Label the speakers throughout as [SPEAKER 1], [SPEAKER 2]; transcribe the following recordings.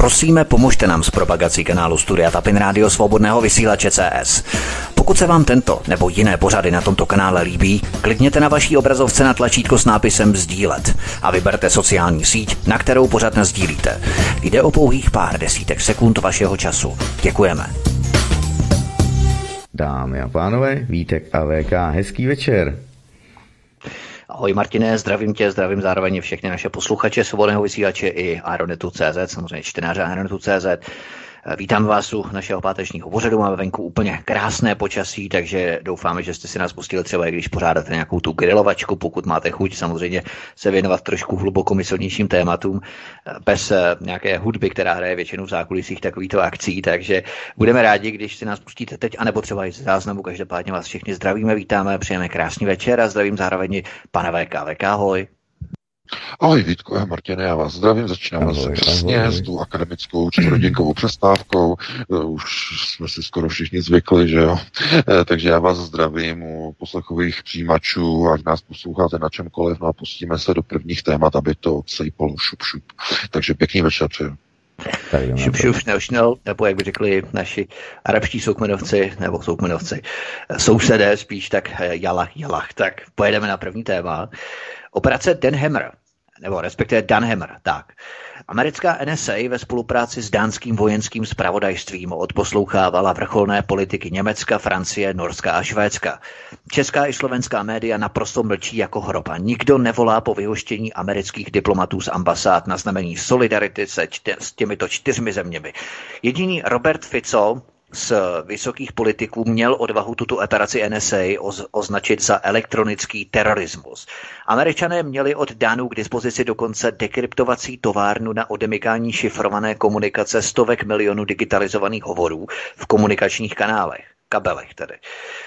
[SPEAKER 1] Prosíme, pomožte nám s propagací kanálu Studia Tapin Rádio Svobodného vysílače CS. Pokud se vám tento nebo jiné pořady na tomto kanále líbí, klikněte na vaší obrazovce na tlačítko s nápisem sdílet a vyberte sociální síť, na kterou pořad nasdílíte. Jde o pouhých pár desítek sekund vašeho času. Děkujeme.
[SPEAKER 2] Dámy a pánové, Vítek a VK, hezký večer.
[SPEAKER 1] Ahoj Martine, zdravím tě, zdravím zároveň všechny naše posluchače Svobodného vysílače i Aeronetu.cz, samozřejmě čtenáře Aeronetu.cz. Vítám vás u našeho pátečního pořadu, máme venku úplně krásné počasí, takže doufáme, že jste si nás pustili třeba, i když pořádáte nějakou tu grilovačku, pokud máte chuť samozřejmě se věnovat trošku hlubokomyslnějším tématům, bez nějaké hudby, která hraje většinou v zákulisích takovýchto akcí, takže budeme rádi, když si nás pustíte teď, anebo třeba i z záznamu, každopádně vás všichni zdravíme, vítáme, přejeme krásný večer a zdravím zároveň pana VK. VK, ahoj.
[SPEAKER 3] Ahoj Vítku a Martine, já vás zdravím, začínáme se přesně s tou akademickou čtvrthodinkovou přestávkou, už jsme si skoro všichni zvykli, že jo, takže já vás zdravím u poslechových přijímačů, ať nás posloucháte na čemkoliv, no a pustíme se do prvních témat, aby to odsejpalo šup. Takže pěkný večer přeju.
[SPEAKER 1] Šup, neušnel, nebo jak by řekli naši arabští soukmenovci, sousedé spíš, tak jalach, tak pojedeme na první téma. Operace Dan Hammer, nebo respektive Dan Hammer, tak. Americká NSA ve spolupráci s dánským vojenským zpravodajstvím odposlouchávala vrcholné politiky Německa, Francie, Norska a Švédska. Česká i slovenská média naprosto mlčí jako hrob a nikdo nevolá po vyhoštění amerických diplomatů z ambasád na znamení solidarity s těmito 4 zeměmi. Jediný Robert Fico z vysokých politiků měl odvahu tuto operaci NSA označit za elektronický terorismus. Američané měli od Dánů k dispozici dokonce dekryptovací továrnu na odemykání šifrované komunikace stovek milionů digitalizovaných hovorů v komunikačních kabelech tedy.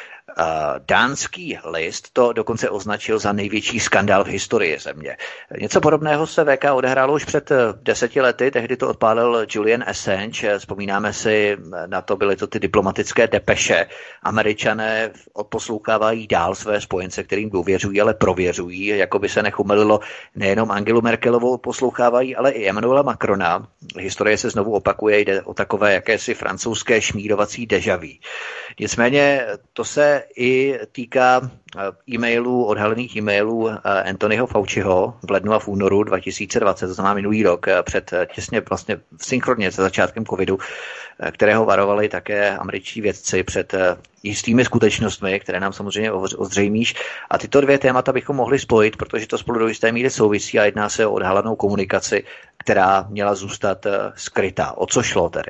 [SPEAKER 1] Dánský list to dokonce označil za největší skandál v historii země. Něco podobného se VK odehrálo už před 10 lety, tehdy to odpálil Julian Assange, vzpomínáme si, na to byly to ty diplomatické depeše. Američané odposlouchávají dál své spojence, kterým důvěřují, ale prověřují, jako by se nechumelilo, nejenom Angelu Merkelovou odposlouchávají, ale i Emmanuela Macrona. Historie se znovu opakuje, jde o takové jakési francouzské šmírovací deja vu. Nicméně to se i týká odhalených e-mailů Anthonyho Fauciho v lednu a v únoru 2020, to znamená minulý rok, těsně vlastně synchronně se začátkem covidu, kterého varovali také američtí vědci před jistými skutečnostmi, které nám samozřejmě ozřejmíš. A tyto dvě témata bychom mohli spojit, protože to spolu do jisté míry souvisí a jedná se o odhalenou komunikaci, která měla zůstat skrytá. O co šlo tedy?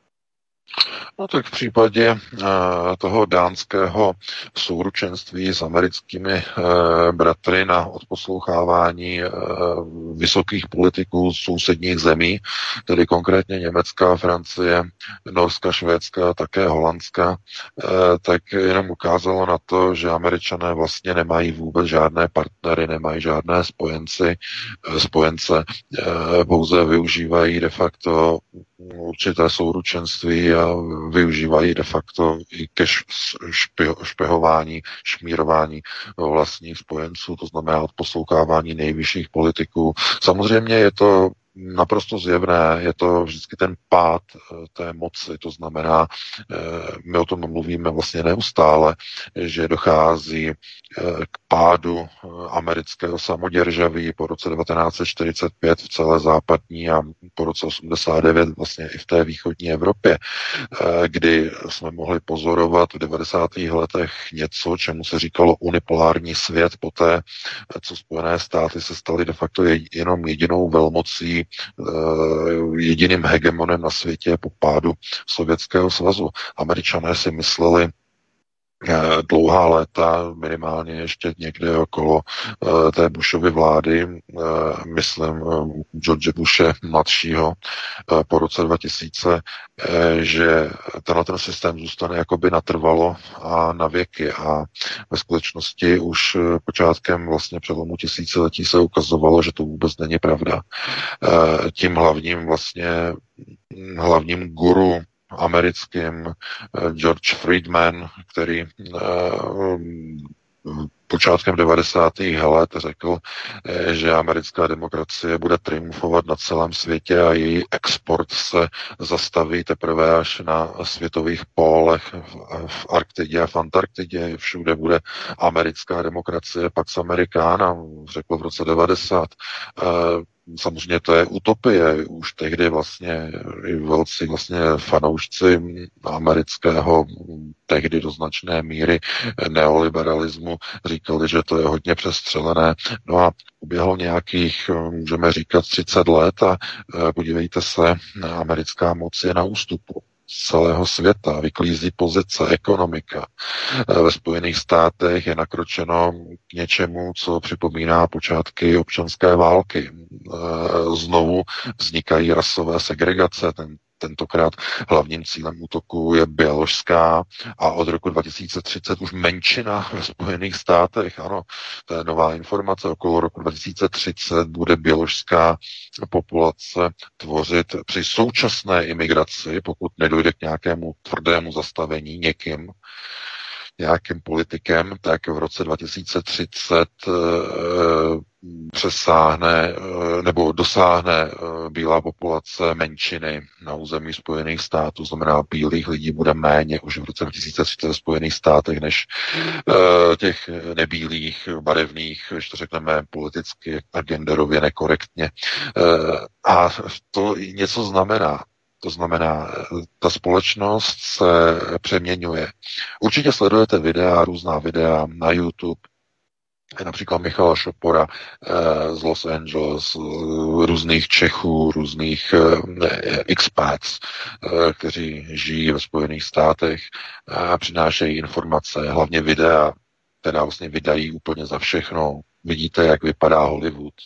[SPEAKER 3] No tak v případě toho dánského souručenství s americkými bratry na odposlouchávání vysokých politiků z sousedních zemí, tedy konkrétně Německa, Francie, Norska, Švédska a také Holandska, tak jenom ukázalo na to, že Američané vlastně nemají vůbec žádné partnery, nemají žádné spojence, pouze využívají de facto určité souručenství a využívají de facto i ke špehování, šmírování vlastních spojenců, to znamená odposlouchávání nejvyšších politiků. Samozřejmě je to naprosto zjevné, je to vždycky ten pád té moci, to znamená, my o tom mluvíme vlastně neustále, že dochází k pádu amerického samoděržaví po roce 1945 v celé západní a po roce 89 vlastně i v té východní Evropě, kdy jsme mohli pozorovat v 90. letech něco, čemu se říkalo unipolární svět, poté, co Spojené státy se staly de facto jenom jedinou velmocí, jediným hegemonem na světě po pádu Sovětského svazu. Američané si mysleli dlouhá léta, minimálně ještě někde okolo té Bushovy vlády, myslím George Bushe mladšího po roce 2000, že ten systém zůstane jakoby natrvalo a na věky a ve skutečnosti už počátkem vlastně přelomu tisíciletí se ukazovalo, že to vůbec není pravda. Tím hlavním guru americkým George Friedman, který počátkem 90. let řekl, že americká demokracie bude triumfovat na celém světě a její export se zastaví teprve až na světových pólech v Arktidě a v Antarktidě. Všude bude americká demokracie, Pax Americana, řekl v roce 90. Samozřejmě to je utopie. Už tehdy vlastně i velcí vlastně fanoušci amerického tehdy do značné míry neoliberalismu říkali, že to je hodně přestřelené. No a uběhlo nějakých, můžeme říkat, 30 let a podívejte se, americká moc je na ústupu z celého světa, vyklízí pozice, ekonomika. Ve Spojených státech je nakročeno k něčemu, co připomíná počátky občanské války. Znovu vznikají rasové segregace, tentokrát hlavním cílem útoku je běložská a od roku 2030 už menšina ve Spojených státech. Ano, to je nová informace. Okolo roku 2030 bude běložská populace tvořit při současné imigraci, pokud nedojde k nějakému tvrdému zastavení někým, nějakým politikem, tak v roce 2030 přesáhne nebo dosáhne bílá populace menšiny na území Spojených států, znamená bílých lidí bude méně už v roce 2030 v Spojených státech než těch nebílých, barevných, když to řekneme politicky a genderově nekorektně. A to něco znamená. To znamená, ta společnost se přeměňuje. Určitě sledujete různá videa na YouTube, například Michala Šopora z Los Angeles, různých Čechů, různých expats, kteří žijí ve Spojených státech a přinášejí informace, hlavně videa, která vlastně vydají úplně za všechno. Vidíte, jak vypadá Hollywood.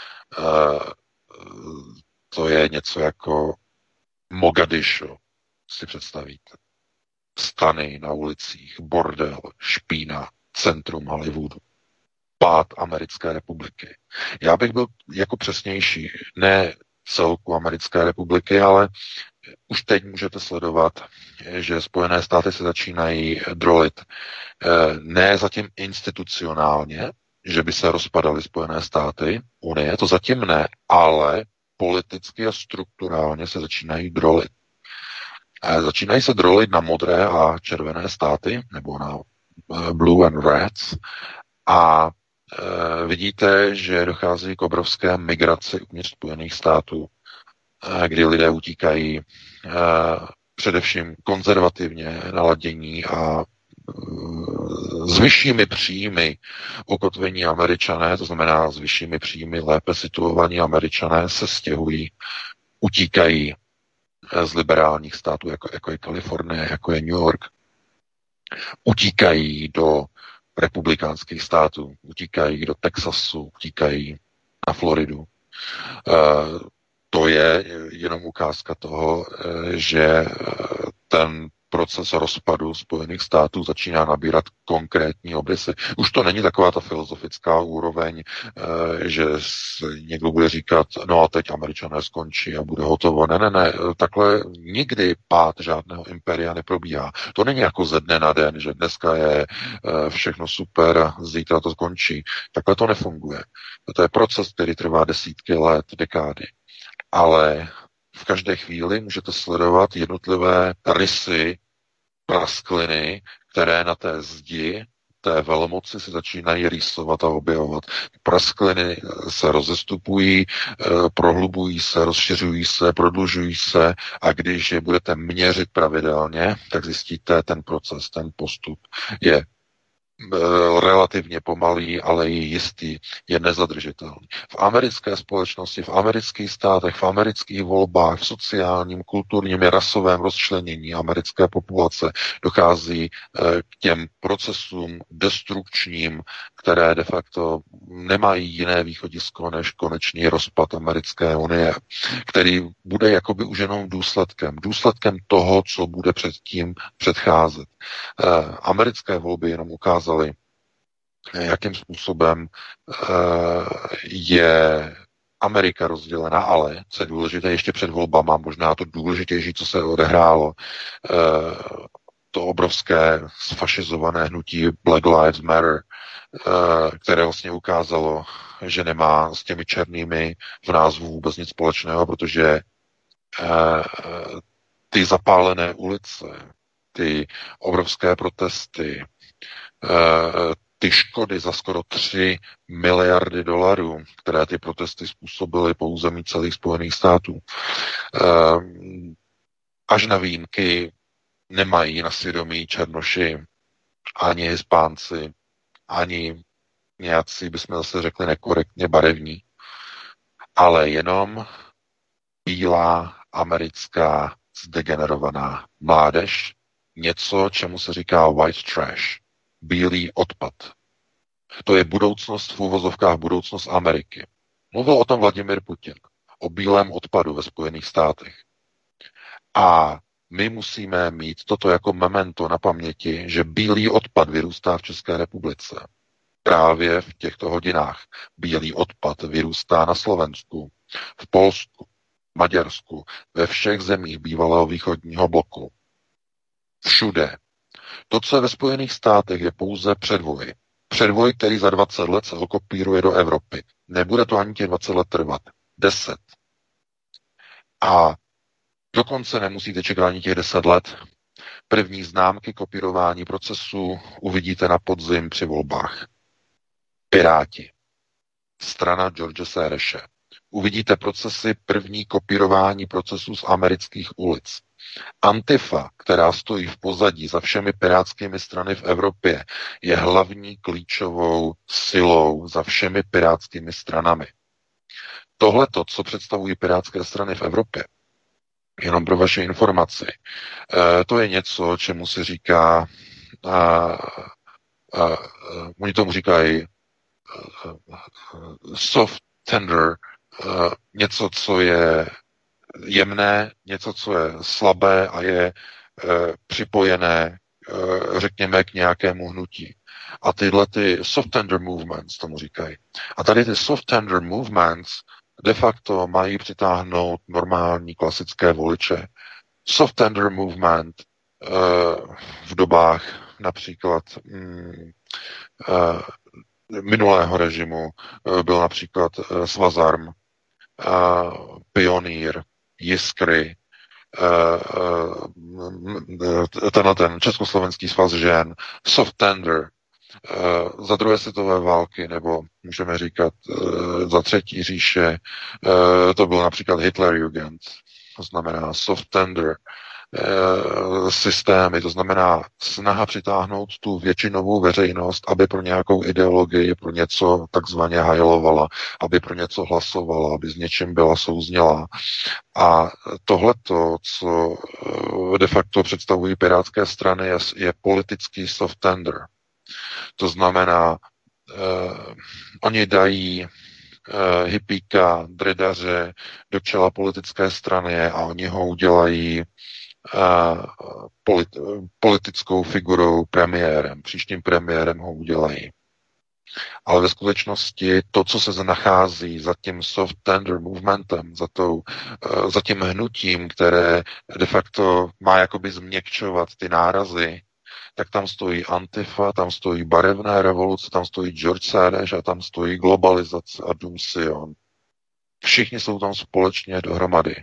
[SPEAKER 3] To je něco jako Mogadišo, si představíte. Stany na ulicích, bordel, špína, centrum Hollywoodu. Pád Americké republiky. Já bych byl jako přesnější, ne celku Americké republiky, ale už teď můžete sledovat, že Spojené státy se začínají drolit. Ne zatím institucionálně, že by se rozpadaly Spojené státy, Unie, to zatím ne, ale politicky a strukturálně se začínají drolit. Začínají se drolit na modré a červené státy, nebo na blue and reds, a vidíte, že dochází k obrovské migraci uvnitř Spojených států, kdy lidé utíkají především konzervativně naladění a s vyššími příjmy ukotvení Američané, to znamená s vyššími příjmy lépe situovaní Američané se stěhují, utíkají z liberálních států, jako je Kalifornie, jako je New York, utíkají do republikánských států, utíkají do Texasu, utíkají na Floridu. To je jenom ukázka toho, že ten proces rozpadu Spojených států začíná nabírat konkrétní obrysy. Už to není taková ta filozofická úroveň, že někdo bude říkat, no a teď Američané skončí a bude hotovo. Ne, takhle nikdy pád žádného impéria neprobíhá. To není jako ze dne na den, že dneska je všechno super a zítra to skončí. Takhle to nefunguje. To je proces, který trvá desítky let, dekády. Ale v každé chvíli můžete sledovat jednotlivé rysy, praskliny, které na té zdi té velmoci se začínají rýsovat a objevovat. Praskliny se rozestupují, prohlubují se, rozšiřují se, prodlužují se a když je budete měřit pravidelně, tak zjistíte ten proces, ten postup je relativně pomalý, ale i jistý, je nezadržitelný. V americké společnosti, v amerických státech, v amerických volbách, v sociálním, kulturním i rasovém rozčlenění americké populace dochází k těm procesům destrukčním, které de facto nemají jiné východisko než konečný rozpad Americké unie, který bude jakoby už jenom důsledkem toho, co bude předtím předcházet. Americké volby jenom ukázaly, jakým způsobem je Amerika rozdělena, ale co je důležité ještě před volbama, možná to důležitější, co se odehrálo, to obrovské sfašizované hnutí Black Lives Matter, které vlastně ukázalo, že nemá s těmi černými v názvu vůbec nic společného, protože ty zapálené ulice, ty obrovské protesty, ty škody za skoro 3 miliardy dolarů, které ty protesty způsobily po území celých Spojených států, až na výjimky nemají na svědomí černoši, ani Hispánci, ani nějací, bychom zase řekli nekorektně barevní, ale jenom bílá americká zdegenerovaná mládež, něco, čemu se říká white trash, bílý odpad. To je budoucnost, v úvozovkách budoucnost Ameriky. Mluvil o tom Vladimir Putin, o bílém odpadu ve Spojených státech. A my musíme mít toto jako memento na paměti, že bílý odpad vyrůstá v České republice. Právě v těchto hodinách bílý odpad vyrůstá na Slovensku, v Polsku, Maďarsku, ve všech zemích bývalého východního bloku. Všude. To, co je ve Spojených státech, je pouze předvoj. Předvoj, který za 20 let se okopíruje do Evropy. Nebude to ani těch 20 let trvat. 10. A dokonce nemusíte čekat ani těch 10 let. První známky kopírování procesu uvidíte na podzim při volbách. Piráti. Strana George Soreše. Uvidíte procesy první kopírování procesů z amerických ulic. Antifa, která stojí v pozadí za všemi pirátskými strany v Evropě, je hlavní klíčovou silou za všemi pirátskými stranami. Tohleto, co představují pirátské strany v Evropě, jenom pro vaše informaci, to je něco, čemu se říká, oni tomu říkají soft tender, něco, co je jemné, něco, co je slabé a je připojené, řekněme, k nějakému hnutí. A tyhle ty soft tender movements tomu říkají. A tady ty soft tender movements de facto mají přitáhnout normální klasické voliče. Soft tender movement v dobách například minulého režimu byl například Svazarm, Pionýr, Jiskry, ten Československý svaz žen, Soft Tender, za druhé světové války, nebo můžeme říkat za třetí říše, to byl například Hitlerjugend, to znamená Soft Tender, systémy, to znamená snaha přitáhnout tu většinovou veřejnost, aby pro nějakou ideologii, pro něco takzvaně hajlovala, aby pro něco hlasovala, aby s něčím byla souznělá. A tohleto, co de facto představují pirátské strany, je politický soft tender. To znamená, oni dají hippíka, dredaře do čela politické strany a oni ho udělají politickou figurou, premiérem. Příštím premiérem ho udělají. Ale ve skutečnosti to, co se nachází za tím soft tender movementem, za tím hnutím, které de facto má jakoby změkčovat ty nárazy, tak tam stojí Antifa, tam stojí barevné revoluce, tam stojí George Soros a tam stojí globalizace a Dům Sion. Všichni jsou tam společně dohromady.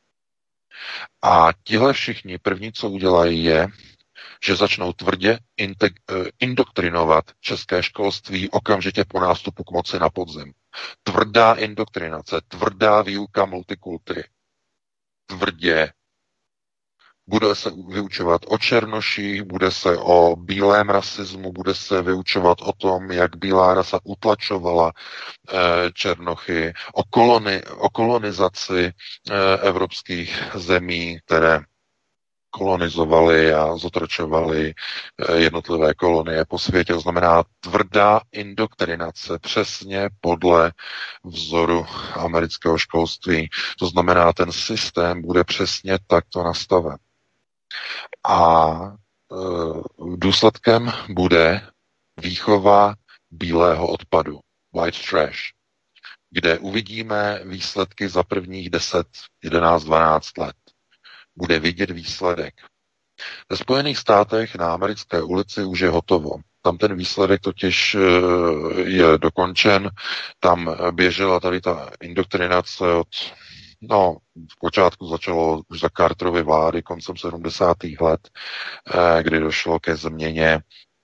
[SPEAKER 3] A tihle všichni první, co udělají, je, že začnou tvrdě indoktrinovat české školství okamžitě po nástupu k moci na podzim. Tvrdá indoktrinace, tvrdá výuka multikultury. Tvrdě. Bude se vyučovat o černoších, bude se o bílém rasismu, bude se vyučovat o tom, jak bílá rasa utlačovala černochy, o kolonizaci evropských zemí, které kolonizovali a zotročovali jednotlivé kolonie po světě. To znamená tvrdá indoktrinace přesně podle vzoru amerického školství. To znamená, ten systém bude přesně takto nastaven. A důsledkem bude výchova bílého odpadu, white trash, kde uvidíme výsledky za prvních 10, 11, 12 let. Bude vidět výsledek. Ve Spojených státech na americké ulici už je hotovo. Tam ten výsledek totiž je dokončen, tam běžela tady ta indoktrinace v počátku začalo už za Carterovy vlády koncem 70. let, kdy došlo ke změně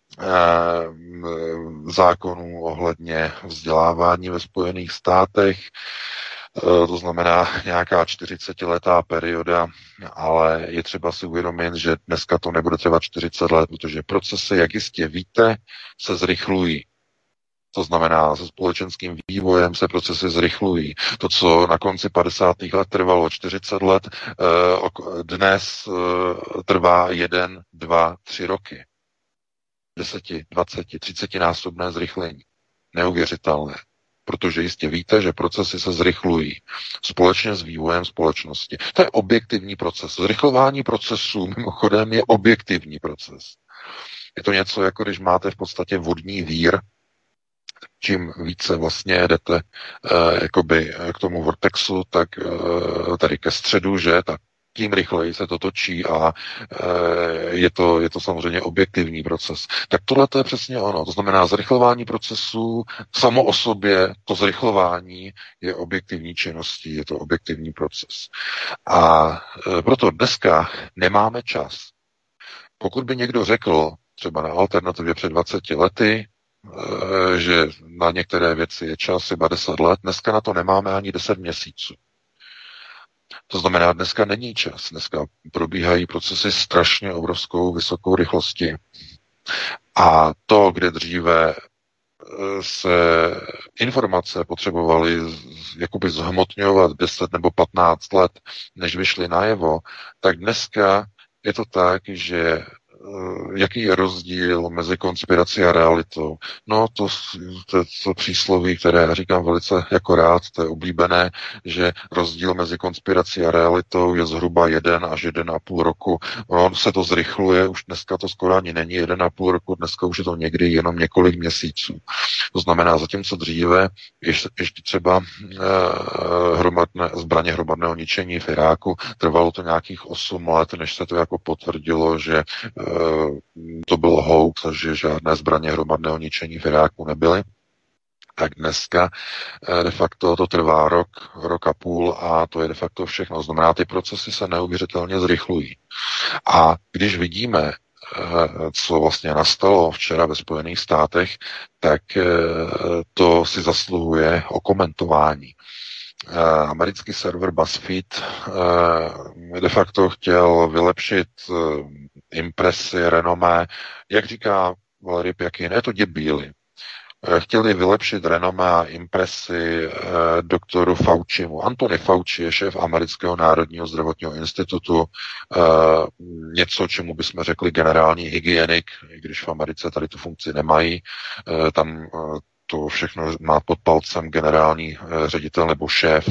[SPEAKER 3] zákonů ohledně vzdělávání ve Spojených státech. To znamená nějaká 40letá perioda, ale je třeba si uvědomit, že dneska to nebude trvat 40 let, protože procesy, jak jistě víte, se zrychlují. To znamená, se společenským vývojem se procesy zrychlují. To, co na konci 50. let trvalo 40 let, dnes trvá 1, 2, 3 roky. 10, 20, 30 násobné zrychlení. Neuvěřitelné. Protože jistě víte, že procesy se zrychlují společně s vývojem společnosti. To je objektivní proces. Zrychlování procesů mimochodem je objektivní proces. Je to něco, jako když máte v podstatě vodní vír, čím více vlastně jdete jakoby k tomu vortexu, tak tady ke středu, že, tak tím rychleji se to točí a je to samozřejmě objektivní proces. Tak tohle to je přesně ono. To znamená zrychlování procesů samo o sobě, to zrychlování je objektivní činností, je to objektivní proces. A proto dneska nemáme čas. Pokud by někdo řekl, třeba na alternativě před 20 lety, že na některé věci je čas třeba 10 let, dneska na to nemáme ani 10 měsíců. To znamená, dneska není čas. Dneska probíhají procesy strašně obrovskou vysokou rychlostí. A to, kde dříve se informace potřebovaly jakoby zhmotňovat 10 nebo 15 let, než vyšly najevo, tak dneska je to tak, že jaký je rozdíl mezi konspirací a realitou? No, to přísloví, které já říkám velice jako rád, to je oblíbené, že rozdíl mezi konspirací a realitou je zhruba 1 až 1,5 roku. On se to zrychluje, už dneska to skoro ani není 1,5 roku, dneska už je to někdy jenom několik měsíců. To znamená, zatímco dříve ještě třeba zbraně hromadného ničení v Iráku, trvalo to nějakých 8 let, než se to jako potvrdilo, že to bylo hoax, že žádné zbraně hromadného ničení v Iráku nebyly, tak dneska de facto to trvá rok a půl a to je de facto všechno. Znamená, ty procesy se neuvěřitelně zrychlují. A když vidíme, co vlastně nastalo včera ve Spojených státech, tak to si zasluhuje okomentování. Americký server BuzzFeed de facto chtěl vylepšit impresi, renomé, jak říká Valery Pjakin, je to děbíli. Chtěli vylepšit renomé a impresi doktoru Faucimu. Anthony Fauci je šéf Amerického národního zdravotního institutu, něco, čemu bychom řekli generální hygienik, i když v Americe tady tu funkci nemají. Tam to všechno má pod palcem generální ředitel nebo šéf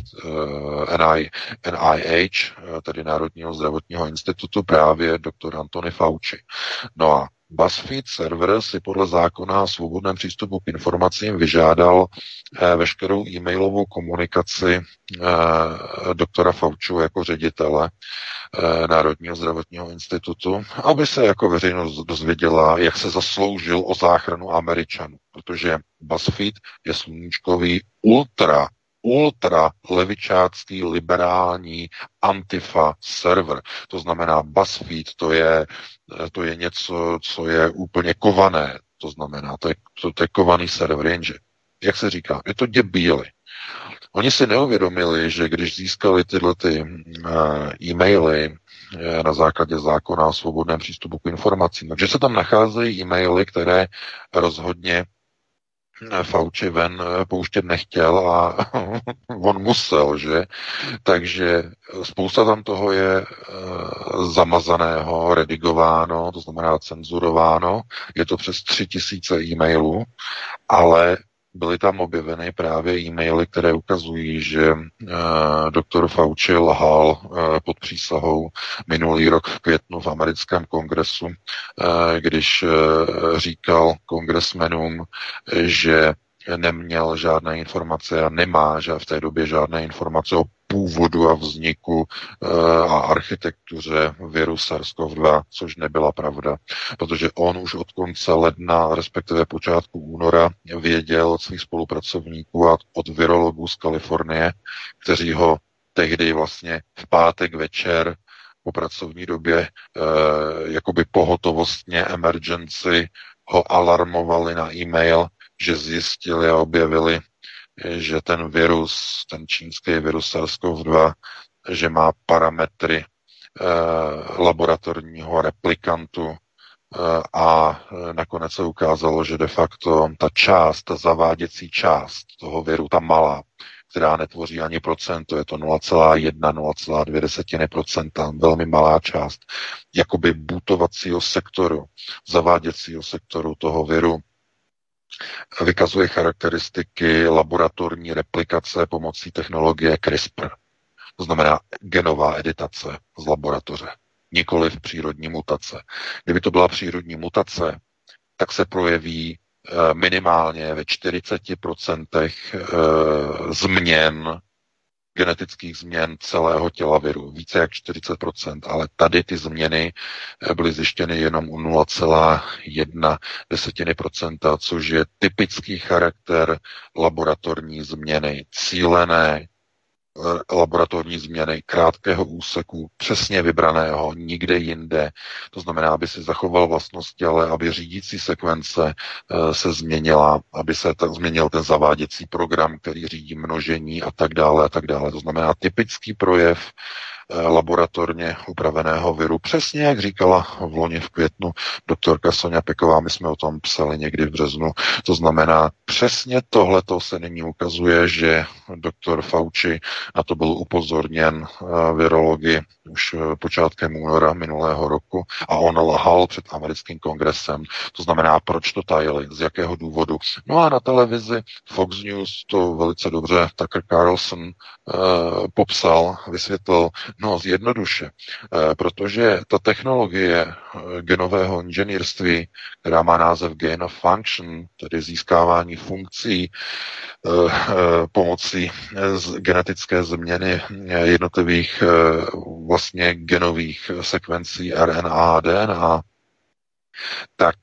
[SPEAKER 3] NIH, tedy Národního zdravotního institutu, právě doktor Anthony Fauci. No a BuzzFeed server si podle zákona o svobodném přístupu k informacím vyžádal veškerou e-mailovou komunikaci doktora Fauciho jako ředitele Národního zdravotního institutu, aby se jako veřejnost dozvěděla, jak se zasloužil o záchranu Američanů, protože BuzzFeed je sluníčkový ultra levičácký, liberální antifa server. To znamená BuzzFeed, to je něco, co je úplně kované. To znamená, to je kovaný server, jenže, jak se říká, je to děbíli. Oni si neuvědomili, že když získali tyhle e-maily na základě zákona o svobodném přístupu k informacím, takže se tam nacházejí e-maily, které rozhodně Fauci ven pouštět nechtěl a on musel, že? Takže spousta tam toho je zamazaného, redigováno, to znamená cenzurováno. Je to přes 3000 e-mailů, ale byly tam objeveny právě e-maily, které ukazují, že doktor Fauci lhal pod přísahou minulý rok v květnu v americkém kongresu, když říkal kongresmenům, že neměl žádné informace a nemá že v té době žádné informace o původu a vzniku a architektuře viru SARS-CoV-2, což nebyla pravda, protože on už od konce ledna, respektive počátku února, věděl od svých spolupracovníků a od virologů z Kalifornie, kteří ho tehdy vlastně v pátek večer po pracovní době jakoby pohotovostně emergency ho alarmovali na e-mail, že zjistili a objevili, že ten virus, ten čínský virus SARS-CoV-2, že má parametry laboratorního replikantu a nakonec se ukázalo, že de facto ta zaváděcí část toho viru, ta malá, která netvoří ani procento, je to 0,1-0,2%, velmi malá část, jakoby bootovacího sektoru, zaváděcího sektoru toho viru, vykazuje charakteristiky laboratorní replikace pomocí technologie CRISPR. To znamená genová editace z laboratoře, nikoliv přírodní mutace. Kdyby to byla přírodní mutace, tak se projeví minimálně ve 40% změn, genetických změn celého těla viru. Více jak 40%, ale tady ty změny byly zjištěny jenom u 0,1%, což je typický charakter laboratorní změny, cílené laboratorní změny krátkého úseku, přesně vybraného, nikde jinde. To znamená, aby si zachoval vlastnosti, ale aby řídící sekvence se změnila, aby se změnil ten zaváděcí program, který řídí množení a tak dále a tak dále. To znamená typický projev laboratorně upraveného viru. Přesně jak říkala v loni v květnu doktorka Sonja Peková, my jsme o tom psali někdy v březnu. To znamená, přesně tohleto se nyní ukazuje, že doktor Fauci na to byl upozorněn virology už počátkem února minulého roku a on lhal před americkým kongresem. To znamená, proč to tajili, z jakého důvodu. No a na televizi Fox News to velice dobře Tucker Carlson popsal, vysvětlil, no jednoduše, protože ta technologie genového inženýrství, která má název gain of function, tedy získávání funkcí pomocí genetické změny jednotlivých vlastně genových sekvencí RNA a DNA, tak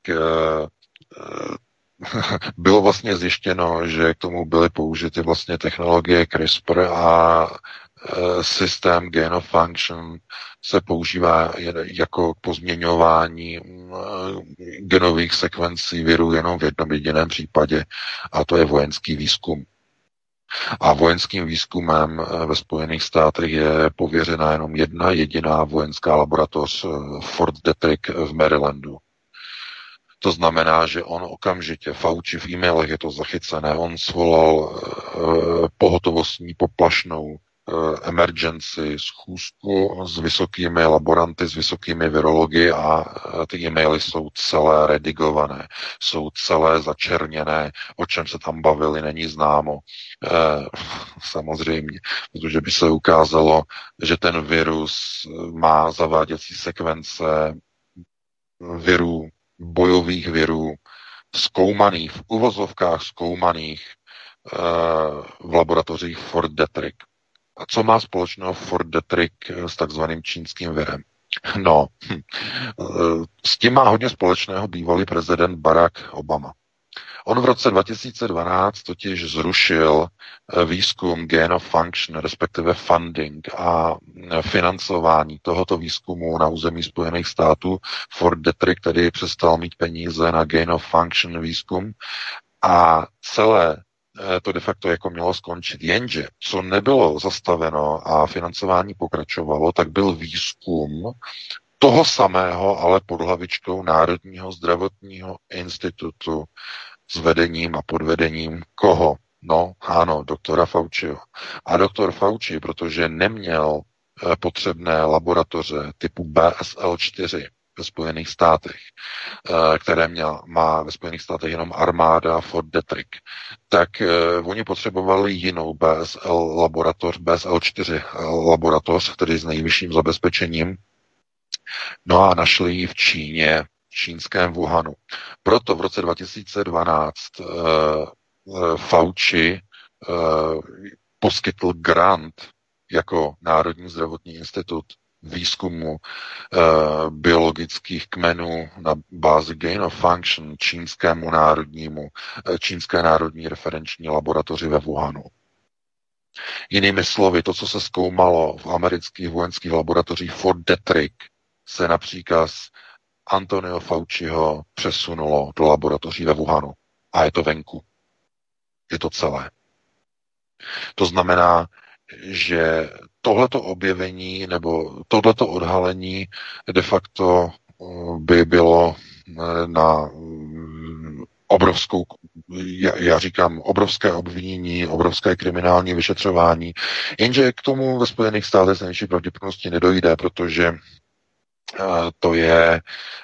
[SPEAKER 3] bylo vlastně zjištěno, že k tomu byly použity vlastně technologie CRISPR a systém gain of function se používá jako pozměňování genových sekvencí virů jenom v jednom jediném případě, a to je vojenský výzkum. A vojenským výzkumem ve Spojených státech je pověřena jenom jedna jediná vojenská laboratoř Fort Detrick v Marylandu. To znamená, že on okamžitě, Fauci v e-mailech je to zachycené, on svolal pohotovostní poplašnou emergency schůzku s vysokými laboranty, s vysokými virology a ty e-maily jsou celé redigované, jsou celé začerněné, o čem se tam bavili, není známo. Samozřejmě, protože by se ukázalo, že ten virus má zaváděcí sekvence virů, bojových virů, zkoumaných, v uvozovkách zkoumaných v laboratořích Fort Detrick. A co má společného Fort Detrick s takzvaným čínským virem? No, s tím má hodně společného bývalý prezident Barack Obama. On v roce 2012 totiž zrušil výzkum gain of function, respektive funding a financování tohoto výzkumu na území Spojených států. Fort Detrick tedy přestal mít peníze na gain of function výzkum a celé to de facto jako mělo skončit. Jenže, co nebylo zastaveno a financování pokračovalo, tak byl výzkum toho samého, ale pod hlavičkou Národního zdravotního institutu s vedením a podvedením koho? No, ano, doktora Fauciho. A doktor Fauci, protože neměl potřebné laboratoře typu BSL-4 ve Spojených státech, které má ve Spojených státech jenom armáda Fort Detrick, tak oni potřebovali jinou BSL-4 laboratoř, tedy s nejvyšším zabezpečením. No a našli ji v Číně, v čínském Wuhanu. Proto v roce 2012 Fauci poskytl grant jako Národní zdravotní institut výzkumu biologických kmenů na bázi gain of function čínské národní referenční laboratoři ve Wuhanu. Jinými slovy, to, co se zkoumalo v amerických vojenských laboratořích Fort Detrick, se na příkaz Antonio Fauciho přesunulo do laboratoří ve Wuhanu. A je to venku. Je to celé. To znamená, že tohleto objevení nebo tohleto odhalení de facto by bylo na obrovskou, já říkám, obrovské obvinění, obrovské kriminální vyšetřování, jenže k tomu ve Spojených státech s největší pravděpodobností nedojde, protože to je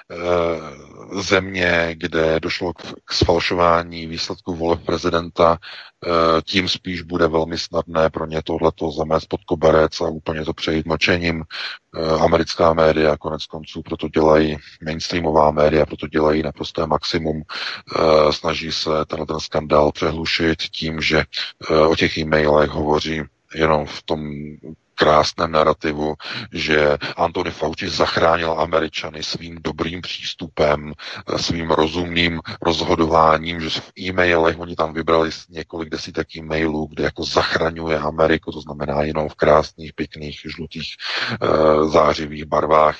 [SPEAKER 3] země, kde došlo k sfalšování výsledků voleb prezidenta, tím spíš bude velmi snadné pro ně tohleto zamést pod koberec a úplně to přejít mlčením. Americká média konec konců proto dělají, mainstreamová média proto dělají naprosté maximum, snaží se ten skandál přehlušit tím, že o těch e-mailech hovoří jenom v tom krásném narrativu, že Anthony Fauci zachránil Američany svým dobrým přístupem, svým rozumným rozhodováním, že v e-mailech oni tam vybrali několik desítek e-mailů, kde jako zachraňuje Ameriku, to znamená jenom v krásných, pěkných, žlutých, zářivých barvách.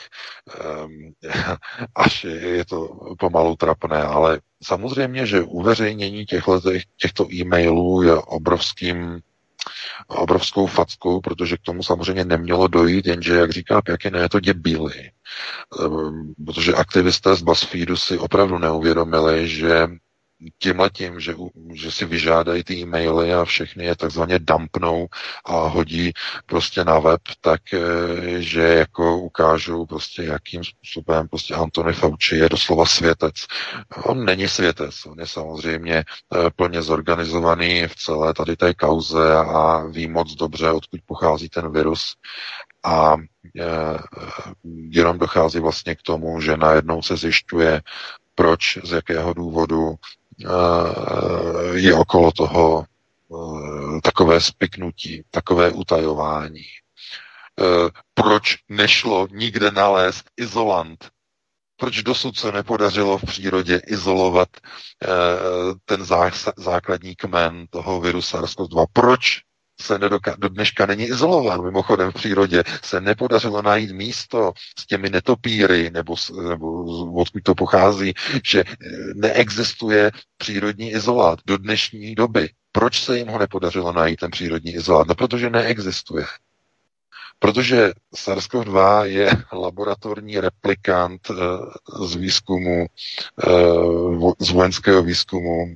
[SPEAKER 3] Až je to pomalu trapné, ale samozřejmě, že uveřejnění těchto e-mailů je obrovskou fackou, protože k tomu samozřejmě nemělo dojít, jenže, jak říká Pěkně, je to děbíli. Protože aktivisté z BuzzFeedu si opravdu neuvědomili, že tímhletím, že si vyžádají ty e-maily a všechny je takzvaně dumpnou a hodí prostě na web, tak že jako ukážou prostě jakým způsobem prostě Anthony Fauci je doslova světec. On není světec, on je samozřejmě plně zorganizovaný v celé tady té kauze a ví moc dobře, odkud pochází ten virus. A jenom dochází vlastně k tomu, že najednou se zjišťuje, proč, z jakého důvodu je okolo toho takové spiknutí, takové utajování. Proč nešlo nikde nalézt izolant? Proč dosud se nepodařilo v přírodě izolovat ten základní kmen toho viru SARS-CoV-2? Proč se do dneška není izolován? Mimochodem v přírodě se nepodařilo najít místo s těmi netopíry, nebo odkud to pochází, že neexistuje přírodní izolát do dnešní doby. Proč se jim ho nepodařilo najít, ten přírodní izolát? No, protože neexistuje. Protože SARS-CoV-2 je laboratorní replikant z výzkumu, z vojenského výzkumu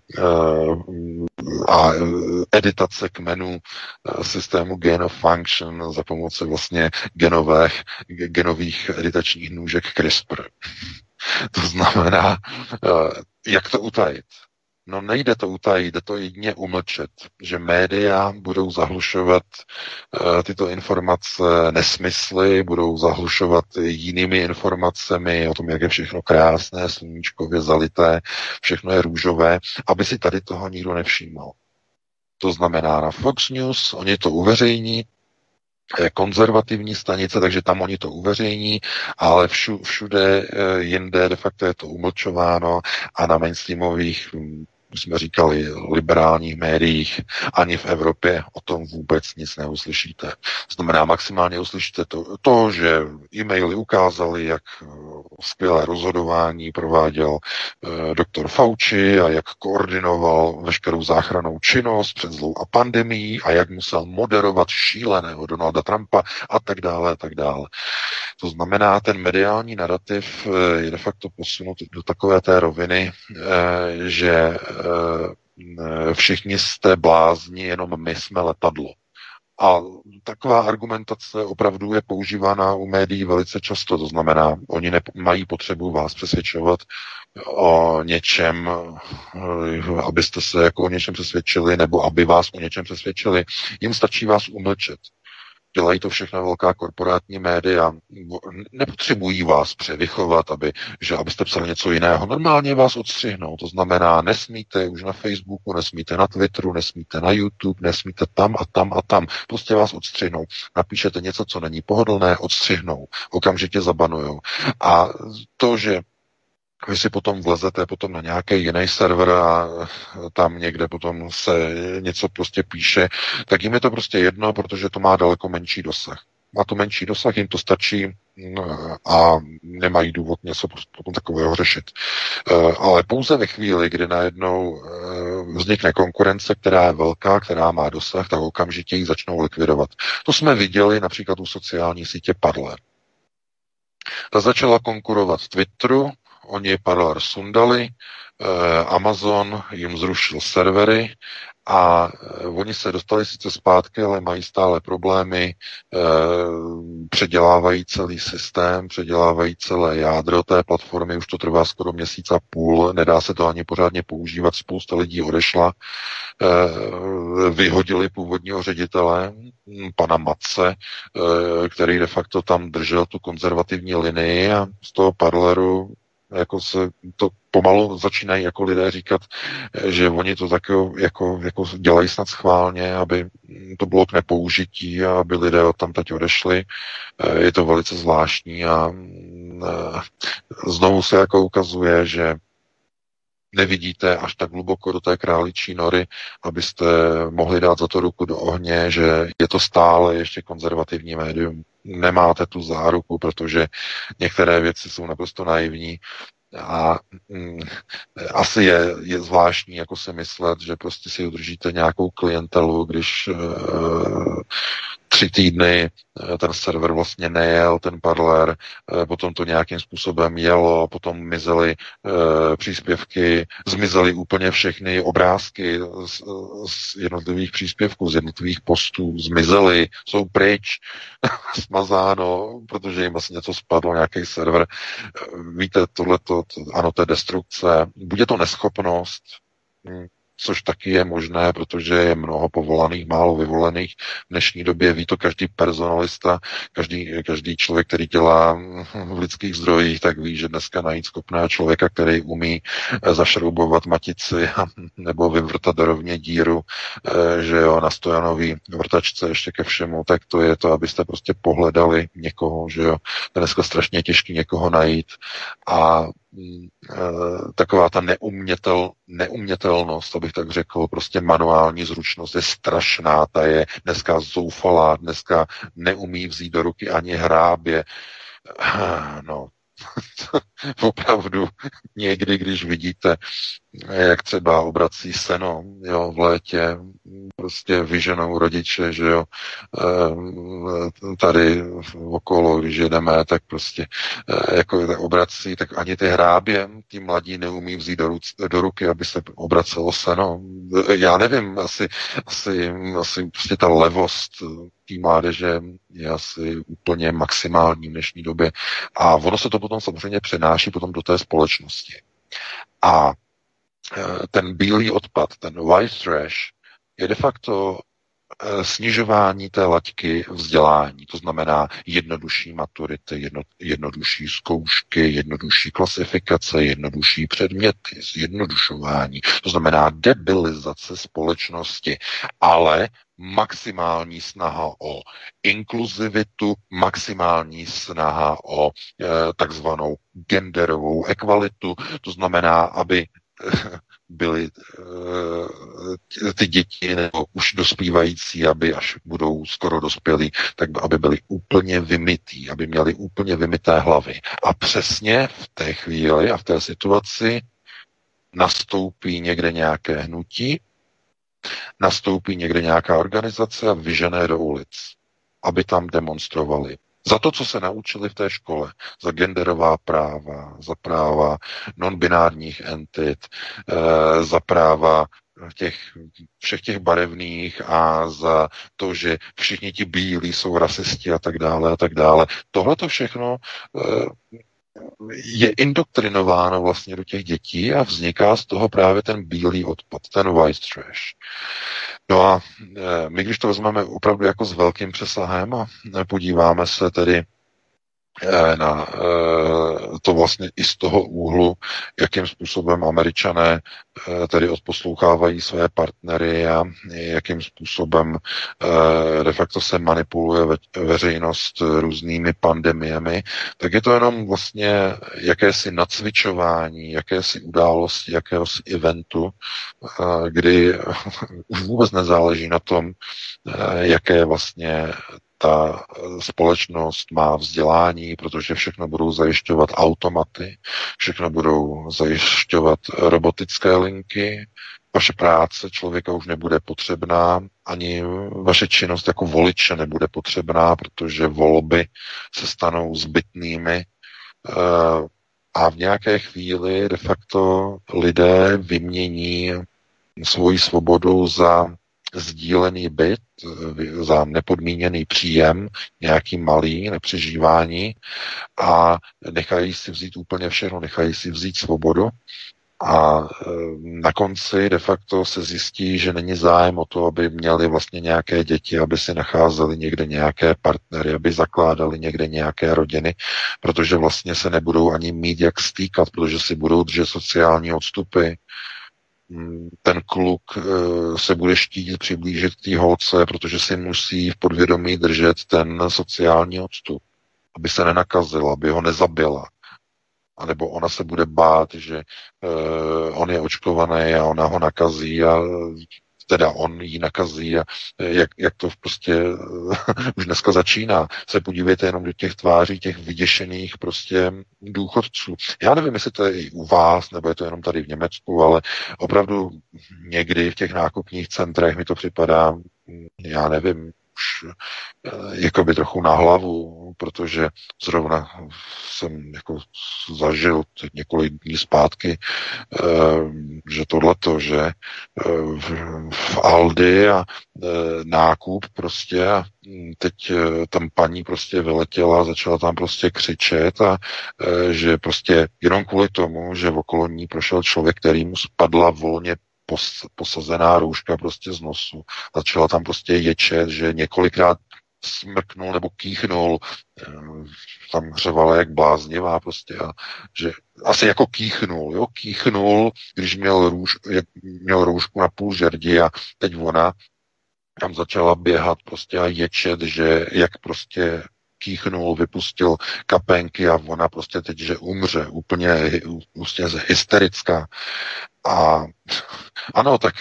[SPEAKER 3] a editace kmenů systému gain of function za pomoci vlastně genových editačních nůžek CRISPR. To znamená, jak to utajit? No nejde to utajit, jde to jedině umlčet, že média budou zahlušovat tyto informace nesmysly, budou zahlušovat jinými informacemi o tom, jak je všechno krásné, sluníčkově zalité, všechno je růžové, aby si tady toho nikdo nevšímal. To znamená na Fox News, oni to uveřejní, konzervativní stanice, takže tam oni to uveřejní, ale všude jinde de facto je to umlčováno a na mainstreamových, už jsme říkali, liberálních médiích, ani v Evropě o tom vůbec nic neuslyšíte. To znamená, maximálně uslyšíte to, že e-maily ukázaly, jak skvělé rozhodování prováděl doktor Fauci a jak koordinoval veškerou záchrannou činnost před zlou a pandemií a jak musel moderovat šíleného Donalda Trumpa a tak dále, a tak dále. To znamená, ten mediální narrativ je de facto posunut do takové té roviny, že všichni jste blázni, jenom my jsme letadlo. A taková argumentace opravdu je používána u médií velice často. To znamená, oni mají potřebu vás přesvědčovat o něčem, abyste se jako o něčem přesvědčili, nebo aby vás o něčem přesvědčili. Jim stačí vás umlčet. Dělají to všechno velká korporátní média. Nepotřebují vás převychovat, abyste psali něco jiného. Normálně vás odstřihnou. To znamená, nesmíte už na Facebooku, nesmíte na Twitteru, nesmíte na YouTube, nesmíte tam a tam a tam. Prostě vás odstřihnou. Napíšete něco, co není pohodlné, odstřihnou. Okamžitě zabanujou. A to, že vy si potom vlezete potom na nějaký jiný server a tam někde potom se něco prostě píše, tak jim je to prostě jedno, protože to má daleko menší dosah. Má to menší dosah, jim to stačí a nemají důvod něco potom takového řešit. Ale pouze ve chvíli, kdy najednou vznikne konkurence, která je velká, která má dosah, tak okamžitě ji začnou likvidovat. To jsme viděli například u sociální sítě Parler. Ta začala konkurovat Twitteru, oni Parler sundali, Amazon jim zrušil servery a oni se dostali sice zpátky, ale mají stále problémy, předělávají celý systém, předělávají celé jádro té platformy, už to trvá skoro měsíc a půl, nedá se to ani pořádně používat, spousta lidí odešla, vyhodili původního ředitele, pana Matce, který de facto tam držel tu konzervativní linii a z toho Parleru jako se to pomalu začínají jako lidé říkat, že oni to tak jako dělají snad schválně, aby to bylo k nepoužití a aby lidé tam teď odešli. Je to velice zvláštní a znovu se jako ukazuje, že nevidíte až tak hluboko do té králičí nory, abyste mohli dát za to ruku do ohně, že je to stále ještě konzervativní médium. Nemáte tu záruku, protože některé věci jsou naprosto naivní a asi je zvláštní jako si myslet, že prostě si udržíte nějakou klientelu, když 3 týdny ten server vlastně nejel, ten Parler, potom to nějakým způsobem jelo, potom mizely příspěvky, zmizely úplně všechny obrázky z jednotlivých příspěvků, z jednotlivých postů, zmizely, jsou pryč, smazáno, protože jim vlastně něco spadlo, nějaký server. Víte, tohleto, ano, to je destrukce, bude to neschopnost, což taky je možné, protože je mnoho povolaných, málo vyvolených. V dnešní době ví to každý personalista, každý člověk, který dělá v lidských zdrojích, tak ví, že dneska najít schopného člověka, který umí zašroubovat matici nebo vyvrtat rovně díru, že jo, na stojanový vrtačce ještě ke všemu, tak to je to, abyste prostě pohledali někoho, že jo. To je dneska strašně těžký někoho najít a taková ta neumětelnost, abych tak řekl, prostě manuální zručnost je strašná, ta je dneska zoufalá, dneska neumí vzít do ruky ani hrábě. No, opravdu někdy, když vidíte, jak třeba obrací seno, jo, v létě, prostě vyženou rodiče, že jo, tady okolo, když jedeme, tak prostě jako tak obrací, tak ani ty hrábě, ty mladí neumí vzít do ruky, aby se obracelo seno. Já nevím, asi prostě ta levost té mládeže je asi úplně maximální v dnešní době. A ono se to potom samozřejmě přenáší potom do té společnosti. A ten bílý odpad, ten white trash, je de facto snižování té laťky vzdělání. To znamená jednodušší maturity, jednodušší zkoušky, jednodušší klasifikace, jednodušší předměty, zjednodušování. To znamená debilizace společnosti, ale maximální snaha o inkluzivitu, maximální snaha o takzvanou genderovou ekvalitu. To znamená, aby byly ty děti nebo už dospívající, aby až budou skoro dospělí, tak aby byli úplně vymytí, aby měli úplně vymyté hlavy. A přesně v té chvíli a v té situaci nastoupí někde nějaké hnutí, nastoupí někde nějaká organizace a vyžené do ulic, aby tam demonstrovali. Za to, co se naučili v té škole, za genderová práva, za práva non-binárních entit, za práva všech těch barevných a za to, že všichni ti bílí jsou rasisti a tak dále a tak dále. Tohle to všechno je indoktrinováno vlastně do těch dětí a vzniká z toho právě ten bílý odpad, ten white trash. No a my, když to vezmeme opravdu jako s velkým přesahem a podíváme se tedy na to vlastně i z toho úhlu, jakým způsobem Američané tedy odposlouchávají své partnery a jakým způsobem de facto se manipuluje veřejnost různými pandemiemi, tak je to jenom vlastně jakési nacvičování, jakési události, jakéhosi eventu, kdy už vůbec nezáleží na tom, jaké vlastně ta společnost má vzdělání, protože všechno budou zajišťovat automaty, všechno budou zajišťovat robotické linky, vaše práce člověka už nebude potřebná, ani vaše činnost jako voliče nebude potřebná, protože volby se stanou zbytnými a v nějaké chvíli de facto lidé vymění svoji svobodu za sdílený byt, za nepodmíněný příjem, nějaký malý, na přežívání a nechají si vzít úplně všechno, nechají si vzít svobodu a na konci de facto se zjistí, že není zájem o to, aby měli vlastně nějaké děti, aby si nacházeli někde nějaké partnery, aby zakládali někde nějaké rodiny, protože vlastně se nebudou ani mít jak stýkat, protože si budou držet sociální odstupy. Ten kluk se bude štít přiblížit k té holce, protože si musí v podvědomí držet ten sociální odstup, aby se nenakazila, aby ho nezabila. A nebo ona se bude bát, že on je očkovaný a ona ho nakazí a teda on jí nakazí a jak to prostě už dneska začíná. Se podívejte jenom do těch tváří těch vyděšených prostě důchodců. Já nevím, jestli to je i u vás, nebo je to jenom tady v Německu, ale opravdu někdy v těch nákupních centrech mi to připadá, já nevím, už jakoby trochu na hlavu, protože zrovna jsem jako zažil několik dní zpátky, že tohleto, že v Aldi a nákup prostě a teď tam paní prostě vyletěla, začala tam prostě křičet a že prostě jenom kvůli tomu, že okolo ní prošel člověk, který mu spadla volně posazená rouška prostě z nosu. Začala tam prostě ječet, že několikrát smrknul nebo kýchnul, tam hřevala jak bláznivá prostě a že asi jako kýchnul, když měl roušku na půl žerdi a teď ona tam začala běhat prostě a ječet, že jak prostě kýchnul, vypustil kapenky a ona prostě teď, že umře, úplně hysterická. A ano, tak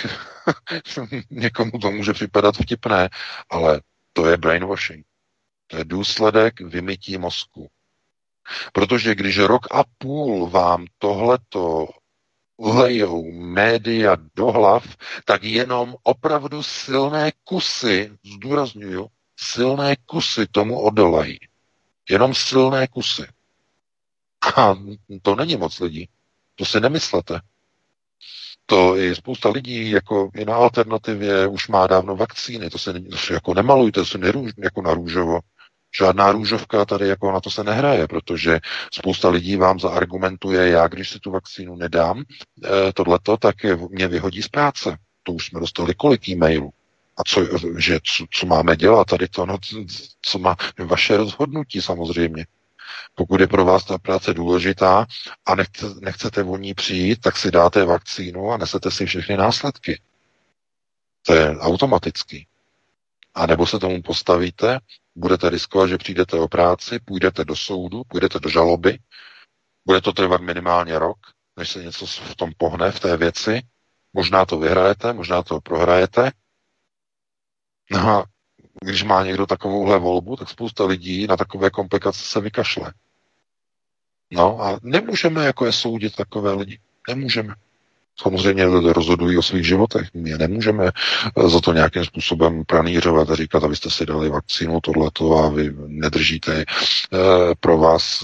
[SPEAKER 3] někomu to může připadat vtipné, ale to je brainwashing. To je důsledek vymytí mozku. Protože když rok a půl vám tohleto lejou média do hlav, tak jenom opravdu silné kusy, zdůrazňuju, silné kusy tomu odolají. Jenom silné kusy. A to není moc lidí. To si nemyslete. To je spousta lidí, jako i na alternativě, už má dávno vakcíny, to se jako nemalujte, to se jako na růžovo. Žádná růžovka tady jako na to se nehraje, protože spousta lidí vám zaargumentuje, já když si tu vakcínu nedám, tohleto, tak mě vyhodí z práce. To už jsme dostali kolik e-mailů. A co máme dělat tady to, no, co má vaše rozhodnutí samozřejmě. Pokud je pro vás ta práce důležitá a nechcete o ní přijít, tak si dáte vakcínu a nesete si všechny následky. To je automatický. A nebo se tomu postavíte, budete riskovat, že přijdete o práci, půjdete do soudu, půjdete do žaloby, bude to trvat minimálně rok, než se něco v tom pohne v té věci, možná to vyhrajete, možná to prohrajete. No a když má někdo takovouhle volbu, tak spousta lidí na takové komplikace se vykašle. No a nemůžeme jako je soudit takové lidi. Nemůžeme. Samozřejmě rozhodují o svých životech. My nemůžeme za to nějakým způsobem pranířovat a říkat, abyste si dali vakcínu tohleto a vy nedržíte pro vás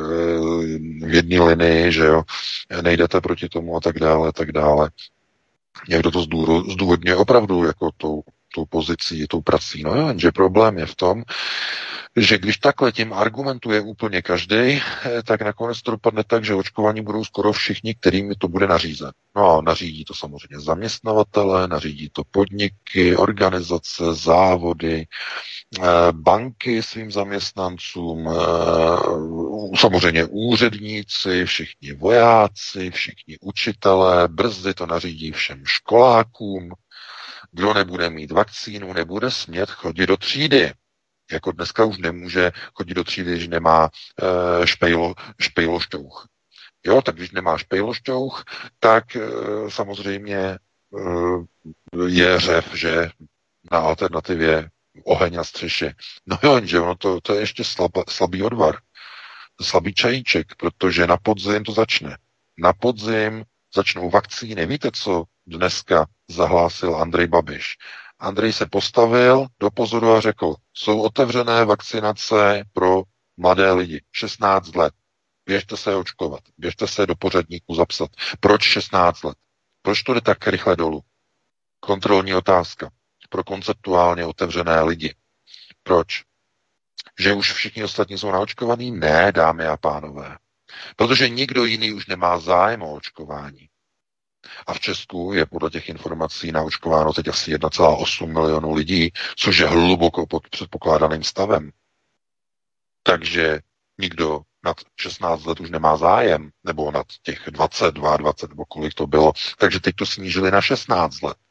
[SPEAKER 3] v jedné linii, že jo, nejdete proti tomu a tak dále, tak dále. Někdo to zdůvodňuje opravdu jako tou tou pozicí, tou prací. No jenže problém je v tom, že když takhle tím argumentuje úplně každý, tak nakonec to dopadne tak, že očkování budou skoro všichni, kterými to bude nařízen. No a nařídí to samozřejmě zaměstnavatele, nařídí to podniky, organizace, závody, banky svým zaměstnancům, samozřejmě úředníci, všichni vojáci, všichni učitelé, brzy to nařídí všem školákům. Kdo nebude mít vakcínu, nebude smět chodit do třídy. Jako dneska už nemůže chodit do třídy, když nemá špejlošťouch. Jo, tak když nemá špejlošťouch, tak samozřejmě je řev, že na alternativě oheň na střeše. No jo, že ono to je ještě slabý odvar, slabý čajíček, protože na podzim to začne. Na podzim začnou vakcíny. Víte, co dneska zahlásil Andrej Babiš? Andrej se postavil do pozoru a řekl, jsou otevřené vakcinace pro mladé lidi, 16 let. Běžte se očkovat, běžte se do pořadníku zapsat. Proč 16 let? Proč to jde tak rychle dolů? Kontrolní otázka pro konceptuálně otevřené lidi. Proč? Že už všichni ostatní jsou naočkovaní? Ne, dámy a pánové. Protože nikdo jiný už nemá zájem o očkování. A v Česku je podle těch informací naočkováno teď asi 1,8 milionu lidí, což je hluboko pod předpokládaným stavem. Takže nikdo nad 16 let už nemá zájem, nebo nad těch 22, 20, nebo kolik to bylo. Takže teď to snížili na 16 let.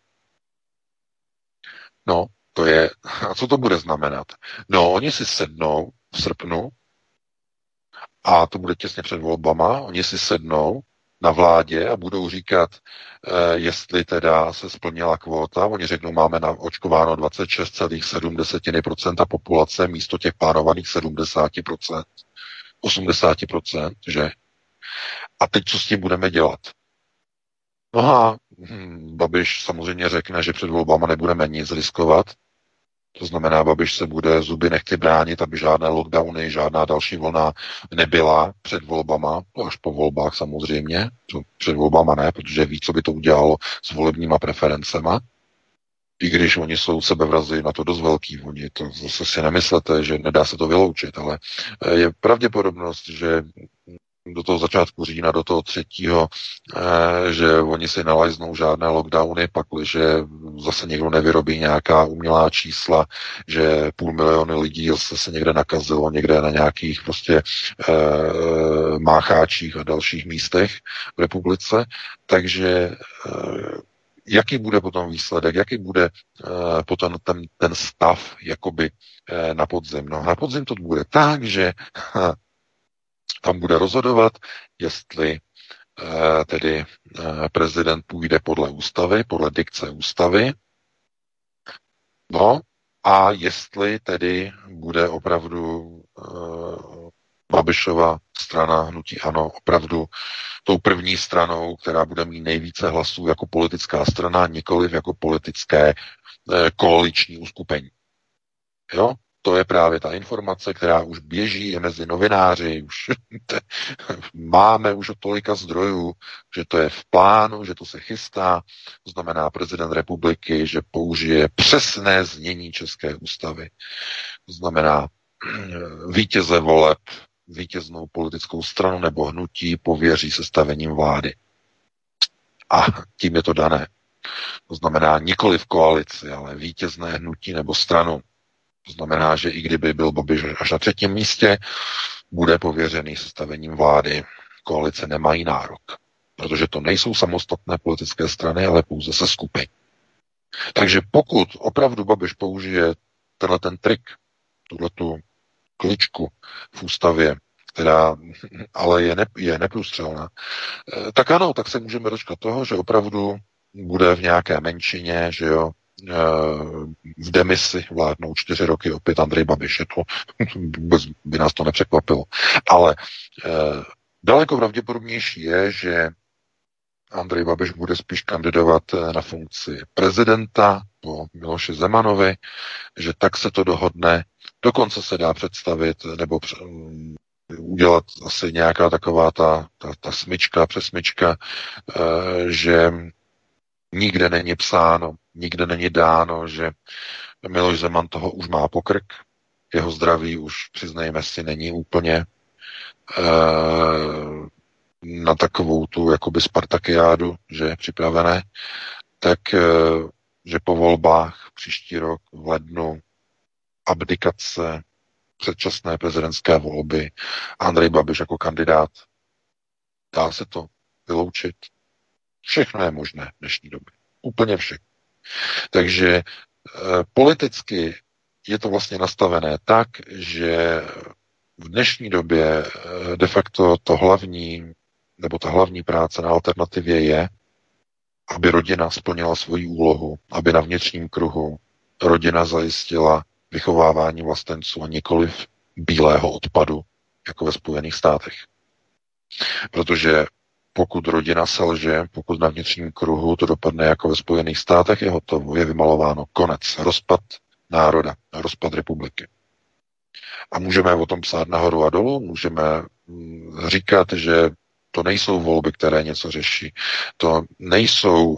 [SPEAKER 3] No, to je... A co to bude znamenat? No, oni si sednou v srpnu, a to bude těsně před volbama, oni si sednou na vládě a budou říkat, jestli teda se splnila kvóta. Oni řeknou, máme naočkováno 26,7% populace místo těch plánovaných 70%, 80%, že? A teď co s tím budeme dělat? No a Babiš samozřejmě řekne, že před volbama nebudeme nic riskovat. To znamená, Babiš se bude zuby nechty bránit, aby žádné lockdowny, žádná další vlna nebyla před volbama, to až po volbách samozřejmě, před volbama ne, protože ví, co by to udělalo s volebníma preferencema. I když oni jsou sebevrazy na to dost velký, oni to zase si nemyslete, že nedá se to vyloučit, ale je pravděpodobnost, že do toho začátku října, do toho 3., že oni si nalajznou žádné lockdowny, pakliže zase někdo nevyrobí nějaká umělá čísla, že 500 000 lidí se někde nakazilo, někde na nějakých prostě mácháčích a dalších místech v republice. Takže jaký bude potom výsledek, jaký bude potom ten stav jakoby na podzim? No na podzim to bude tak, že tam bude rozhodovat, jestli tedy prezident půjde podle ústavy, podle dikce ústavy, no a jestli tedy bude opravdu Babišova strana hnutí ANO opravdu tou první stranou, která bude mít nejvíce hlasů jako politická strana, nikoliv jako politické koaliční uskupení. Jo? To je právě ta informace, která už běží mezi novináři, už máme už od tolika zdrojů, že to je v plánu, že to se chystá, to znamená prezident republiky, že použije přesné znění České ústavy, to znamená vítěze voleb, vítěznou politickou stranu nebo hnutí pověří sestavením vlády. A tím je to dané. To znamená nikoli v koalici, ale vítězné hnutí nebo stranu. To znamená, že i kdyby byl Babiš až na 3. místě, bude pověřený sestavením vlády. Koalice nemají nárok, protože to nejsou samostatné politické strany, ale pouze seskupy. Takže pokud opravdu Babiš použije tenhle ten trik, tuhletu kličku v ústavě, která ale je neprůstřelná, tak ano, tak se můžeme dočkat toho, že opravdu bude v nějaké menšině, že jo, v demisi vládnou 4 roky opět Andrej Babiš. To vůbec by nás to nepřekvapilo. Ale daleko pravděpodobnější je, že Andrej Babiš bude spíš kandidovat na funkci prezidenta po Miloši Zemanovi, že tak se to dohodne. Dokonce se dá představit nebo udělat asi nějaká taková ta smyčka, přesmyčka, že Nikde není psáno, nikde není dáno, že Miloš Zeman toho už má pokrk, jeho zdraví už, přiznejme si, není úplně na takovou tu jakoby Spartakiádu, že je připravené, tak že po volbách příští rok v lednu abdikace, předčasné prezidentské volby, Andrej Babiš jako kandidát. Dá se to vyloučit? Všechno je možné v dnešní době. Úplně všechno. Takže politicky je to vlastně nastavené tak, že v dnešní době de facto to hlavní, nebo ta hlavní práce na alternativě je, aby rodina splnila svoji úlohu, aby na vnitřním kruhu rodina zajistila vychovávání vlastenců a nikoliv bílého odpadu, jako ve Spojených státech. Protože pokud rodina selže, pokud na vnitřním kruhu to dopadne jako ve Spojených státech, je hotovo, je vymalováno, konec, rozpad národa, rozpad republiky. A můžeme o tom psát nahoru a dolů, můžeme říkat, že to nejsou volby, které něco řeší. To nejsou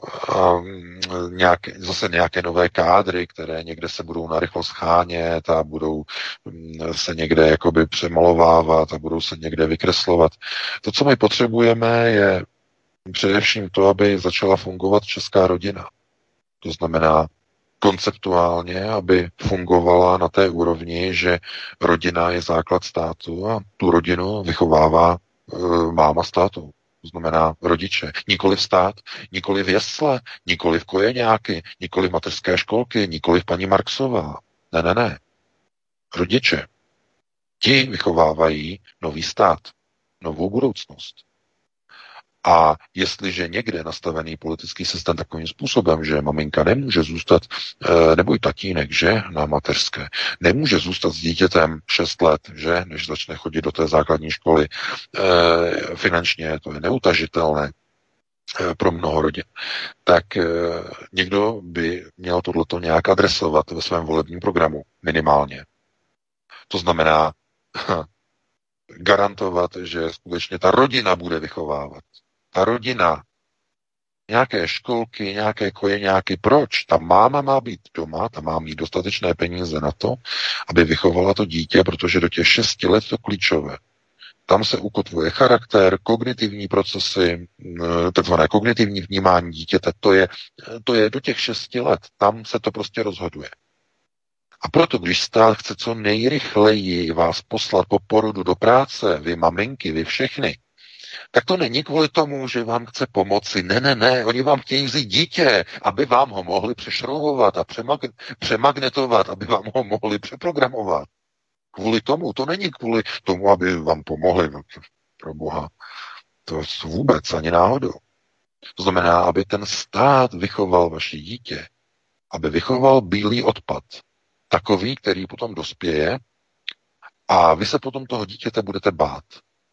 [SPEAKER 3] zase nějaké nové kádry, které někde se budou narychlo schánět a budou se někde jakoby přemalovávat a budou se někde vykreslovat. To, co my potřebujeme, je především to, aby začala fungovat česká rodina. To znamená konceptuálně, aby fungovala na té úrovni, že rodina je základ státu a tu rodinu vychovává máma státu. To znamená rodiče. Nikoliv stát, nikoliv jesle, nikoliv kojeňáky, nikoliv mateřské školky, nikoliv paní Marksová. Ne. Rodiče. Ti vychovávají nový stát, novou budoucnost. A jestliže někde je nastavený politický systém takovým způsobem, že maminka nemůže zůstat, nebo i tatínek, že, na mateřské, nemůže zůstat s dítětem 6 let, že, než začne chodit do té základní školy, finančně to je neutažitelné pro mnoho rodin, tak někdo by měl tohleto nějak adresovat ve svém volebním programu, minimálně. To znamená garantovat, že skutečně ta rodina bude vychovávat. Ta rodina, nějaké školky, nějaké kojeňáky, proč? Ta máma má být doma, ta má mít dostatečné peníze na to, aby vychovala to dítě, protože do těch 6 let to klíčové. Tam se ukotvuje charakter, kognitivní procesy, takzvané kognitivní vnímání dítěte, to je do těch 6 let, tam se to prostě rozhoduje. A proto, když stát chce co nejrychleji vás poslat po porodu do práce, vy maminky, vy všechny, tak to není kvůli tomu, že vám chce pomoci. Ne. Oni vám chtějí vzít dítě, aby vám ho mohli přešroubovat a přemagnetovat, aby vám ho mohli přeprogramovat. Kvůli tomu, to není kvůli tomu, aby vám pomohli. No, pro Boha. To vůbec ani náhodou. To znamená, aby ten stát vychoval vaše dítě, aby vychoval bílý odpad. Takový, který potom dospěje a vy se potom toho dítěte budete bát.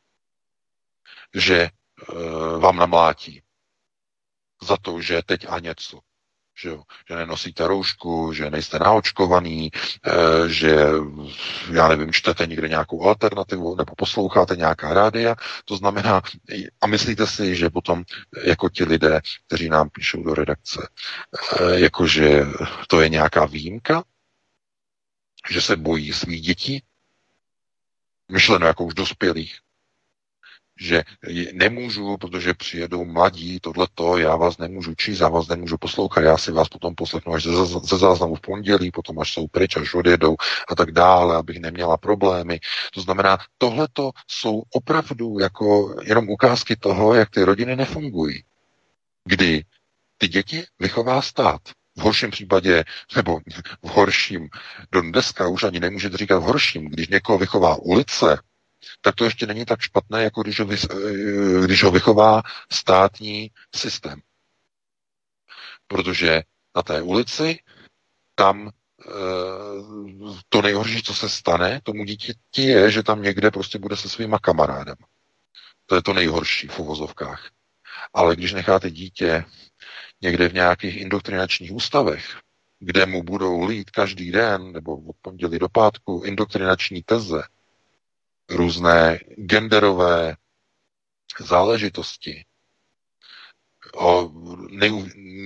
[SPEAKER 3] Že vám namlátí za to, že teď a něco. Že nenosíte roušku, že nejste naočkovaný, že, já nevím, čtete někde nějakou alternativu nebo posloucháte nějaká rádia. To znamená, a myslíte si, že potom jako ti lidé, kteří nám píšou do redakce, jakože to je nějaká výjimka, že se bojí svých dětí, myšleno jako už dospělých, že nemůžu, protože přijedou mladí, tohleto, já vás nemůžu číst, já vás nemůžu poslouchat, já si vás potom poslechnu až ze záznamu v pondělí, potom až jsou pryč, až odjedou a tak dále, abych neměla problémy. To znamená, tohleto jsou opravdu jako jenom ukázky toho, jak ty rodiny nefungují. Kdy ty děti vychová stát. V horším případě, nebo v horším, do dneska už ani nemůžete říkat v horším, když někoho vychová ulice, tak to ještě není tak špatné, jako když ho vychová státní systém. Protože na té ulici tam to nejhorší, co se stane tomu dítěti je, že tam někde prostě bude se svýma kamarádem. To je to nejhorší v uvozovkách. Ale když necháte dítě někde v nějakých indoktrinačních ústavech, kde mu budou lít každý den, nebo od pondělí do pátku, indoktrinační teze, různé genderové záležitosti, o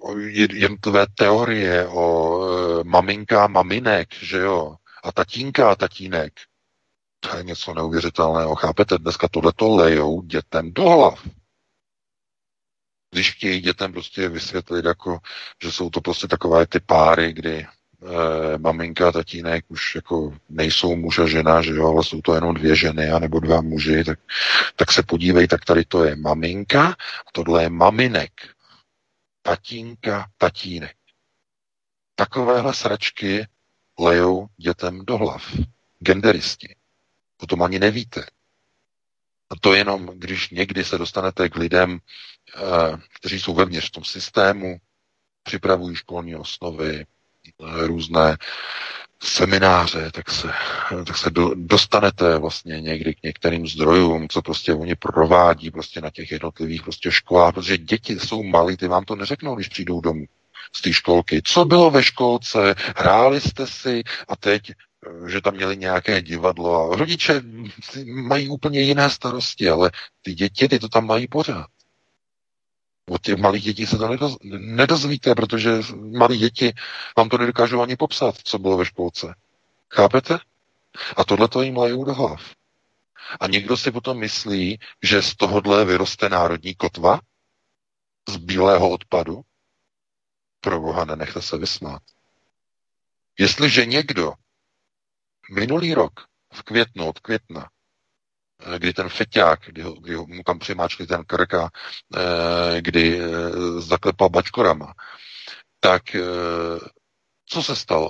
[SPEAKER 3] jednotlivé teorie o maminka a maminek, že jo, a tatínka a tatínek. To je něco neuvěřitelného. Chápete? Dneska tohleto lejou dětem do hlav. Když chtějí dětem prostě vysvětlit, jako, že jsou to prostě takové ty páry, kdy maminka a tatínek už jako nejsou muž a žena, že jo, ale jsou to jenom dvě ženy anebo dva muži, tak se podívej, tak tady to je maminka a tohle je maminek. Tatínka, tatínek. Takovéhle sračky lejou dětem do hlav. Genderisti. O tom ani nevíte. A to jenom, když někdy se dostanete k lidem, kteří jsou vevnitř v tom systému, připravují školní osnovy, různé semináře, tak se dostanete vlastně někdy k některým zdrojům, co prostě oni provádí prostě na těch jednotlivých prostě školách, protože děti jsou malí, ty vám to neřeknou, když přijdou domů z té školky. Co bylo ve školce, hráli jste si a teď, že tam měli nějaké divadlo a rodiče mají úplně jiné starosti, ale ty děti, ty to tam mají pořád. Od těch malých dětí se to nedozvíte, protože malí děti vám to nedokážou ani popsat, co bylo ve školce. Chápete? A tohle to jim lejou do hlav. A někdo si potom myslí, že z tohohle vyroste národní kotva z bílého odpadu. Pro Boha, nenechte se vysmát. Jestliže někdo minulý rok v květnu, od května, kdy ten feťák, kdy mu tam přimáčkli ten krk a kdy zaklepal bačkorama, tak co se stalo?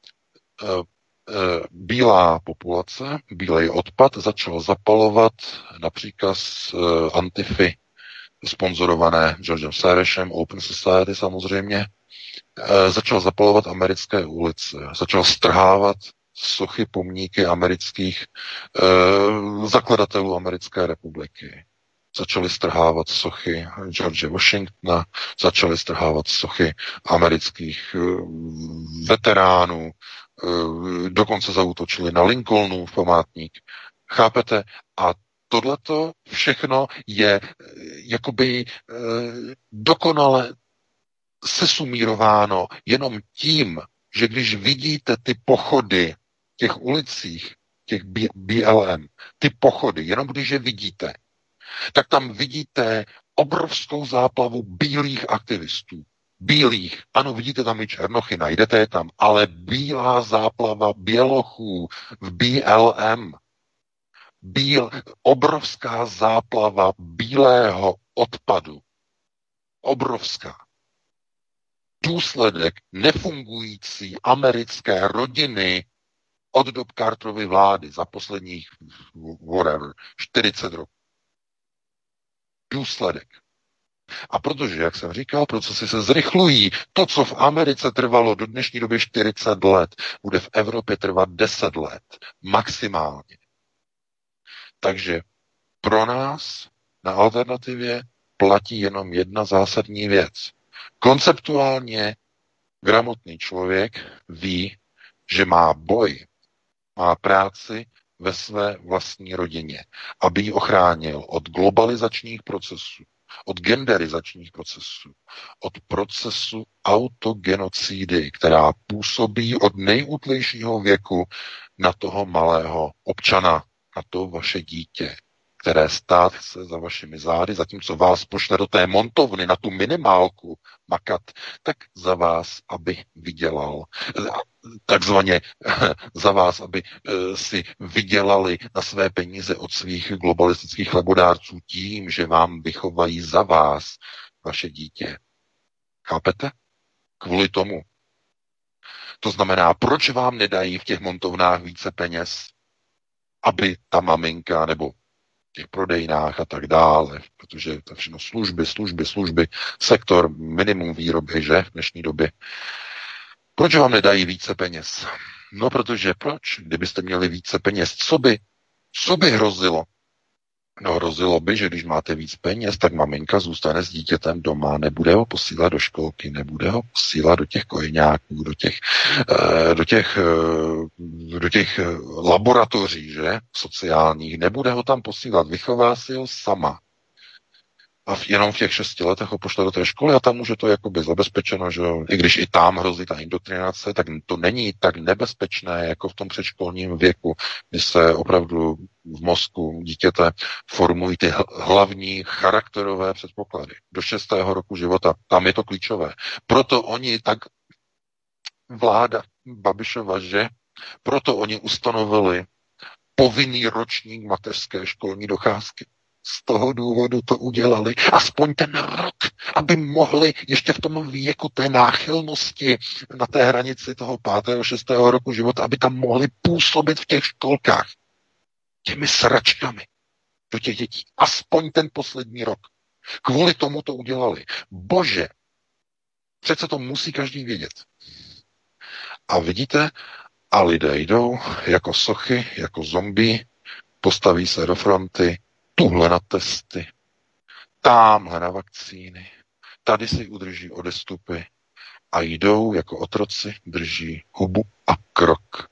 [SPEAKER 3] Bílá populace, bílej odpad začal zapalovat na příkaz Antify, sponzorované Georgem Sorosem, Open Society samozřejmě, začal zapalovat americké ulice, začal strhávat sochy, pomníky amerických zakladatelů americké republiky. Začali strhávat sochy George Washingtona, začali strhávat sochy amerických veteránů, dokonce zaútočili na Lincolnův památník. Chápete? A tohleto všechno je jakoby dokonale sesumírováno jenom tím, že když vidíte ty pochody v těch ulicích, těch BLM, ty pochody, jenom když je vidíte, tak tam vidíte obrovskou záplavu bílých aktivistů. Bílých, ano, vidíte tam i černochy, najdete je tam, ale bílá záplava bělochů v BLM. Obrovská záplava bílého odpadu. Obrovská. Důsledek nefungující americké rodiny od dob Carterovy vlády za posledních 40 roků. Důsledek. A protože, jak jsem říkal, procesy se zrychlují. To, co v Americe trvalo do dnešní doby 40 let, bude v Evropě trvat 10 let. Maximálně. Takže pro nás na alternativě platí jenom jedna zásadní věc. Konceptuálně gramotný člověk ví, že má boj, má práci ve své vlastní rodině, aby ji ochránil od globalizačních procesů, od genderizačních procesů, od procesu autogenocidy, která působí od nejútlejšího věku na toho malého občana, na to vaše dítě, které stát chce za vašimi zády, zatímco vás pošle do té montovny na tu minimálku makat, tak za vás, aby vydělal, takzvaně za vás, aby si vydělali na své peníze od svých globalistických labodárců tím, že vám vychovají za vás vaše dítě. Chápete? Kvůli tomu. To znamená, proč vám nedají v těch montovnách více peněz, aby ta maminka nebo těch prodejnách a tak dále, protože to všechno služby, sektor minimum výroby, že v dnešní době. Proč vám nedají více peněz? No, protože proč? Kdybyste měli více peněz, co by hrozilo? No, hrozilo by, že když máte víc peněz, tak maminka zůstane s dítětem doma, nebude ho posílat do školky, nebude ho posílat do těch kojeňáků, do těch laboratoří, že, sociálních, nebude ho tam posílat, vychová si ho sama. a jenom v těch 6 letech ho pošle do té školy a tam už je to jakoby zabezpečeno, že jo. I když i tam hrozí ta indoktrinace, tak to není tak nebezpečné jako v tom předškolním věku, kdy se opravdu v mozku dítěte formují ty hlavní charakterové předpoklady. Do 6. roku života, tam je to klíčové. Proto oni tak vláda Babišova, že? Proto oni ustanovili povinný ročník mateřské školní docházky. Z toho důvodu to udělali aspoň ten rok, aby mohli ještě v tom věku té náchylnosti na té hranici toho 5. 6. roku života, aby tam mohli působit v těch školkách těmi sračkami do těch dětí. Aspoň ten poslední rok. Kvůli tomu to udělali. Bože, přece to musí každý vědět. A vidíte, a lidé jdou jako sochy, jako zombie, postaví se do fronty, tuhle na testy, támhle na vakcíny, tady si udrží odestupy a jdou jako otroci, drží hubu a krok.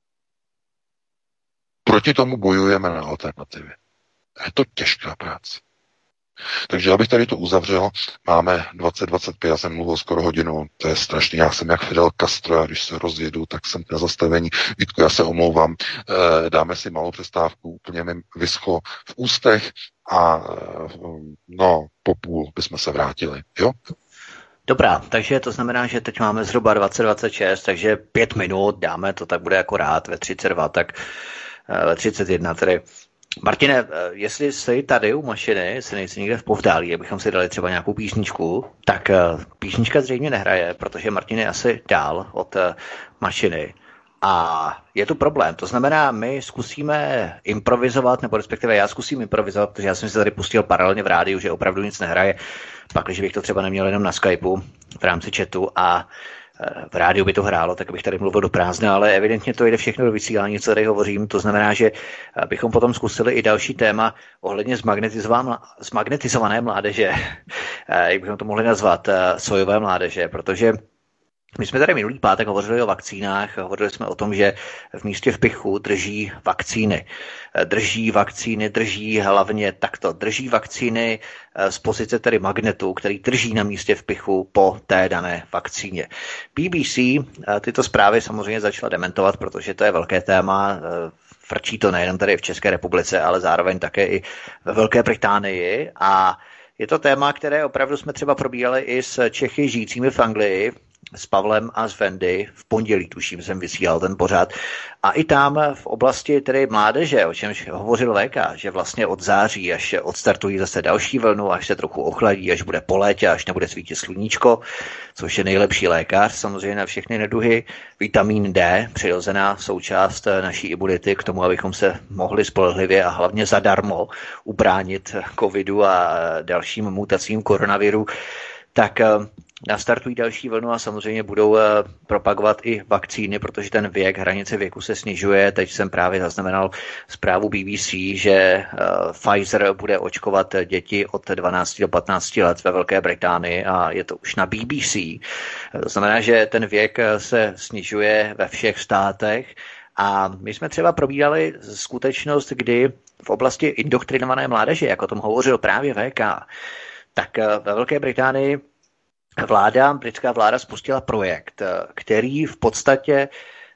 [SPEAKER 3] Proti tomu bojujeme na alternativě. Je to těžká práce. Takže abych tady to uzavřel, máme 20:25, já jsem mluvil skoro hodinu, to je strašný, já jsem jak Fidel Castro, a když se rozjedu, tak jsem na zastavení. Vítku, já se omlouvám, dáme si malou přestávku, úplně mi vyschlo v ústech a po půl bychom se vrátili, jo?
[SPEAKER 1] Dobrá, takže to znamená, že teď máme zhruba 20:26, takže 5 minut, dáme to, tak bude akorát ve 32, tak ve 31 tedy. Martine, jestli jsi tady u mašiny, jestli nejsi někde v povdálí, abychom si dali třeba nějakou písničku, tak písnička zřejmě nehraje, protože Martin je asi dál od mašiny. A je tu problém. To znamená, my zkusíme improvizovat, nebo respektive já zkusím improvizovat, protože já jsem si tady pustil paralelně v rádiu, že opravdu nic nehraje. Pak, když bych to třeba neměl jenom na Skypeu v rámci chatu a v rádiu by to hrálo, tak bych tady mluvil do prázdna, ale evidentně to jde všechno do vysílání, co tady hovořím. To znamená, že bychom potom zkusili i další téma ohledně zmagnetizované mládeže, jak bychom to mohli nazvat, sojové mládeže, protože my jsme tady minulý pátek hovořili o vakcínách, hovořili jsme o tom, že v místě vpichu drží vakcíny. Drží hlavně takto. Drží vakcíny z pozice tedy magnetu, který drží na místě vpichu po té dané vakcíně. BBC tyto zprávy samozřejmě začala dementovat, protože to je velké téma. Frčí to nejen tady v České republice, ale zároveň také i ve Velké Británii. A je to téma, které opravdu jsme třeba probírali i s Čechy žijícími v Anglii, s Pavlem a s Wendy. V pondělí, tuším, jsem vysílal ten pořad. A i tam v oblasti tedy mládeže, o čemž hovořil VK, že vlastně od září, až odstartují zase další vlnu, až se trochu ochladí, až bude po létě, až nebude svítit sluníčko, což je nejlepší lékař samozřejmě na všechny neduhy. Vitamín D, přirozená součást naší imunity k tomu, abychom se mohli spolehlivě a hlavně zadarmo ubránit covidu a dalším mutacím koronaviru, tak nastartují další vlnu a samozřejmě budou propagovat i vakcíny, protože ten věk, hranice věku se snižuje. Teď jsem právě zaznamenal zprávu BBC, že Pfizer bude očkovat děti od 12 do 15 let ve Velké Británii a je to už na BBC. To znamená, že ten věk se snižuje ve všech státech. A my jsme třeba probírali skutečnost, kdy v oblasti indoktrinované mládeže, jak o tom hovořil právě VK, tak ve Velké Británii britská vláda spustila projekt, který v podstatě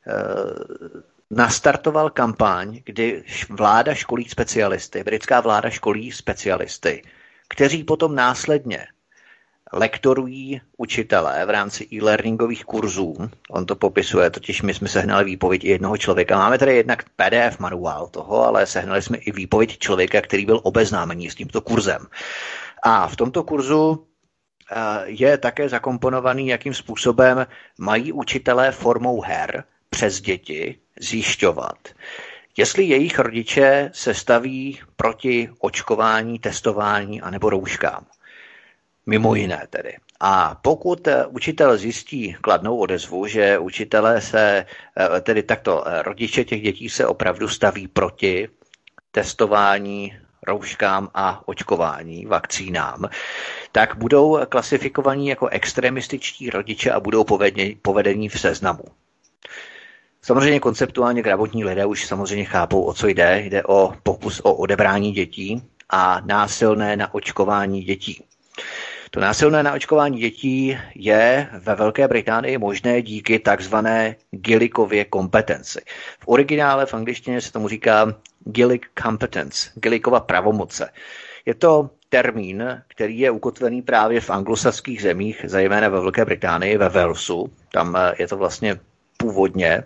[SPEAKER 1] nastartoval kampaň, kdy vláda školí specialisty, britská vláda školí specialisty, kteří potom následně lektorují učitelé v rámci e-learningových kurzů. On to popisuje, totiž my jsme sehnali výpověď i jednoho člověka. Máme tady jednak PDF manuál toho, ale sehnali jsme i výpověď člověka, který byl obeznámený s tímto kurzem. A v tomto kurzu je také zakomponovaný, jakým způsobem mají učitelé formou her přes děti zjišťovat, jestli jejich rodiče se staví proti očkování, testování anebo rouškám. Mimo jiné tedy. A pokud učitel zjistí kladnou odezvu, že učitelé tedy takto rodiče těch dětí se opravdu staví proti testování, rouškám a očkování, vakcínám, tak budou klasifikovaní jako extremističtí rodiče a budou povedení v seznamu. Samozřejmě konceptuálně gramotní lidé už samozřejmě chápou, o co jde. Jde o pokus o odebrání dětí a násilné naočkování dětí. To násilné naočkování dětí je ve Velké Británii možné díky takzvané Gillikově kompetenci. V originále v angličtině se tomu říká Gillick competence, Gillickova pravomoce. Je to termín, který je ukotvený právě v anglosaských zemích, zejména ve Velké Británii, ve Walesu. Tam je to vlastně původně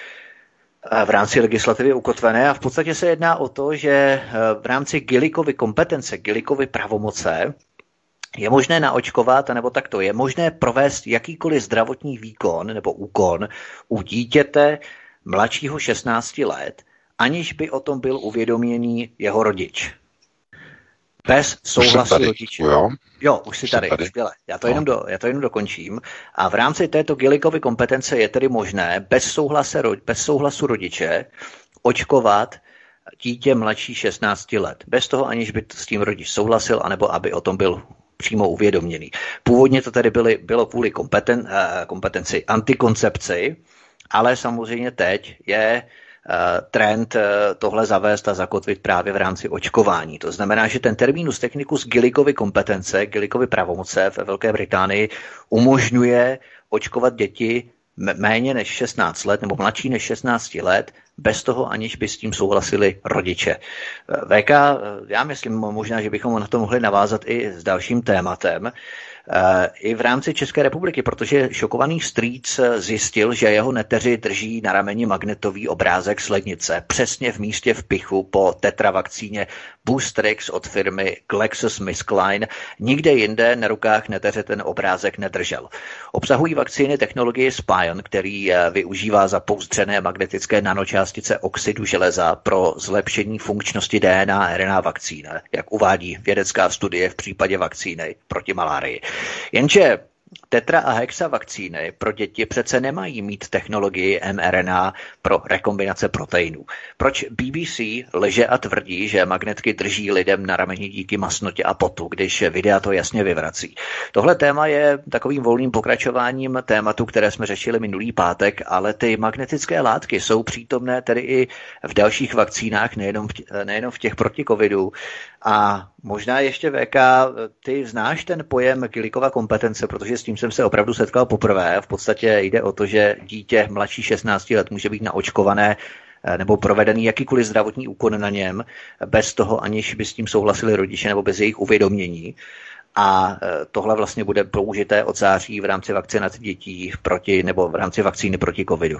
[SPEAKER 1] v rámci legislativy ukotvené a v podstatě se jedná o to, že v rámci Gillikovy kompetence, Gillikovy pravomoce je možné naočkovat, nebo takto, je možné provést jakýkoliv zdravotní výkon nebo úkon u dítěte mladšího 16 let, aniž by o tom byl uvědoměný jeho rodič. Bez souhlasu rodiče. Jo, už si tady. Skvěle. Já to jenom dokončím. A v rámci této Gillikovy kompetence je tedy možné bez souhlasu rodiče očkovat dítě mladší 16 let. Bez toho, aniž by s tím rodič souhlasil, anebo aby o tom byl přímo uvědoměný. Původně to tedy bylo kvůli kompetenci antikoncepci, ale samozřejmě teď je trend tohle zavést a zakotvit právě v rámci očkování. To znamená, že ten terminus technicus Gillikovy kompetence, Gillikovy pravomoce ve Velké Británii umožňuje očkovat děti méně než 16 let nebo mladší než 16 let, bez toho, aniž by s tím souhlasili rodiče. VK, já myslím možná, že bychom na to mohli navázat i s dalším tématem, i v rámci České republiky, protože šokovaný strýc zjistil, že jeho neteři drží na rameni magnetový obrázek slednice přesně v místě vpichu po tetravakcíně Boostrix od firmy GlaxoSmithKline. Nikde jinde na rukách neteře ten obrázek nedržel. Obsahují vakcíny technologie Spion, který využívá zapouzdřené magnetické nanočástice oxidu železa pro zlepšení funkčnosti DNA a RNA vakcín, jak uvádí vědecká studie v případě vakcíny proti malárii. Jenže tetra a hexa vakcíny pro děti přece nemají mít technologii mRNA pro rekombinace proteinů. Proč BBC lže a tvrdí, že magnetky drží lidem na rameni díky masnotě a potu, když videa to jasně vyvrací? Tohle téma je takovým volným pokračováním tématu, které jsme řešili minulý pátek, ale ty magnetické látky jsou přítomné tedy i v dalších vakcínách, nejenom v těch proti covidu. A možná ještě VK, ty znáš ten pojem Gillickova kompetence, protože s tím jsem se opravdu setkal poprvé. V podstatě jde o to, že dítě mladší 16 let může být naočkované nebo provedený jakýkoliv zdravotní úkon na něm, bez toho, aniž by s tím souhlasili rodiče nebo bez jejich uvědomění. A tohle vlastně bude použité od září v rámci vakcinace dětí nebo v rámci vakcíny proti covidu.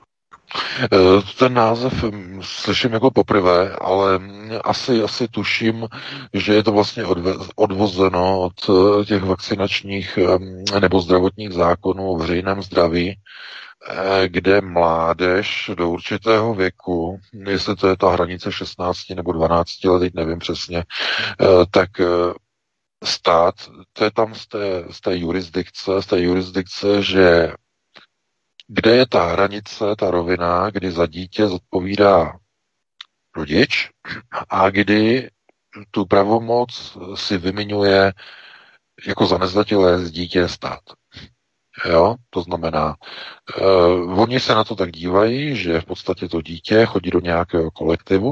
[SPEAKER 3] Ten název slyším jako poprvé, ale asi tuším, že je to vlastně odvozeno od těch vakcinačních nebo zdravotních zákonů o veřejném zdraví, kde mládež do určitého věku, jestli to je ta hranice 16 nebo 12 let, teď nevím přesně, tak stát, to je tam z té jurisdikce, že kde je ta hranice, ta rovina, kdy za dítě zodpovídá rodič a kdy tu pravomoc si vymiňuje jako za nezletilé dítě stát. Jo, to znamená, oni se na to tak dívají, že v podstatě to dítě chodí do nějakého kolektivu,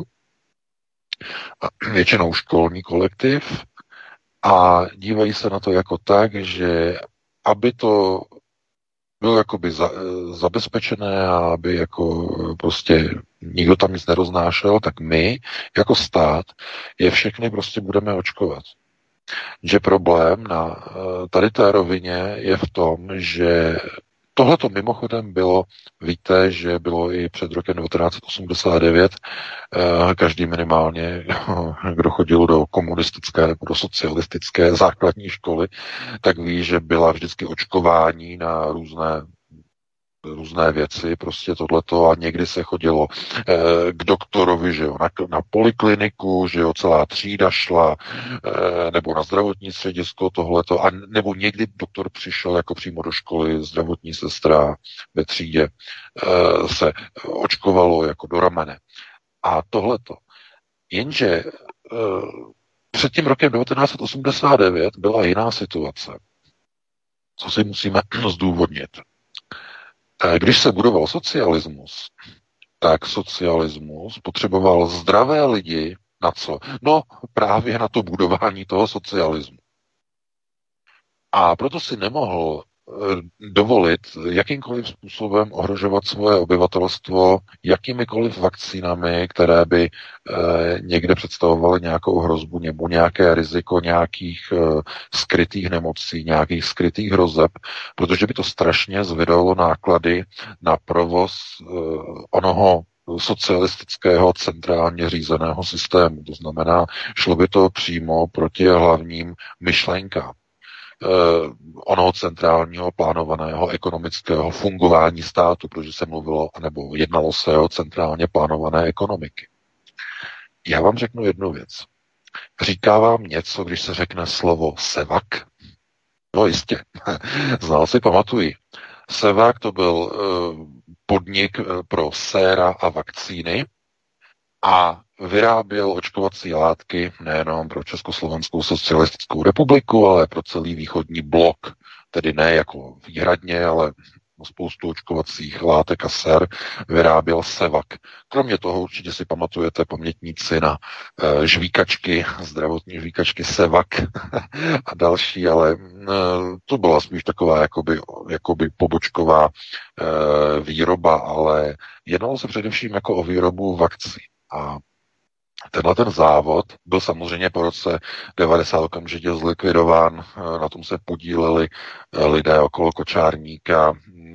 [SPEAKER 3] většinou školní kolektiv, a dívají se na to jako tak, že aby to bylo jakoby zabezpečené a aby jako prostě nikdo tam nic neroznášel, tak my jako stát je všechny prostě budeme očkovat. Že problém na tady té rovině je v tom, že tohleto mimochodem bylo, víte, že bylo i před rokem 1989, každý minimálně, kdo chodil do komunistické nebo do socialistické základní školy, tak ví, že byla vždycky očkování na různé věci, prostě tohleto, a někdy se chodilo k doktorovi, že jo, na polikliniku, že jo, celá třída šla, nebo na zdravotní středisko tohleto, a nebo někdy doktor přišel jako přímo do školy, zdravotní sestra ve třídě se očkovalo jako do ramene. A tohleto. Jenže před tím rokem 1989 byla jiná situace. Co si musíme zdůvodnit? Když se budoval socialismus, tak socialismus potřeboval zdravé lidi Na co? No právě na to budování toho socialismu. A proto si nemohl dovolit jakýmkoliv způsobem ohrožovat svoje obyvatelstvo jakýmikoliv vakcínami, které by někde představovaly nějakou hrozbu nebo nějaké riziko nějakých skrytých nemocí, nějakých skrytých hrozeb, protože by to strašně zvedalo náklady na provoz onoho socialistického centrálně řízeného systému. To znamená, šlo by to přímo proti hlavním myšlenkám onoho centrálního plánovaného ekonomického fungování státu, protože se mluvilo, nebo jednalo se o centrálně plánované ekonomiky. Já vám řeknu jednu věc. Říká vám něco, když se řekne slovo SEVAK? No jistě. Znal si, pamatuji. SEVAK to byl podnik pro séra a vakcíny a vyráběl očkovací látky nejenom pro Československou socialistickou republiku, ale pro celý východní blok. Tedy ne jako výhradně, ale spoustu očkovacích látek a sér vyráběl SEVAK. Kromě toho určitě si pamatujete pamětníci na žvíkačky, zdravotní žvíkačky SEVAK a další, ale to byla spíš taková jakoby pobočková výroba, ale jednalo se především jako o výrobu vakcín. A tenhle ten závod byl samozřejmě po roce 90 okamžitě zlikvidován, na tom se podíleli lidé okolo Kočárníka,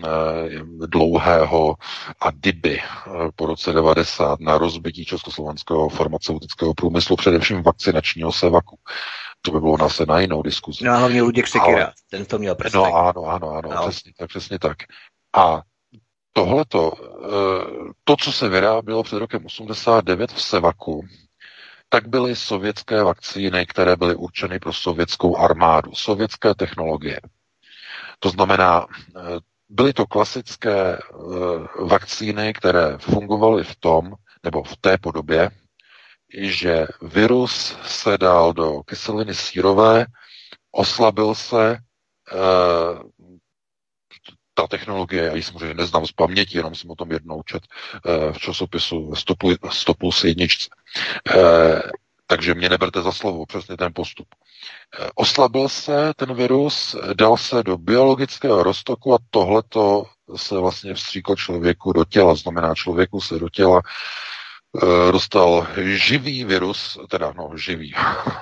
[SPEAKER 3] Dlouhého a Dyby po roce 90 na rozbití československého farmaceutického průmyslu, především vakcinačního SEVAKu. To by bylo zase na jinou diskuzi.
[SPEAKER 1] No a hlavně Luděk Sekyra, ten to měl
[SPEAKER 3] představit. No ano. Přesně tak. A tohleto, to, co se vyrábělo před rokem 89 v SEVAKu, tak byly sovětské vakcíny, které byly určeny pro sovětskou armádu, sovětské technologie. To znamená, byly to klasické vakcíny, které fungovaly v tom, nebo v té podobě, že virus se dal do kyseliny sírové, oslabil se, ta technologie, já ji samozřejmě neznám z paměti, jenom jsem o tom jednou čet v časopisu Stopus jedničce. Takže mě neberte za slovo, přesně ten postup. Oslabil se ten virus, dal se do biologického roztoku a tohleto se vlastně vstříklo člověku do těla. Znamená, člověku se do těla dostal živý virus, živý,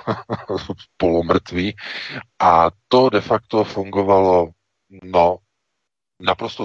[SPEAKER 3] polomrtvý, a to de facto fungovalo, naprosto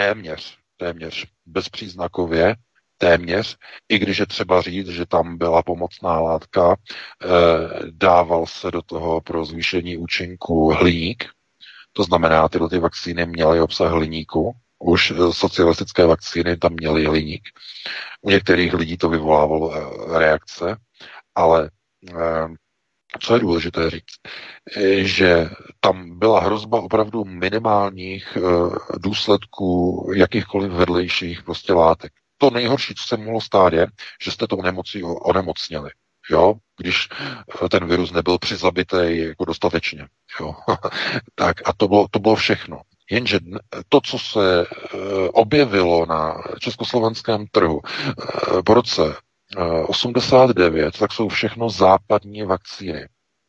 [SPEAKER 3] téměř bezpříznakově, téměř, i když je třeba říct, že tam byla pomocná látka, dával se do toho pro zvýšení účinku hliník, to znamená, tyhle ty vakcíny měly obsah hliníku, už socialistické vakcíny tam měly hliník. U některých lidí to vyvolávalo reakce, ale co je důležité říct, že tam byla hrozba opravdu minimálních důsledků jakýchkoliv vedlejších látek. To nejhorší, co se mohlo stát, je, že jste tou nemocí onemocněli. Jo? Když ten virus nebyl přizabitý jako dostatečně. Jo? Tak a to bylo všechno. Jenže to, co se objevilo na československém trhu po roce 89, tak jsou všechno západní vakcíny.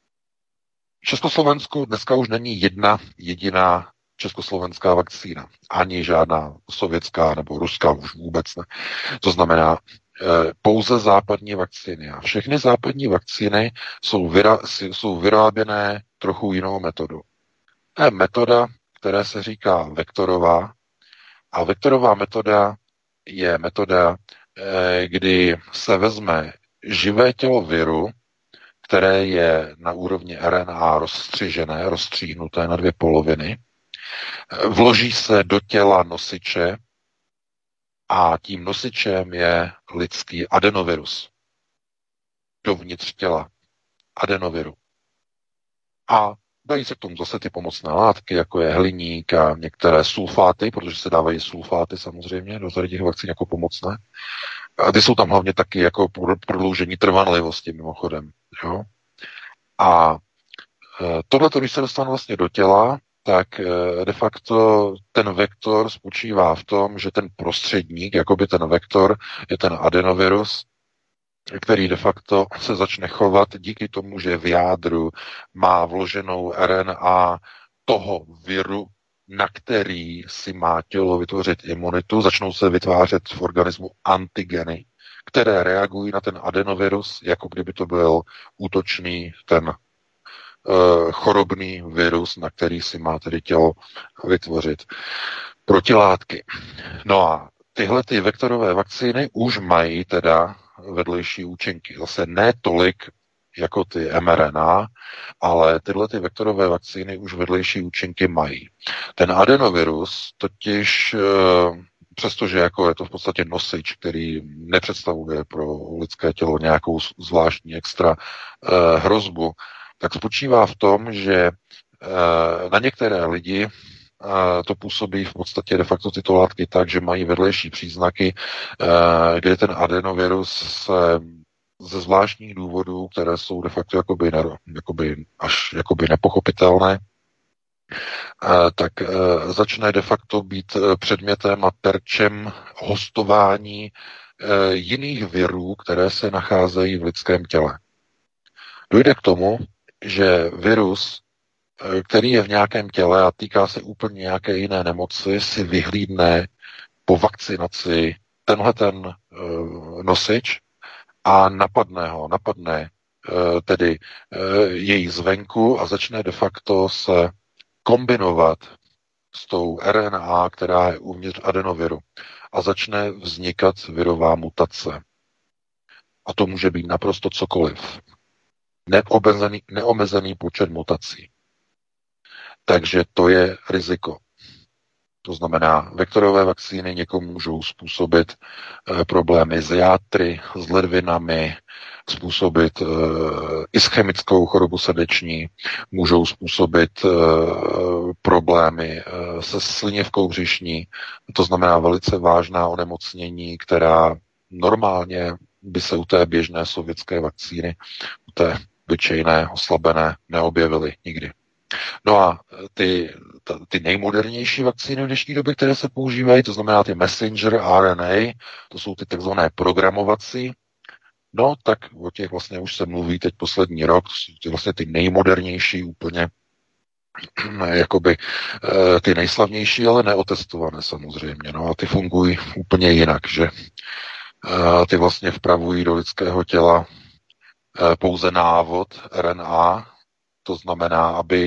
[SPEAKER 3] V Československu dneska už není jedna jediná československá vakcína. Ani žádná sovětská nebo ruská, už vůbec ne. To znamená pouze západní vakcíny. A všechny západní vakcíny jsou vyráběné trochu jinou metodou. To je metoda, která se říká vektorová. A vektorová metoda je metoda, kdy se vezme živé tělo viru, které je na úrovni RNA rozstříhnuté na dvě poloviny, vloží se do těla nosiče a tím nosičem je lidský adenovirus. Dovnitř těla adenoviru. A dají se k tomu zase ty pomocné látky, jako je hliník a některé sulfáty, protože se dávají sulfáty samozřejmě do tady těch vakcín jako pomocné. A ty jsou tam hlavně taky jako prodloužení trvanlivosti mimochodem. Jo? A tohleto, když se dostane vlastně do těla, tak de facto ten vektor spočívá v tom, že ten prostředník, jakoby ten vektor, je ten adenovirus který de facto se začne chovat díky tomu, že v jádru má vloženou RNA toho viru, na který si má tělo vytvořit imunitu, začnou se vytvářet v organismu antigeny, které reagují na ten adenovirus, jako kdyby to byl útočný ten chorobný virus, na který si má tedy tělo vytvořit protilátky. No a tyhle ty vektorové vakcíny už mají teda vedlejší účinky. Zase ne tolik jako ty mRNA, ale tyhle ty vektorové vakcíny už vedlejší účinky mají. Ten adenovirus totiž, přestože jako je to v podstatě nosič, který nepředstavuje pro lidské tělo nějakou zvláštní extra hrozbu, tak spočívá v tom, že na některé lidi to působí v podstatě de facto tyto látky tak, že mají vedlejší příznaky, kde ten adenovirus se ze zvláštních důvodů, které jsou de facto jakoby nepochopitelné, tak začne de facto být předmětem a terčem hostování jiných virů, které se nacházejí v lidském těle. Dojde k tomu, že virus, který je v nějakém těle a týká se úplně nějaké jiné nemoci, si vyhlídne po vakcinaci tenhle nosič a napadne tedy její zvenku a začne de facto se kombinovat s tou RNA, která je uvnitř adenoviru a začne vznikat virová mutace. A to může být naprosto cokoliv. Neomezený počet mutací. Takže to je riziko. To znamená, vektorové vakcíny někomu můžou způsobit problémy s játry, s ledvinami, způsobit ischemickou chorobu srdeční, můžou způsobit problémy se slinivkou břišní, to znamená velice vážná onemocnění, která normálně by se u té běžné sovětské vakcíny, u té obyčejné, oslabené, neobjevily nikdy. No a ty nejmodernější vakcíny v dnešní době, které se používají, to znamená ty messenger RNA, to jsou ty takzvané programovací, no tak o těch vlastně už se mluví teď poslední rok, to jsou vlastně ty nejmodernější úplně, jakoby ty nejslavnější, ale neotestované samozřejmě, no a ty fungují úplně jinak, že ty vlastně vpravují do lidského těla pouze návod RNA, to znamená, aby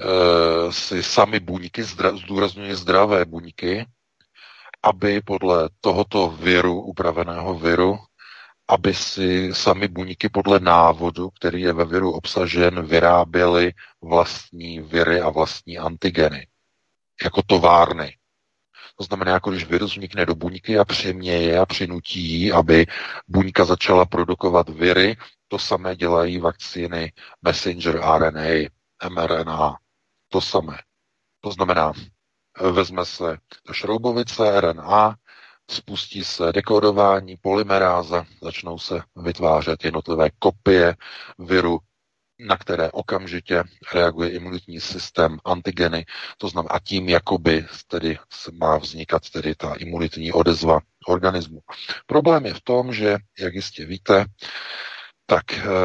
[SPEAKER 3] si sami buňky, zdůrazňuji zdravé buňky, aby podle tohoto viru, upraveného viru, aby si sami buňky podle návodu, který je ve viru obsažen, vyráběly vlastní viry a vlastní antigeny. Jako továrny. To znamená, jako když virus vnikne do buňky a přiměje a přinutí ji, aby buňka začala produkovat viry, to samé dělají vakcíny messenger RNA, mRNA. To samé. To znamená, vezme se šroubovice RNA, spustí se dekodování, polymeráza, začnou se vytvářet jednotlivé kopie viru, na které okamžitě reaguje imunitní systém, antigeny, to znamená, a tím jakoby tedy má vznikat tedy ta imunitní odezva organismu. Problém je v tom, že, jak jistě víte, tak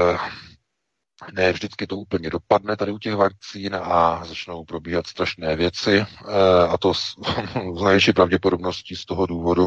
[SPEAKER 3] ne vždycky to úplně dopadne tady u těch vakcín a začnou probíhat strašné věci a to s největší pravděpodobností z toho důvodu,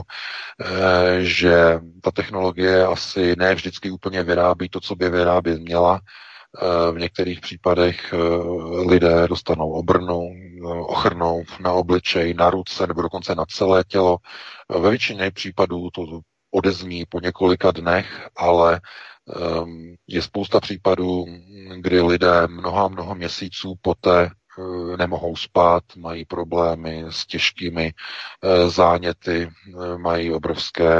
[SPEAKER 3] že ta technologie asi ne vždycky úplně vyrábí to, co by vyrábět měla. V některých případech lidé dostanou obrnu, ochrnou na obličej, na ruce nebo dokonce na celé tělo. Ve většině případů to odezní po několika dnech, ale je spousta případů, kdy lidé mnoho měsíců poté nemohou spát, mají problémy s těžkými záněty, mají obrovské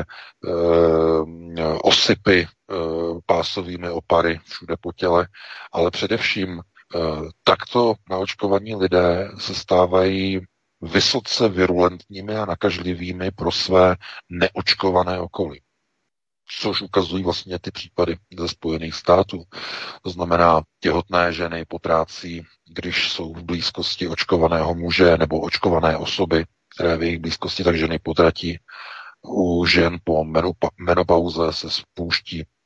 [SPEAKER 3] osypy pásovými opary všude po těle, ale především takto naočkovaní lidé se stávají vysoce virulentními a nakažlivými pro své neočkované okolí. Což ukazují vlastně ty případy ze Spojených států. To znamená, těhotné ženy potrácí, když jsou v blízkosti očkovaného muže nebo očkované osoby, které v jejich blízkosti, tak ženy potratí. U žen po menopauze se spouští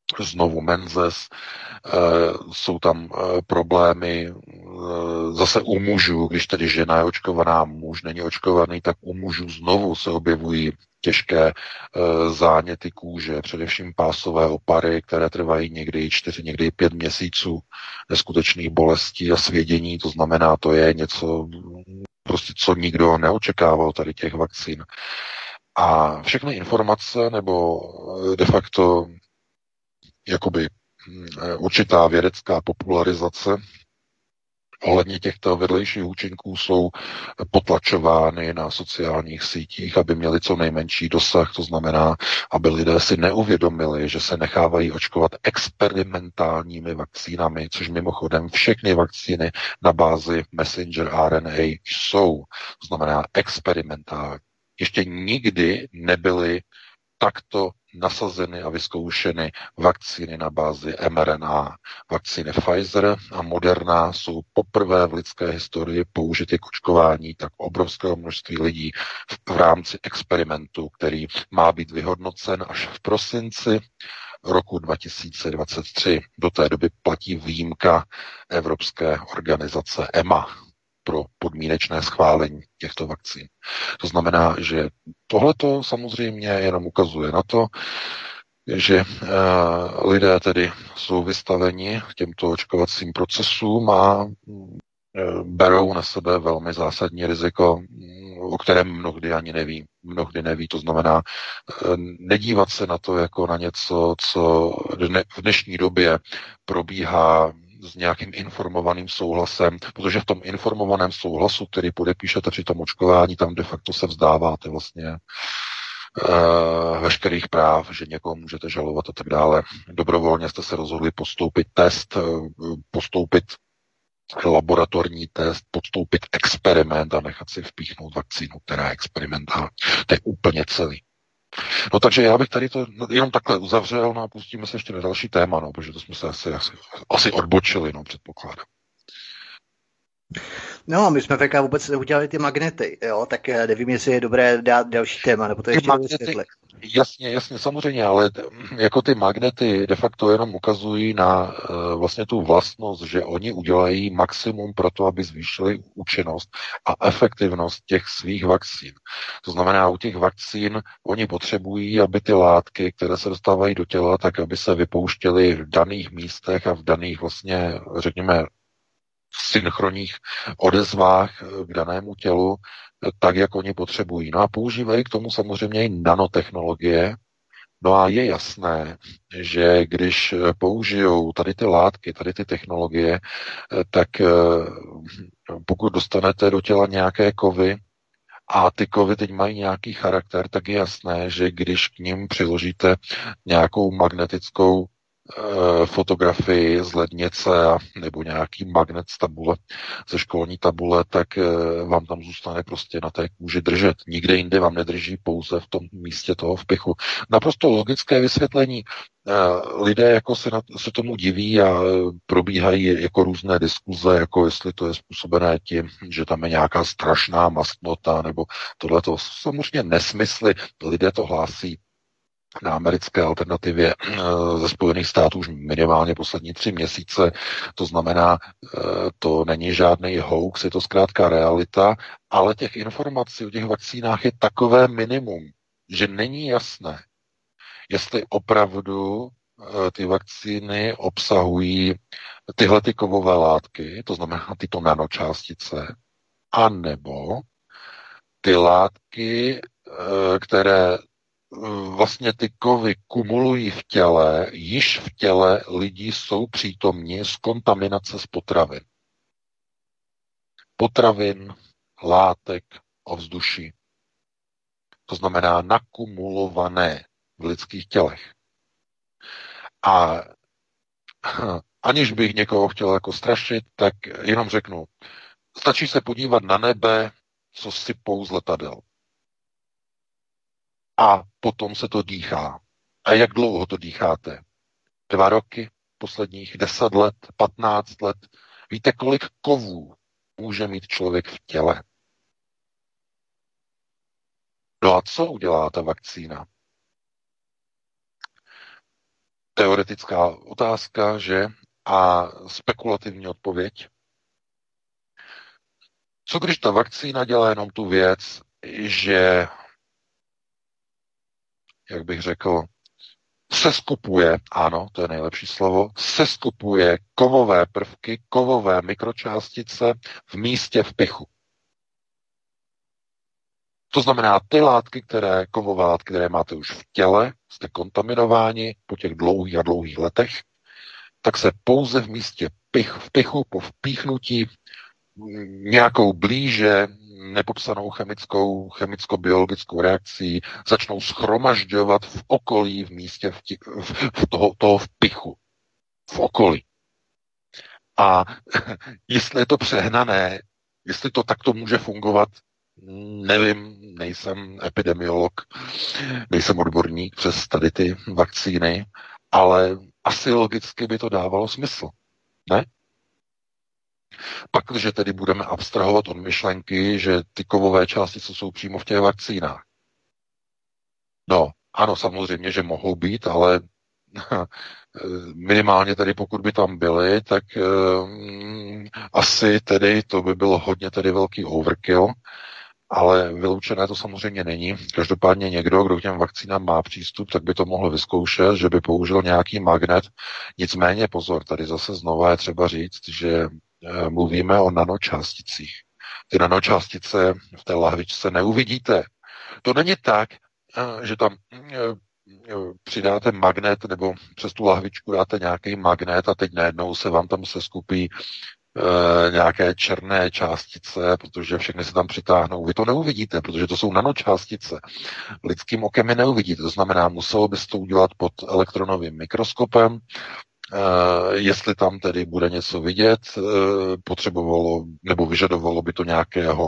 [SPEAKER 3] znovu Menzes, jsou tam problémy zase u mužů, když tedy žena je očkovaná, muž není očkovaný, tak u mužů znovu se objevují těžké záněty kůže, především pásové opary, které trvají někdy 4, někdy 5 měsíců neskutečných bolestí a svědění, to znamená, to je něco, prostě co nikdo neočekával tady těch vakcín. A všechny informace, nebo de facto jakoby určitá vědecká popularizace ohledně těchto vedlejších účinků jsou potlačovány na sociálních sítích, aby měli co nejmenší dosah, to znamená, aby lidé si neuvědomili, že se nechávají očkovat experimentálními vakcínami, což mimochodem všechny vakcíny na bázi messenger RNA jsou, to znamená experimentální. Ještě nikdy nebyly takto nasazeny a vyzkoušeny vakcíny na bázi mRNA. Vakcíny Pfizer a Moderna jsou poprvé v lidské historii použity k očkování tak obrovského množství lidí v rámci experimentu, který má být vyhodnocen až v prosinci roku 2023. Do té doby platí výjimka Evropské organizace EMA pro podmínečné schválení těchto vakcín. To znamená, že tohleto samozřejmě jenom ukazuje na to, že lidé tedy jsou vystaveni těmto očkovacím procesům a berou na sebe velmi zásadní riziko, o kterém mnohdy neví. To znamená nedívat se na to jako na něco, co v dnešní době probíhá s nějakým informovaným souhlasem, protože v tom informovaném souhlasu, který podepíšete při tom očkování, tam de facto se vzdáváte vlastně veškerých práv, že někoho můžete žalovat a tak dále. Dobrovolně jste se rozhodli postoupit test, postoupit laboratorní test, podstoupit experiment a nechat si vpíchnout vakcínu, která je experimentální. To je úplně celý. No takže já bych tady to jenom takhle uzavřel, no a pustíme se ještě na další téma, no, protože to jsme se asi odbočili, no, předpokládám.
[SPEAKER 1] No, my jsme VK vůbec neudělali ty magnety, jo, tak nevím, jestli je dobré dát další téma, nebo to ještě vysvětlit.
[SPEAKER 3] Jasně, samozřejmě, ale jako ty magnety de facto jenom ukazují na vlastně tu vlastnost, že oni udělají maximum pro to, aby zvýšili účinnost a efektivnost těch svých vakcín. To znamená, u těch vakcín oni potřebují, aby ty látky, které se dostávají do těla, tak aby se vypouštěly v daných místech a v daných vlastně, řekněme, synchronních odezvách k danému tělu, tak, jak oni potřebují. No a používají k tomu samozřejmě i nanotechnologie. No a je jasné, že když použijou tady ty látky, tady ty technologie, tak pokud dostanete do těla nějaké kovy a ty kovy teď mají nějaký charakter, tak je jasné, že když k ním přiložíte nějakou magnetickou fotografii z lednice nebo nějaký magnet z tabule, ze školní tabule, tak vám tam zůstane prostě na té kůži držet. Nikde jinde vám nedrží, pouze v tom místě toho vpichu. Naprosto logické vysvětlení. Lidé jako se tomu diví a probíhají jako různé diskuze, jako jestli to je způsobené tím, že tam je nějaká strašná mastnota, nebo tohleto. Samozřejmě nesmysly. Lidé to hlásí na americké alternativě ze Spojených států už minimálně poslední 3 měsíce. To znamená, to není žádný hoax, je to zkrátka realita, ale těch informací o těch vakcínách je takové minimum, že není jasné, jestli opravdu ty vakcíny obsahují tyhle ty kovové látky, to znamená tyto nanočástice, anebo ty látky, které vlastně ty kovy kumulují v těle, již v těle lidí jsou přítomni z kontaminace z potravin. Potravin, látek, ovzduší. To znamená nakumulované v lidských tělech. A aniž bych někoho chtěl jako strašit, tak jenom řeknu, stačí se podívat na nebe, co sypou z letadel. A potom se to dýchá. A jak dlouho to dýcháte? 2 roky, posledních 10 let, 15 let. Víte, kolik kovů může mít člověk v těle? No a co udělá ta vakcína? teoretická otázka, že? A spekulativní odpověď. Co když ta vakcína dělá jenom tu věc, že, jak bych řekl, seskupuje, ano, to je nejlepší slovo, seskupuje kovové prvky, kovové mikročástice v místě vpichu. To znamená, ty látky, kovové látky, které máte už v těle, jste kontaminováni po těch dlouhých a dlouhých letech, tak se pouze v místě vpichu po vpíchnutí nějakou blíže nepopsanou chemicko-biologickou reakcí začnou schromažďovat v okolí v místě toho vpichu. V okolí. A jestli je to přehnané, jestli to takto může fungovat, nevím, nejsem epidemiolog, nejsem odborník přes tady ty vakcíny, ale asi logicky by to dávalo smysl, ne? Pak, když tedy budeme abstrahovat od myšlenky, že ty kovové částice jsou přímo v těch vakcínách. No, ano, samozřejmě, že mohou být, ale minimálně tedy pokud by tam byly, tak asi tedy to by byl hodně tedy velký overkill, ale vyloučené to samozřejmě není. Každopádně někdo, kdo k těm vakcínám má přístup, tak by to mohl vyzkoušet, že by použil nějaký magnet. Nicméně pozor, tady zase znova je třeba říct, že mluvíme o nanočásticích. Ty nanočástice v té lahvičce neuvidíte. To není tak, že tam přidáte magnet nebo přes tu lahvičku dáte nějaký magnet a teď najednou se vám tam seskupí nějaké černé částice, protože všechny se tam přitáhnou. Vy to neuvidíte, protože to jsou nanočástice. Lidským okem je neuvidíte. To znamená, muselo byste to udělat pod elektronovým mikroskopem. Jestli tam tedy bude něco vidět, potřebovalo nebo vyžadovalo by to nějakého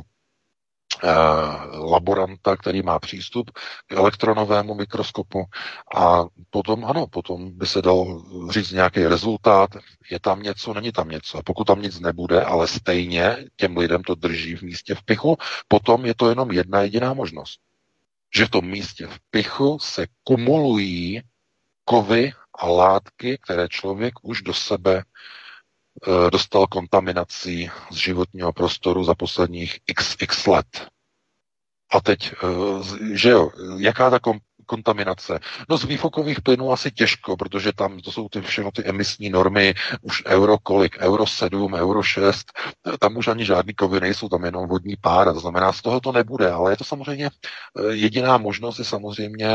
[SPEAKER 3] laboranta, který má přístup k elektronovému mikroskopu a potom ano, potom by se dal říct nějaký rezultát, je tam něco, není tam něco. A pokud tam nic nebude, ale stejně těm lidem to drží v místě vpichu, potom je to jenom jedna jediná možnost. Že v tom místě vpichu se kumulují kovy a látky, které člověk už do sebe dostal kontaminací z životního prostoru za posledních x let. A teď, že jo, jaká ta kontaminace? No z výfukových plynů asi těžko, protože tam to jsou všechno ty emisní normy, už euro 7, euro 6, tam už ani žádný kovy nejsou, tam jenom vodní pára, to znamená, z toho to nebude, ale je to samozřejmě, jediná možnost je samozřejmě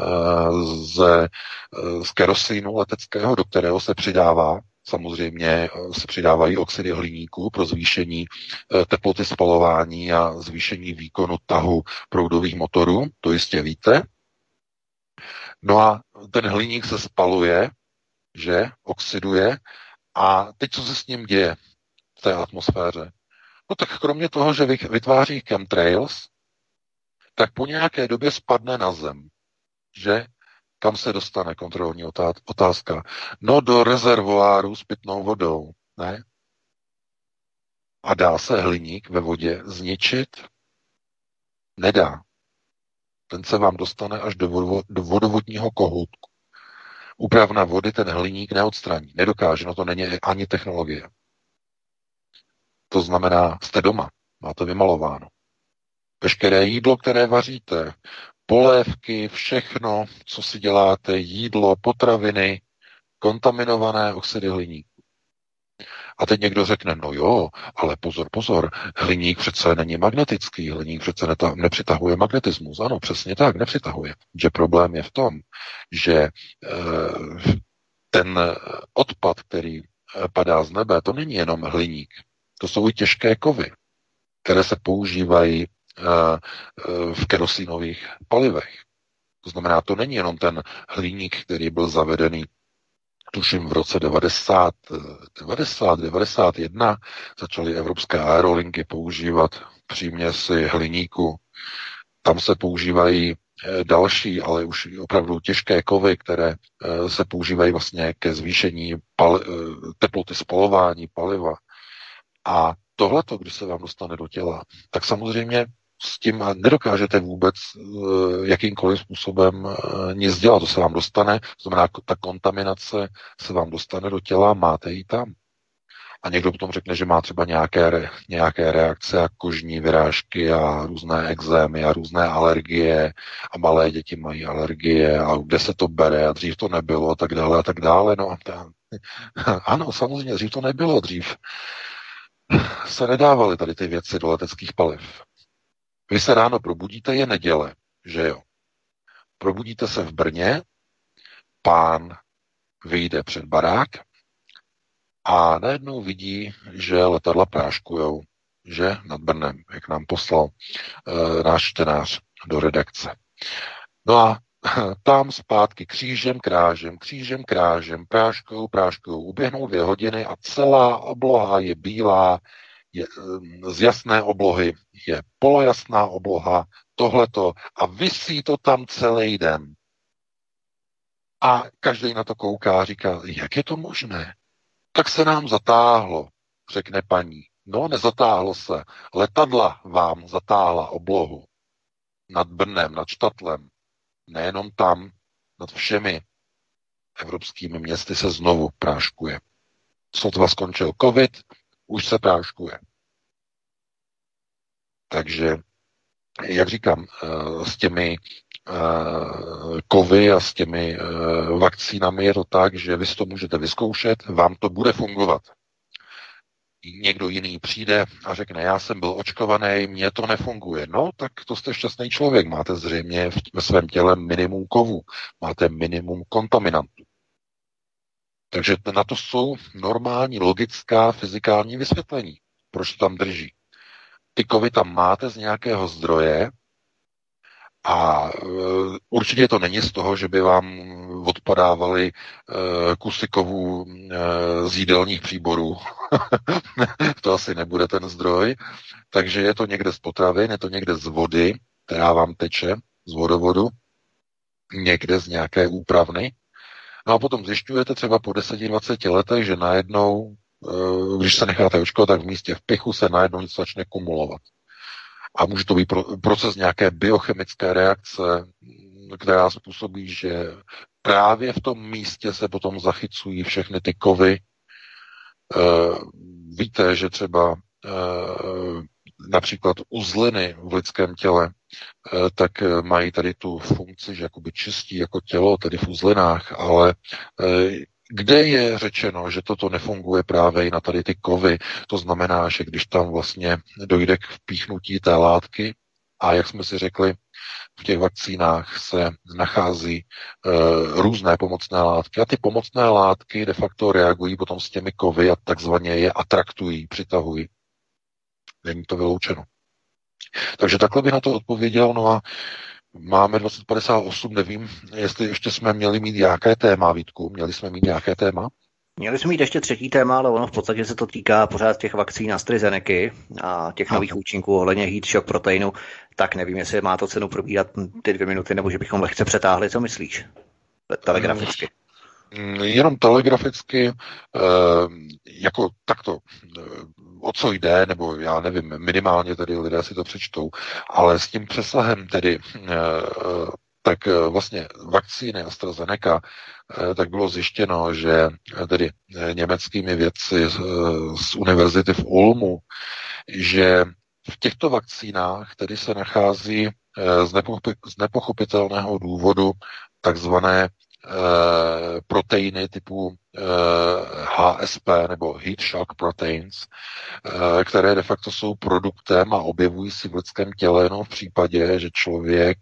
[SPEAKER 3] z kerosínu leteckého, do kterého se přidává, samozřejmě se přidávají oxidy hliníku pro zvýšení teploty spalování a zvýšení výkonu tahu proudových motorů, to jistě víte. No a ten hliník se spaluje, že oxiduje a teď co se s ním děje v té atmosféře? No tak kromě toho, že vytváří chemtrails, tak po nějaké době spadne na zem, že? Kam se dostane kontrolní otázka? No do rezervoáru s pitnou vodou, ne? A dá se hliník ve vodě zničit? Nedá. Ten se vám dostane až do vodovodního kohoutku. Úpravna vody ten hliník neodstraní. Nedokáže, no to není ani technologie. To znamená, jste doma, máte vymalováno. Veškeré jídlo, které vaříte, polévky, všechno, co si děláte, jídlo, potraviny, kontaminované oxidy hliníku. A teď někdo řekne, no jo, ale pozor, hliník přece není magnetický, hliník přece nepřitahuje magnetismus. Ano, přesně tak, nepřitahuje. Že problém je v tom, že ten odpad, který padá z nebe, to není jenom hliník. To jsou i těžké kovy, které se používají v kerosínových palivech. To znamená, to není jenom ten hliník, který byl zavedený, tuším v roce 91, začaly evropské aerolinky používat příměsi hliníku. Tam se používají další, ale už opravdu těžké kovy, které se používají vlastně ke zvýšení teploty spalování paliva. A tohleto, když se vám dostane do těla, tak samozřejmě s tím nedokážete vůbec jakýmkoliv způsobem nic dělat. To se vám dostane, to znamená, ta kontaminace se vám dostane do těla, máte ji tam. A někdo potom řekne, že má třeba nějaké reakce a kožní vyrážky a různé ekzémy a různé alergie a malé děti mají alergie a kde se to bere a dřív to nebylo a tak dále a tak dále. No, ano, samozřejmě, dřív to nebylo. Dřív se nedávaly tady ty věci do leteckých paliv. Vy se ráno probudíte, je neděle, že jo? Probudíte se v Brně, pán vyjde před barák a najednou vidí, že letadla práškujou, že nad Brnem, jak nám poslal náš čtenář do redakce. No a tam zpátky křížem, krážem, práškujou, uběhnou 2 hodiny a celá obloha je bílá, z jasné oblohy je polojasná obloha, tohleto a visí to tam celý den. A každý na to kouká a říká, jak je to možné? Tak se nám zatáhlo, řekne paní. No, nezatáhlo se. Letadla vám zatáhla oblohu. Nad Brnem, nad Štatlem. Nejenom tam, nad všemi evropskými městy se znovu práškuje. Sotva skončil covid, už se práškuje. Takže, jak říkám, s těmi kovy a s těmi vakcínami je to tak, že vy si to můžete vyzkoušet, vám to bude fungovat. Někdo jiný přijde a řekne, já jsem byl očkovaný, mně to nefunguje. No, tak to jste šťastný člověk. Máte zřejmě ve svém těle minimum kovů. Máte minimum kontaminantů. Takže na to jsou normální, logická, fyzikální vysvětlení. Proč to tam drží? Ty kovy tam máte z nějakého zdroje a určitě to není z toho, že by vám odpadávaly kusy kovů z jídelních příborů. To asi nebude ten zdroj. Takže je to někde z potravin, je to někde z vody, která vám teče z vodovodu, někde z nějaké úpravny. No a potom zjišťujete třeba po 10-20 letech, že najednou, když se necháte očkovat, tak v místě vpichu se najednou něco začne kumulovat. A může to být proces nějaké biochemické reakce, která způsobí, že právě v tom místě se potom zachycují všechny ty kovy. Víte, že třeba například uzliny v lidském těle, tak mají tady tu funkci, že jakoby čistí jako tělo, tedy v uzlinách, ale kde je řečeno, že toto nefunguje právě i na tady ty kovy, to znamená, že když tam vlastně dojde k vpíchnutí té látky a jak jsme si řekli, v těch vakcínách se nachází různé pomocné látky a ty pomocné látky de facto reagují potom s těmi kovy a takzvaně je atraktují, přitahují. Není to vyloučeno. Takže takhle bych na to odpověděl, no a máme 2058, nevím, jestli ještě jsme měli mít nějaké téma, Vítku, měli jsme mít nějaké téma?
[SPEAKER 1] Měli jsme mít ještě 3. téma, ale ono v podstatě se to týká pořád těch vakcín AstraZenecy a těch nových účinků ohledně heat shock proteinu, tak nevím, jestli má to cenu probíhat ty 2 minuty, nebo že bychom lehce přetáhli, co myslíš? Telegraficky.
[SPEAKER 3] Jenom telegraficky, jako takto, o co jde, nebo já nevím, minimálně tedy lidé si to přečtou, ale s tím přesahem tedy, tak vlastně vakcíny AstraZeneca, tak bylo zjištěno, že tedy německými vědci z univerzity v Ulmu, že v těchto vakcínách tedy se nachází z nepochopitelného důvodu takzvané proteiny typu HSP nebo Heat Shock Proteins, které de facto jsou produktem a objevují si v lidském těle jenom v případě, že člověk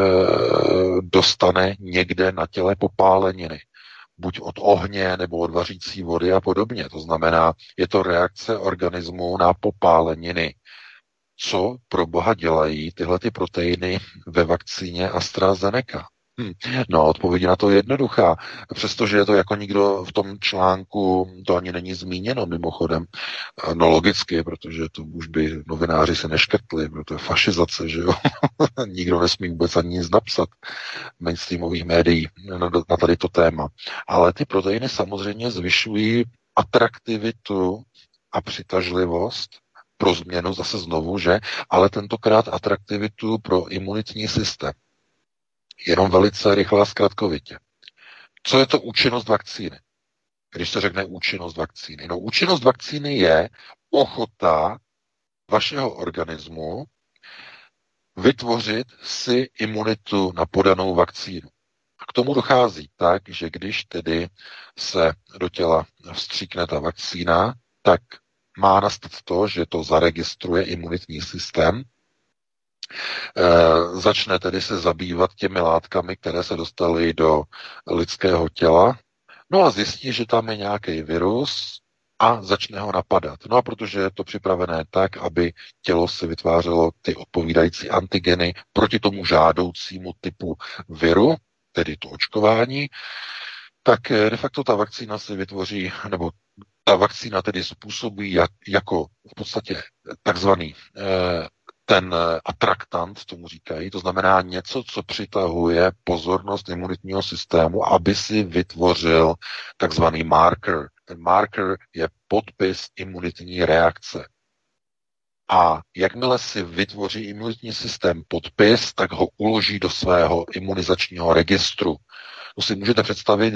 [SPEAKER 3] dostane někde na těle popáleniny. Buď od ohně, nebo od vařící vody a podobně. To znamená, je to reakce organismu na popáleniny. Co pro boha dělají tyhle ty proteiny ve vakcíně AstraZeneca? No, odpověď na to je jednoduchá. Přestože je to jako nikdo v tom článku, to ani není zmíněno mimochodem. No logicky, protože to už by novináři se neškrtli, protože to je fašizace, že jo. Nikdo nesmí vůbec ani nic napsat mainstreamových médií na tady to téma. Ale ty proteiny samozřejmě zvyšují atraktivitu a přitažlivost pro změnu zase znovu, že, ale tentokrát atraktivitu pro imunitní systém. Jenom velice rychle a zkratkovitě. Co je to účinnost vakcíny? Když se řekne účinnost vakcíny. No, účinnost vakcíny je ochota vašeho organismu vytvořit si imunitu na podanou vakcínu. A k tomu dochází tak, že když tedy se do těla vstříkne ta vakcína, tak má nastat to, že to zaregistruje imunitní systém, začne tedy se zabývat těmi látkami, které se dostaly do lidského těla, no a zjistí, že tam je nějaký virus a začne ho napadat. No a protože je to připravené tak, aby tělo si vytvářelo ty odpovídající antigeny proti tomu žádoucímu typu viru, tedy to očkování, tak de facto ta vakcína si vytvoří, nebo ta vakcína tedy způsobí jako v podstatě takzvaný ten atraktant, tomu říkají, to znamená něco, co přitahuje pozornost imunitního systému, aby si vytvořil takzvaný marker. Ten marker je podpis imunitní reakce. A jakmile si vytvoří imunitní systém podpis, tak ho uloží do svého imunizačního registru. To si můžete představit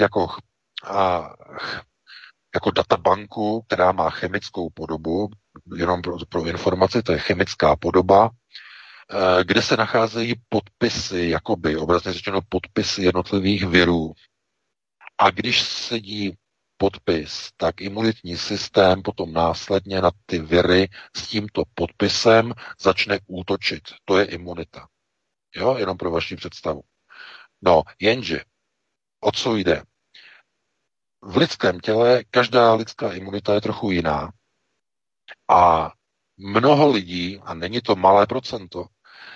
[SPEAKER 3] jako databanku, která má chemickou podobu, jenom pro informaci, to je chemická podoba, kde se nacházejí podpisy, jakoby obrazně řečeno podpisy jednotlivých virů. A když sedí podpis, tak imunitní systém potom následně na ty viry s tímto podpisem začne útočit. To je imunita. Jo, jenom pro vaši představu. No, jenže, o co jde? V lidském těle každá lidská imunita je trochu jiná a mnoho lidí, a není to malé procento,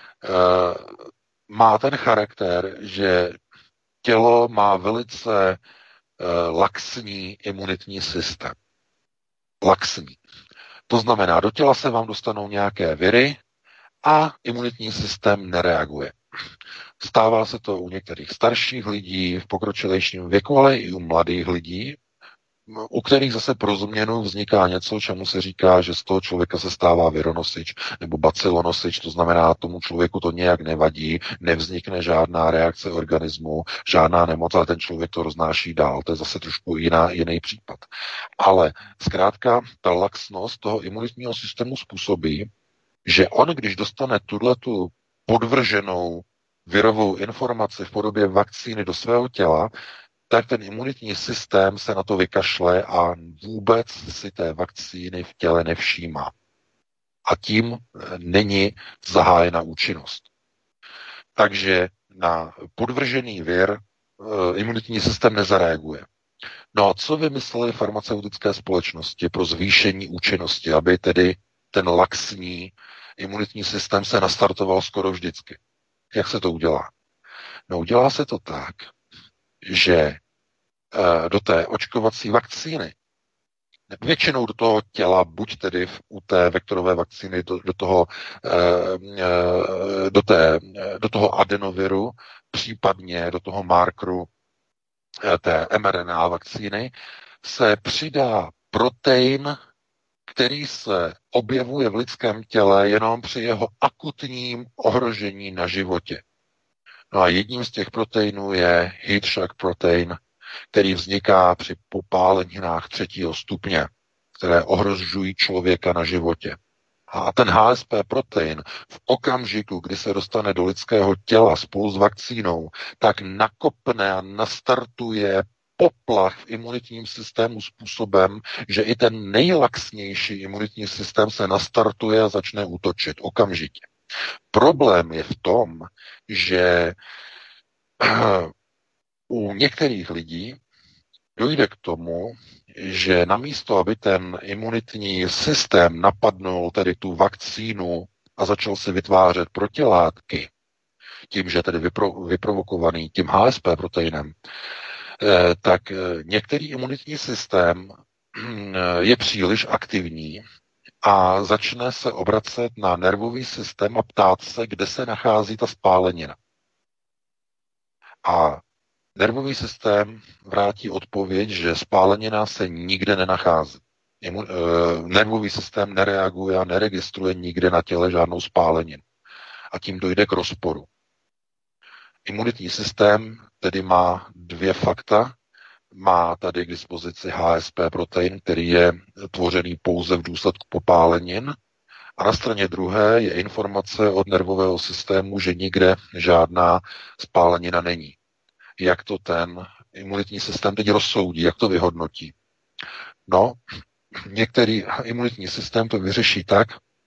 [SPEAKER 3] má ten charakter, že tělo má velice laxní imunitní systém. Laxní. To znamená, do těla se vám dostanou nějaké viry a imunitní systém nereaguje. Stává se to u některých starších lidí v pokročilejším věku, ale i u mladých lidí, u kterých zase pro změnu vzniká něco, čemu se říká, že z toho člověka se stává vironosič nebo bacilonosič, to znamená, tomu člověku to nějak nevadí, nevznikne žádná reakce organismu, žádná nemoc, ale ten člověk to roznáší dál. To je zase trošku jiný případ. Ale zkrátka ta laxnost toho imunitního systému způsobí, že on, když dostane tuhletu podvrženou virovou informaci v podobě vakcíny do svého těla, tak ten imunitní systém se na to vykašle a vůbec si té vakcíny v těle nevšímá. A tím není zahájena účinnost. Takže na podvržený vir imunitní systém nezareaguje. No a co vymyslely farmaceutické společnosti pro zvýšení účinnosti, aby tedy ten laxní imunitní systém se nastartoval skoro vždycky? Jak se to udělá? No udělá se to tak, že do té očkovací vakcíny, většinou do toho těla, buď tedy u té vektorové vakcíny do toho adenoviru, případně do toho markeru té mRNA vakcíny, se přidá protein, který se objevuje v lidském těle jenom při jeho akutním ohrožení na životě. No a jedním z těch proteinů je heat shock protein, který vzniká při popáleninách 3. stupně, které ohrožují člověka na životě. A ten HSP protein v okamžiku, kdy se dostane do lidského těla spolu s vakcínou, tak nakopne a nastartuje poplach v imunitním systému způsobem, že i ten nejlaxnější imunitní systém se nastartuje a začne útočit okamžitě. Problém je v tom, že u některých lidí dojde k tomu, že namísto, aby ten imunitní systém napadnul tedy tu vakcínu a začal se vytvářet protilátky, tím, že tedy vyprovokovaný tím HSP proteinem, tak některý imunitní systém je příliš aktivní a začne se obracet na nervový systém a ptát se, kde se nachází ta spálenina. A nervový systém vrátí odpověď, že spálenina se nikde nenachází. Nervový systém nereaguje a neregistruje nikde na těle žádnou spáleninu. A tím dojde k rozporu. Imunitní systém tedy má dvě fakta. Má tady k dispozici HSP protein, který je tvořený pouze v důsledku popálenin. A na straně druhé je informace od nervového systému, že nikde žádná spálenina není. Jak to ten imunitní systém teď rozsoudí, jak to vyhodnotí? No, některý imunitní systém to vyřeší tak,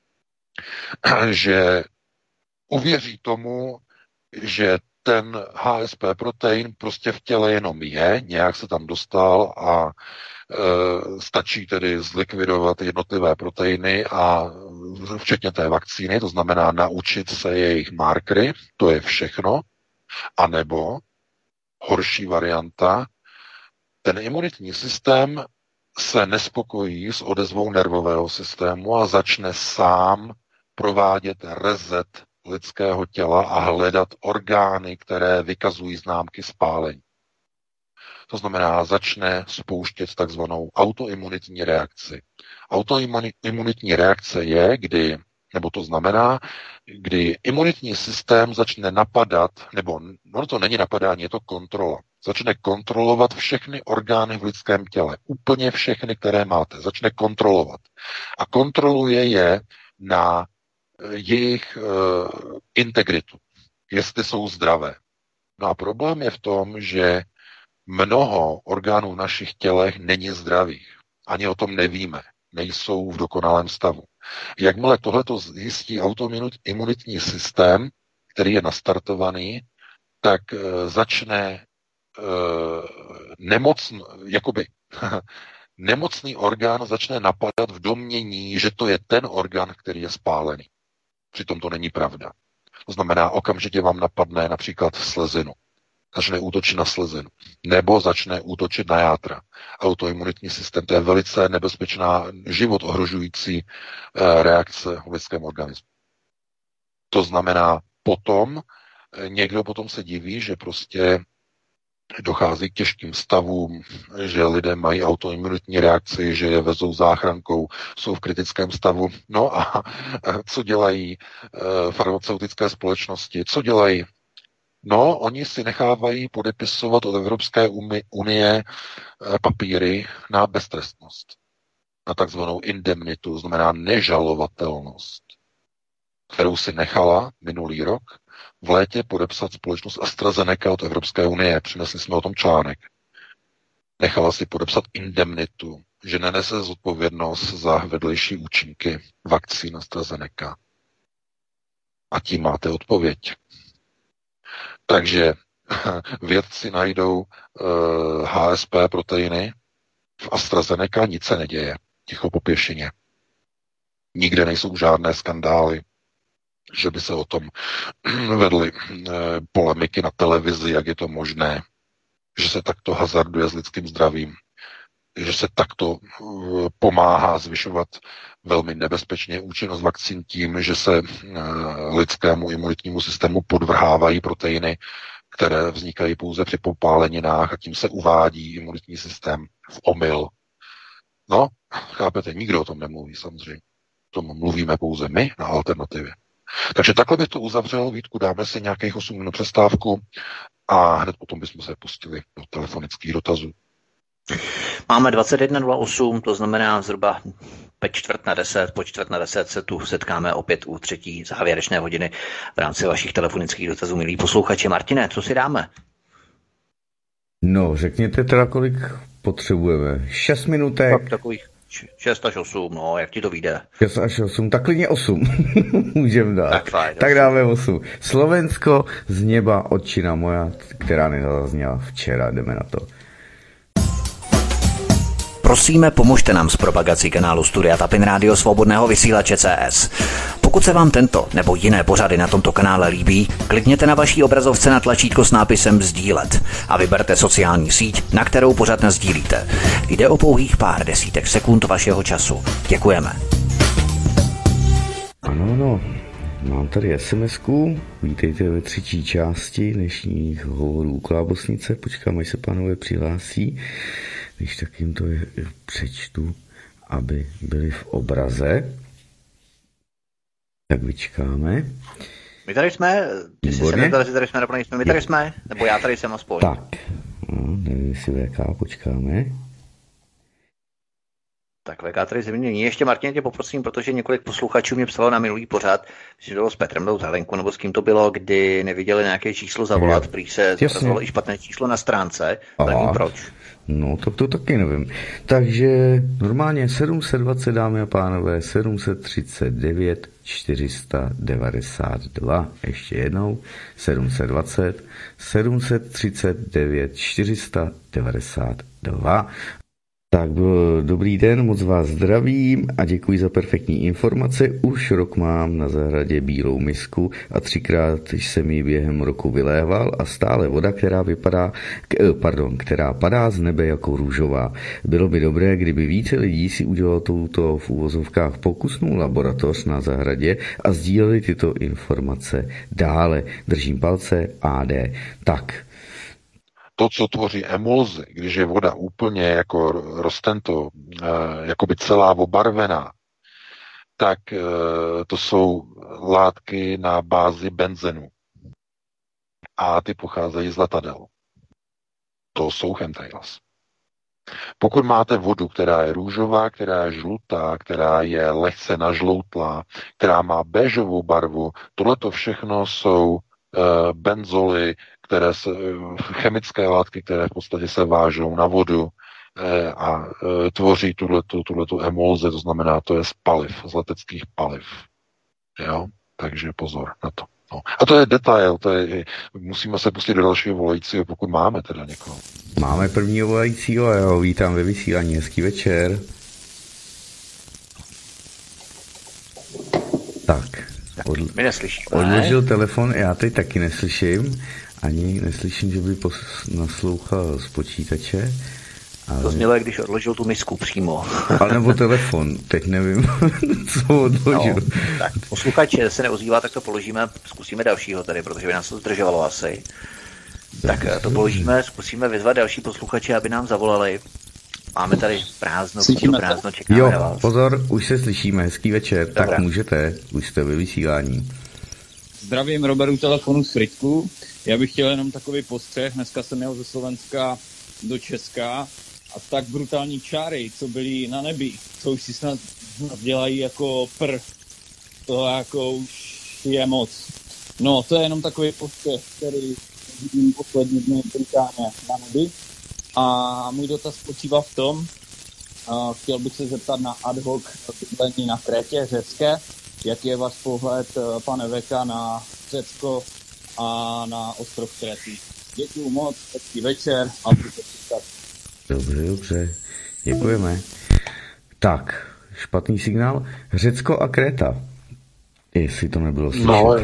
[SPEAKER 3] že uvěří tomu, že ten HSP protein prostě v těle jenom je, nějak se tam dostal a stačí tedy zlikvidovat jednotlivé proteiny a včetně té vakcíny, to znamená naučit se jejich markery, to je všechno, anebo horší varianta, ten imunitní systém se nespokojí s odezvou nervového systému a začne sám provádět reset lidského těla a hledat orgány, které vykazují známky spálení. To znamená, začne spouštět takzvanou autoimunitní reakci. Autoimunitní reakce je, kdy imunitní systém začne napadat, nebo no to není napadání, je to kontrola. Začne kontrolovat všechny orgány v lidském těle. Úplně všechny, které máte. Začne kontrolovat. A kontroluje je na jejich integritu. Jestli jsou zdravé. No a problém je v tom, že mnoho orgánů v našich tělech není zdravých. Ani o tom nevíme. Nejsou v dokonalém stavu. Jakmile tohleto zjistí autoimunitní systém, který je nastartovaný, tak začne nemocný orgán začne napadat v domnění, že to je ten orgán, který je spálený. Přitom to není pravda. To znamená, okamžitě vám napadne například slezinu. Začne útočit na slezinu. Nebo začne útočit na játra. Autoimunitní systém, to je velice nebezpečná, život ohrožující reakce v lidském organismu. To znamená, někdo potom se diví, že prostě dochází k těžkým stavům, že lidé mají autoimunitní reakci, že je vezou záchrankou, jsou v kritickém stavu. No a co dělají farmaceutické společnosti? Co dělají? No, oni si nechávají podepisovat od Evropské unie papíry na beztrestnost, na takzvanou indemnitu, znamená nežalovatelnost, kterou si nechala minulý rok v létě podepsat společnost AstraZeneca od Evropské unie. Přinesli jsme o tom článek. Nechala si podepsat indemnitu, že nenese zodpovědnost za vedlejší účinky vakcín AstraZeneca. A tím máte odpověď. Takže vědci najdou HSP proteiny v AstraZeneca, nic se neděje. Ticho po pěšině. Nikde nejsou žádné skandály, že by se o tom vedly polemiky na televizi, jak je to možné, že se takto hazarduje s lidským zdravím, že se takto pomáhá zvyšovat velmi nebezpečně účinnost vakcín tím, že se lidskému imunitnímu systému podvrhávají proteiny, které vznikají pouze při popáleninách a tím se uvádí imunitní systém v omyl. No, chápete, nikdo o tom nemluví samozřejmě. O tom mluvíme pouze my na Alternativě. Takže takhle bych to uzavřel. Vítku, dáme si nějakých 8 minut přestávku a hned potom bychom se pustili do telefonických dotazů.
[SPEAKER 1] Máme 21:08, to znamená zhruba 9:45, po 9:45 se tu setkáme opět u třetí závěrečné hodiny v rámci vašich telefonických dotazů, milí posluchači. Martine, co si dáme?
[SPEAKER 2] No, řekněte teda, kolik potřebujeme. 6 minutek.
[SPEAKER 1] Tak takových 6 až 8, no, jak ti to vyjde?
[SPEAKER 2] 6 až 8, tak klidně 8. Můžeme dát.
[SPEAKER 1] Tak, fajn,
[SPEAKER 2] tak dáme 8. Slovensko z neba, otčina moja, která nezazněla včera, jdeme na to.
[SPEAKER 1] Prosíme, pomožte nám s propagací kanálu Studia Tapin Rádio Svobodného vysílače CS. Pokud se vám tento nebo jiné pořady na tomto kanále líbí, klikněte na vaší obrazovce na tlačítko s nápisem sdílet a vyberte sociální síť, na kterou pořad nasdílíte. Jde o pouhých pár desítek sekund vašeho času. Děkujeme.
[SPEAKER 2] Ano, mám tady SMS-ku. Vítejte ve třetí části dnešních hovorů Klábosnice. Počkám, až se pánové přihlásí. Když tak jim to přečtu. aby byli v obraze. Tak vyčkáme.
[SPEAKER 1] My tady jsme, ty jsi se nedal, že tady jsme, nebo nejsme, my tady jsme, nebo já tady jsem aspoň.
[SPEAKER 2] Tak, no, nevím, jestli VK, počkáme.
[SPEAKER 1] Tak VK tady země není. Ještě Martin, tě poprosím, protože několik posluchačů mě psalo na minulý pořad, že bylo s Petrem Zelenkou, nebo s kým to bylo, kdy neviděli nějaké číslo zavolat, prý se zrazovalo i špatné číslo na stránce. Tak nevím proč.
[SPEAKER 2] No, to taky nevím. Takže normálně 720, dámy a pánové, 739 492. Ještě jednou 720 739 492. Tak dobrý den, moc vás zdravím a děkuji za perfektní informace. Už rok mám na zahradě bílou misku a 3krát jsem ji během roku vyléval a stále voda, která padá z nebe jako růžová. Bylo by dobré, kdyby více lidí si udělalo touto v úvozovkách pokusnou laboratoř na zahradě a sdíleli tyto informace dále. Držím palce, AD. Tak.
[SPEAKER 3] To, co tvoří emulzi, když je voda úplně jako roztento, jako by celá obarvená, tak to jsou látky na bázi benzenu. A ty pocházejí z letadel. To jsou chemtrails. Pokud máte vodu, která je růžová, která je žlutá, která je lehce nažloutlá, která má béžovou barvu, tohleto všechno jsou benzoly, chemické látky, které v podstatě se vážou na vodu a tvoří tuhletu emulzi, to znamená, to je z paliv, z leteckých paliv. Jo? Takže pozor na to. No. A to je detail, musíme se pustit do dalšího volajícího, pokud máme teda někoho.
[SPEAKER 2] Máme prvního volajícího a já ho vítám ve vysílání. Hezký večer. Tak.
[SPEAKER 1] My neslyšíme.
[SPEAKER 2] Odložil telefon, já teď taky neslyším. Ani neslyším, že by naslouchal z počítače. Ale...
[SPEAKER 1] To znělo, když odložil tu misku přímo.
[SPEAKER 2] Ale nebo telefon, teď nevím, co odložil.
[SPEAKER 1] No, tak posluchač se neozývá, tak to položíme, zkusíme dalšího tady, protože by nás to zdržovalo asi. Tak to položíme, zkusíme vyzvat další posluchače, aby nám zavolali. Máme tady prázdno, čekáme na vás.
[SPEAKER 2] Pozor, už se slyšíme, hezký večer, dobrá. Tak můžete, už jste ve vysílání.
[SPEAKER 4] Zdravím, Roberu, telefonu z Frýdku. Já bych chtěl jenom takový postřeh. Dneska jsem jel ze Slovenska do Česka a tak brutální čáry, co byly na nebi, co už si snad dělají jako to jako už je moc. No, to je jenom takový postřeh, který vidím poslední dny brutálně na nebi. A můj dotaz spočívá v tom, chtěl bych se zeptat na ad hoc bydlení na Krétě řecké. Jaký je váš pohled, pane Veka, na Řecko a na ostrov Kréty? Děkuju moc, hezký večer a buďte příklad.
[SPEAKER 2] Dobře, děkujeme. Tak, špatný signál. Řecko a Kréta. Jestli to nebylo slyšet.
[SPEAKER 3] No,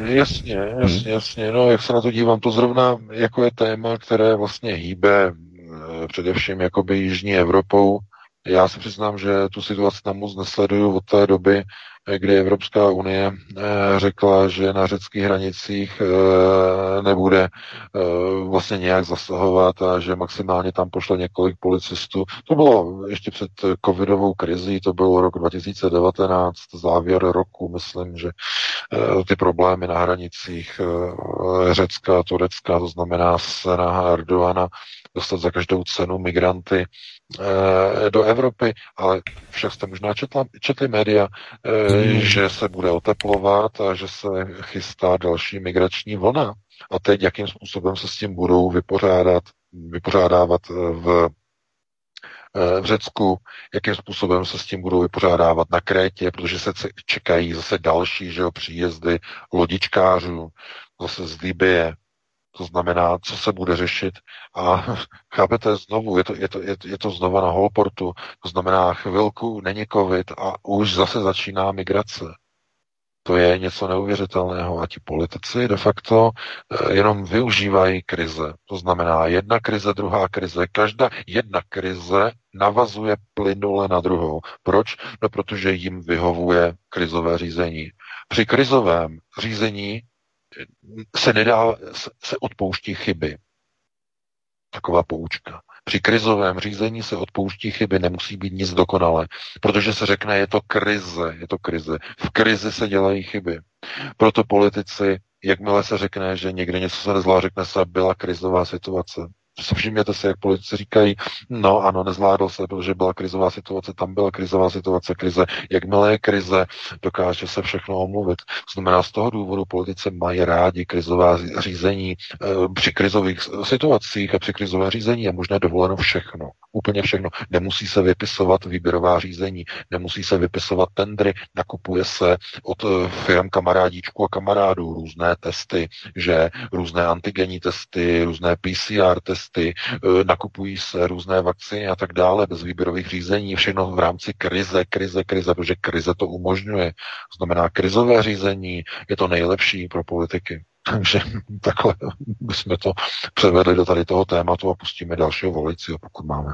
[SPEAKER 3] jasně. No, jak se na to dívám, to zrovna jako je téma, které vlastně hýbe především jakoby Jižní Evropou. Já si přiznám, že tu situaci tam moc nesleduju od té doby, kdy Evropská unie řekla, že na řeckých hranicích nebude vlastně nějak zasahovat a že maximálně tam pošle několik policistů. To bylo ještě před covidovou krizí, to byl rok 2019, závěr roku, myslím, že ty problémy na hranicích Řecka a Turecka, to znamená snaha Erdogana dostat za každou cenu migranty do Evropy, ale však jste možná četli média, že se bude oteplovat a že se chystá další migrační vlna. A teď jakým způsobem se s tím budou vypořádávat v Řecku, jakým způsobem se s tím budou vypořádávat na Krétě, protože se čekají zase další příjezdy lodičkářů, zase z Libye. To znamená, co se bude řešit. A chápete, znovu, je to znova na holportu. To znamená, chvilku není covid a už zase začíná migrace. To je něco neuvěřitelného a ti politici de facto jenom využívají krize. To znamená jedna krize, druhá krize. Jedna krize navazuje plynule na druhou. Proč? No, protože jim vyhovuje krizové řízení. Při krizovém řízení se odpouští chyby. Taková poučka. Při krizovém řízení se odpouští chyby, nemusí být nic dokonalé, protože se řekne, je to krize. V krizi se dělají chyby. Proto politici, jakmile se řekne, že někde něco se nezvládlo, řekne se, byla krizová situace. Všimněte si, jak politici říkají, no ano, nezvládl se, protože byla krizová situace, tam byla krizová situace, krize. Jakmile je krize, dokáže se všechno omluvit. Znamená, z toho důvodu politici mají rádi krizová řízení. Při krizových situacích a při krizové řízení je možné dovoleno všechno. Úplně všechno. Nemusí se vypisovat výběrová řízení, nemusí se vypisovat tendry, nakupuje se od firm kamarádíčků a kamarádů různé testy, že různé antigenní testy, různé PCR testy, nakupují se různé vakcíny a tak dále bez výběrových řízení, všechno v rámci krize, protože krize to umožňuje. Znamená, krizové řízení je to nejlepší pro politiky. Takže takhle bychom to převedli do tady toho tématu a pustíme dalšího volajícího, pokud máme.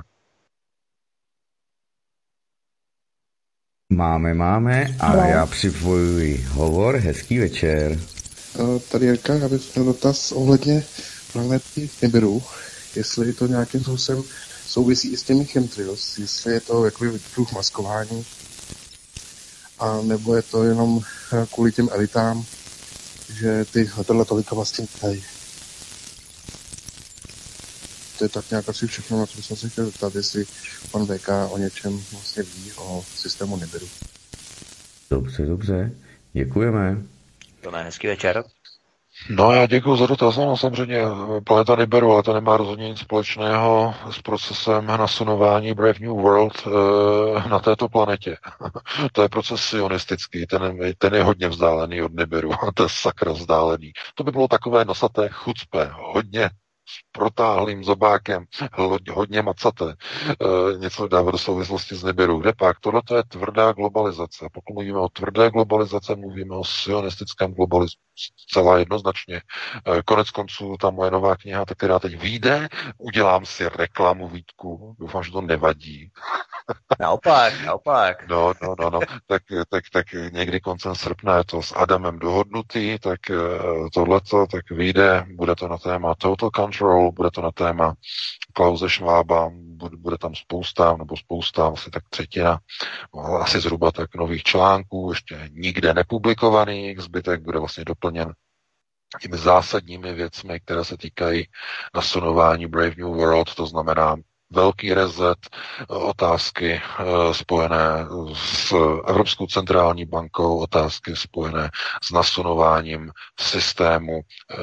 [SPEAKER 2] Máme a já připojuji hovor. Hezký večer.
[SPEAKER 5] Tady Jirka, já bych měl dotaz ohledně planety Nibiru, jestli to nějakým způsobem souvisí i s těmi chemtrails, jestli je to jakoby druh maskování, a nebo je to jenom kvůli těm elitám, že ty letadla tolika vlastně tají. To je tak nějak asi všechno, na co jsem se chtěl zeptat, jestli pan VK o něčem vlastně ví, o systému Nibiru.
[SPEAKER 2] Dobře. Děkujeme.
[SPEAKER 1] Hezký večer.
[SPEAKER 3] No, já děkuji za dotaz. No, samozřejmě planeta Nibiru, ale to nemá rozhodně nic společného s procesem nasunování Brave New World na této planetě. To je proces sionistický, ten je hodně vzdálený od Nibiru, to je sakra vzdálený. To by bylo takové nosaté chucpe, hodně s protáhlým zobákem, hodně macaté, něco dává do souvislosti s Nibiru. Kde pak? Tohle je tvrdá globalizace. Pokud mluvíme o tvrdé globalizace, mluvíme o sionistickém globalismu. Zcela jednoznačně. Konec konců ta moje nová kniha, která teď vyjde, udělám si reklamu, Vítku. Doufám, že to nevadí.
[SPEAKER 1] Naopak.
[SPEAKER 3] No. Tak někdy koncem srpna je to s Adamem dohodnutý, tak tohleto, tak vyjde, bude to na téma Total Control, bude to na téma Klause Schwaba, bude tam spousta, asi tak třetina, asi zhruba tak nových článků, ještě nikde nepublikovaných, zbytek bude vlastně doplněn těmi zásadními věcmi, které se týkají nasunování Brave New World, to znamená velký reset, otázky spojené s Evropskou centrální bankou, otázky spojené s nasunováním systému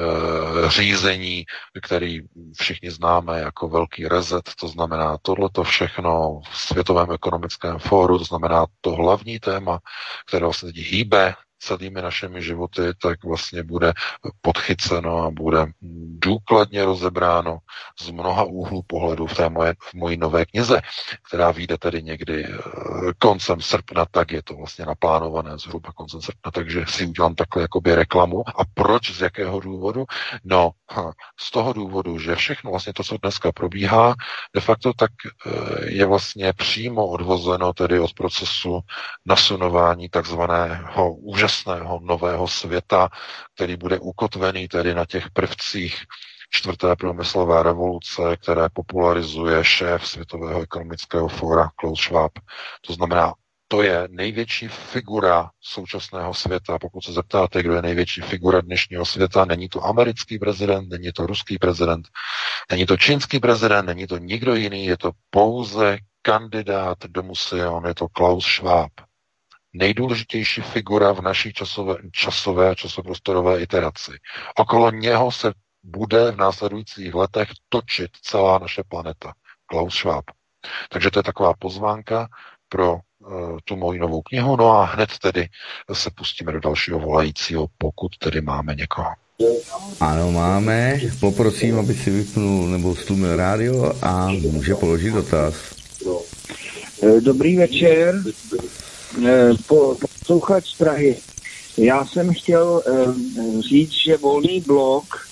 [SPEAKER 3] řízení, který všichni známe jako velký reset, to znamená tohleto všechno v Světovém ekonomickém fóru, to znamená to hlavní téma, které vlastně teď hýbe celými našimi životy, tak vlastně bude podchyceno a bude důkladně rozebráno z mnoha úhlů pohledu v mojí nové knize, která vyjde tedy někdy koncem srpna, tak je to vlastně naplánované zhruba koncem srpna, takže si udělám takhle jakoby reklamu. A proč, z jakého důvodu? No, z toho důvodu, že všechno vlastně to, co dneska probíhá, de facto tak je vlastně přímo odvozeno tedy od procesu nasunování takzvaného úžasného nového světa, který bude ukotvený tedy na těch prvcích čtvrté průmyslové revoluce, které popularizuje šéf Světového ekonomického fóra Klaus Schwab. To znamená, to je největší figura současného světa. Pokud se zeptáte, kdo je největší figura dnešního světa, není to americký prezident, není to ruský prezident, není to čínský prezident, není to nikdo jiný, je to pouze kandidát do Musion, je to Klaus Schwab. Nejdůležitější figura v naší časové a časoprostorové iteraci. Okolo něho se bude v následujících letech točit celá naše planeta. Klaus Schwab. Takže to je taková pozvánka pro tu moji novou knihu. No a hned tedy se pustíme do dalšího volajícího, pokud tedy máme někoho.
[SPEAKER 2] Ano, máme. Poprosím, aby si vypnul nebo stlumil rádio a může položit dotaz.
[SPEAKER 6] Dobrý večer. Posluchač z Prahy. Já jsem chtěl říct, že Volný blok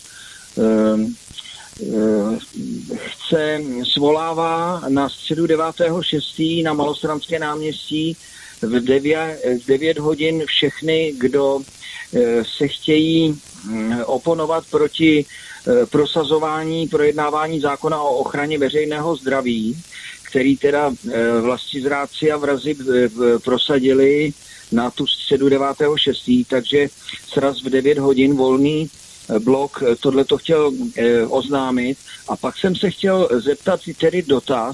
[SPEAKER 6] svolává na středu 9.6. na Malostranské náměstí v 9 hodin všechny, kdo se chtějí oponovat proti prosazování, projednávání zákona o ochraně veřejného zdraví, který teda vlastizrádci a vrazi prosadili na tu středu 9.6., takže sraz v 9 hodin volný blok tohleto chtěl oznámit. A pak jsem se chtěl zeptat tedy dotaz,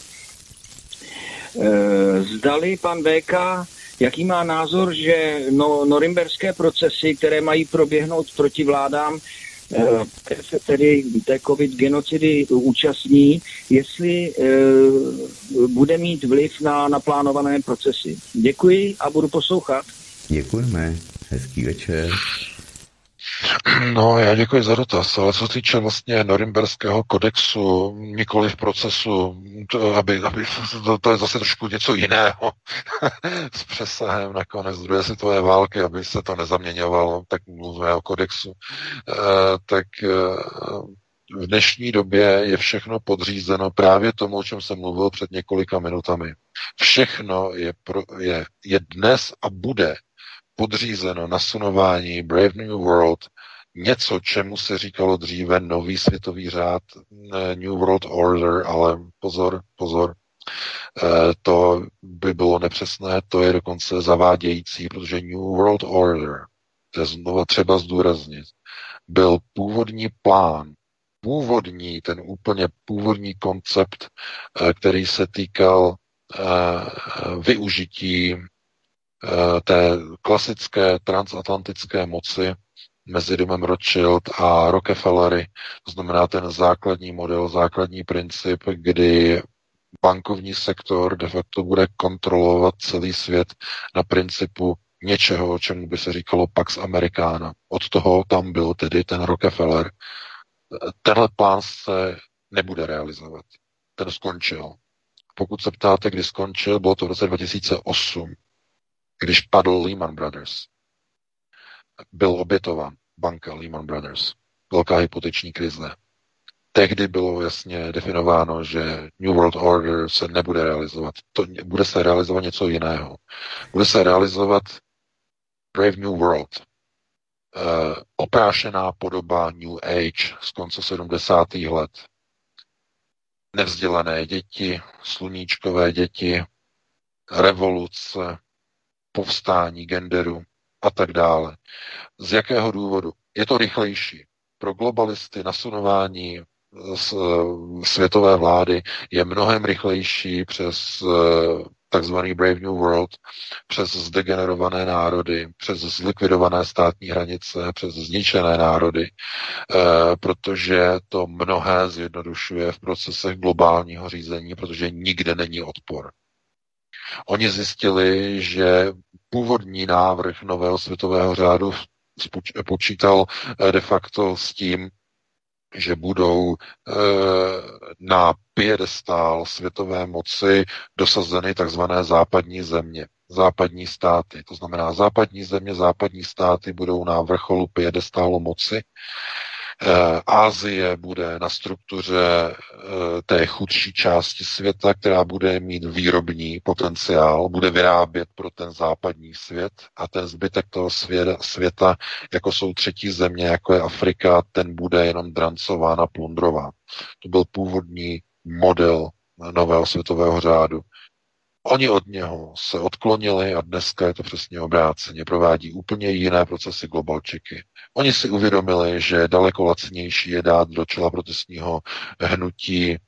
[SPEAKER 6] zdali pan VK, jaký má názor, že norimberské procesy, které mají proběhnout proti vládám, se tedy té covid genocidy účastní, jestli bude mít vliv na naplánované procesy. Děkuji a budu poslouchat.
[SPEAKER 2] Děkujeme. Hezký večer.
[SPEAKER 3] No, já děkuji za dotaz, ale co se týče vlastně norimberského kodexu, nikoli v procesu, to je zase trošku něco jiného s přesahem na konec druhé světové války, aby se to nezaměňovalo, tak mluvíme o kodexu. V dnešní době je všechno podřízeno právě tomu, o čem jsem mluvil před několika minutami. Všechno je dnes a bude podřízeno nasunování Brave New World, něco, čemu se říkalo dříve nový světový řád, New World Order, ale pozor, to by bylo nepřesné, to je dokonce zavádějící, protože New World Order, to je znova třeba zdůraznit, byl původní plán, ten úplně původní koncept, který se týkal využití té klasické transatlantické moci mezi domem Rothschild a Rockefellery, to znamená ten základní model, základní princip, kdy bankovní sektor de facto bude kontrolovat celý svět na principu něčeho, čemu by se říkalo Pax Americana. Od toho tam byl tedy ten Rockefeller. Tenhle plán se nebude realizovat. Ten skončil. Pokud se ptáte, kdy skončil, bylo to v roce 2008, když padl Lehman Brothers. Byl obětován banka Lehman Brothers. Velká hypoteční krize. Tehdy bylo jasně definováno, že New World Order se nebude realizovat. Bude se realizovat něco jiného. Bude se realizovat Brave New World. Oprášená podoba New Age z konce 70. let. Nevzdělané děti, sluníčkové děti, revoluce, povstání genderu a tak dále. Z jakého důvodu? Je to rychlejší. Pro globalisty nasunování světové vlády je mnohem rychlejší přes takzvaný Brave New World, přes zdegenerované národy, přes zlikvidované státní hranice, přes zničené národy, protože to mnohé zjednodušuje v procesech globálního řízení, protože nikde není odpor. Oni zjistili, že původní návrh nového světového řádu počítal de facto s tím, že budou na piedestál světové moci dosazeny takzvané západní země, západní státy. To znamená, západní země, západní státy budou na vrcholu piedestálu moci. Asie bude na struktuře té chudší části světa, která bude mít výrobní potenciál, bude vyrábět pro ten západní svět a ten zbytek toho světa, jako jsou třetí země, jako je Afrika, ten bude jenom drancován a plundrován. To byl původní model nového světového řádu. Oni od něho se odklonili a dneska je to přesně obráceně. Provádí úplně jiné procesy globalčiky. Oni si uvědomili, že daleko lacnější je dát do čela protestního hnutí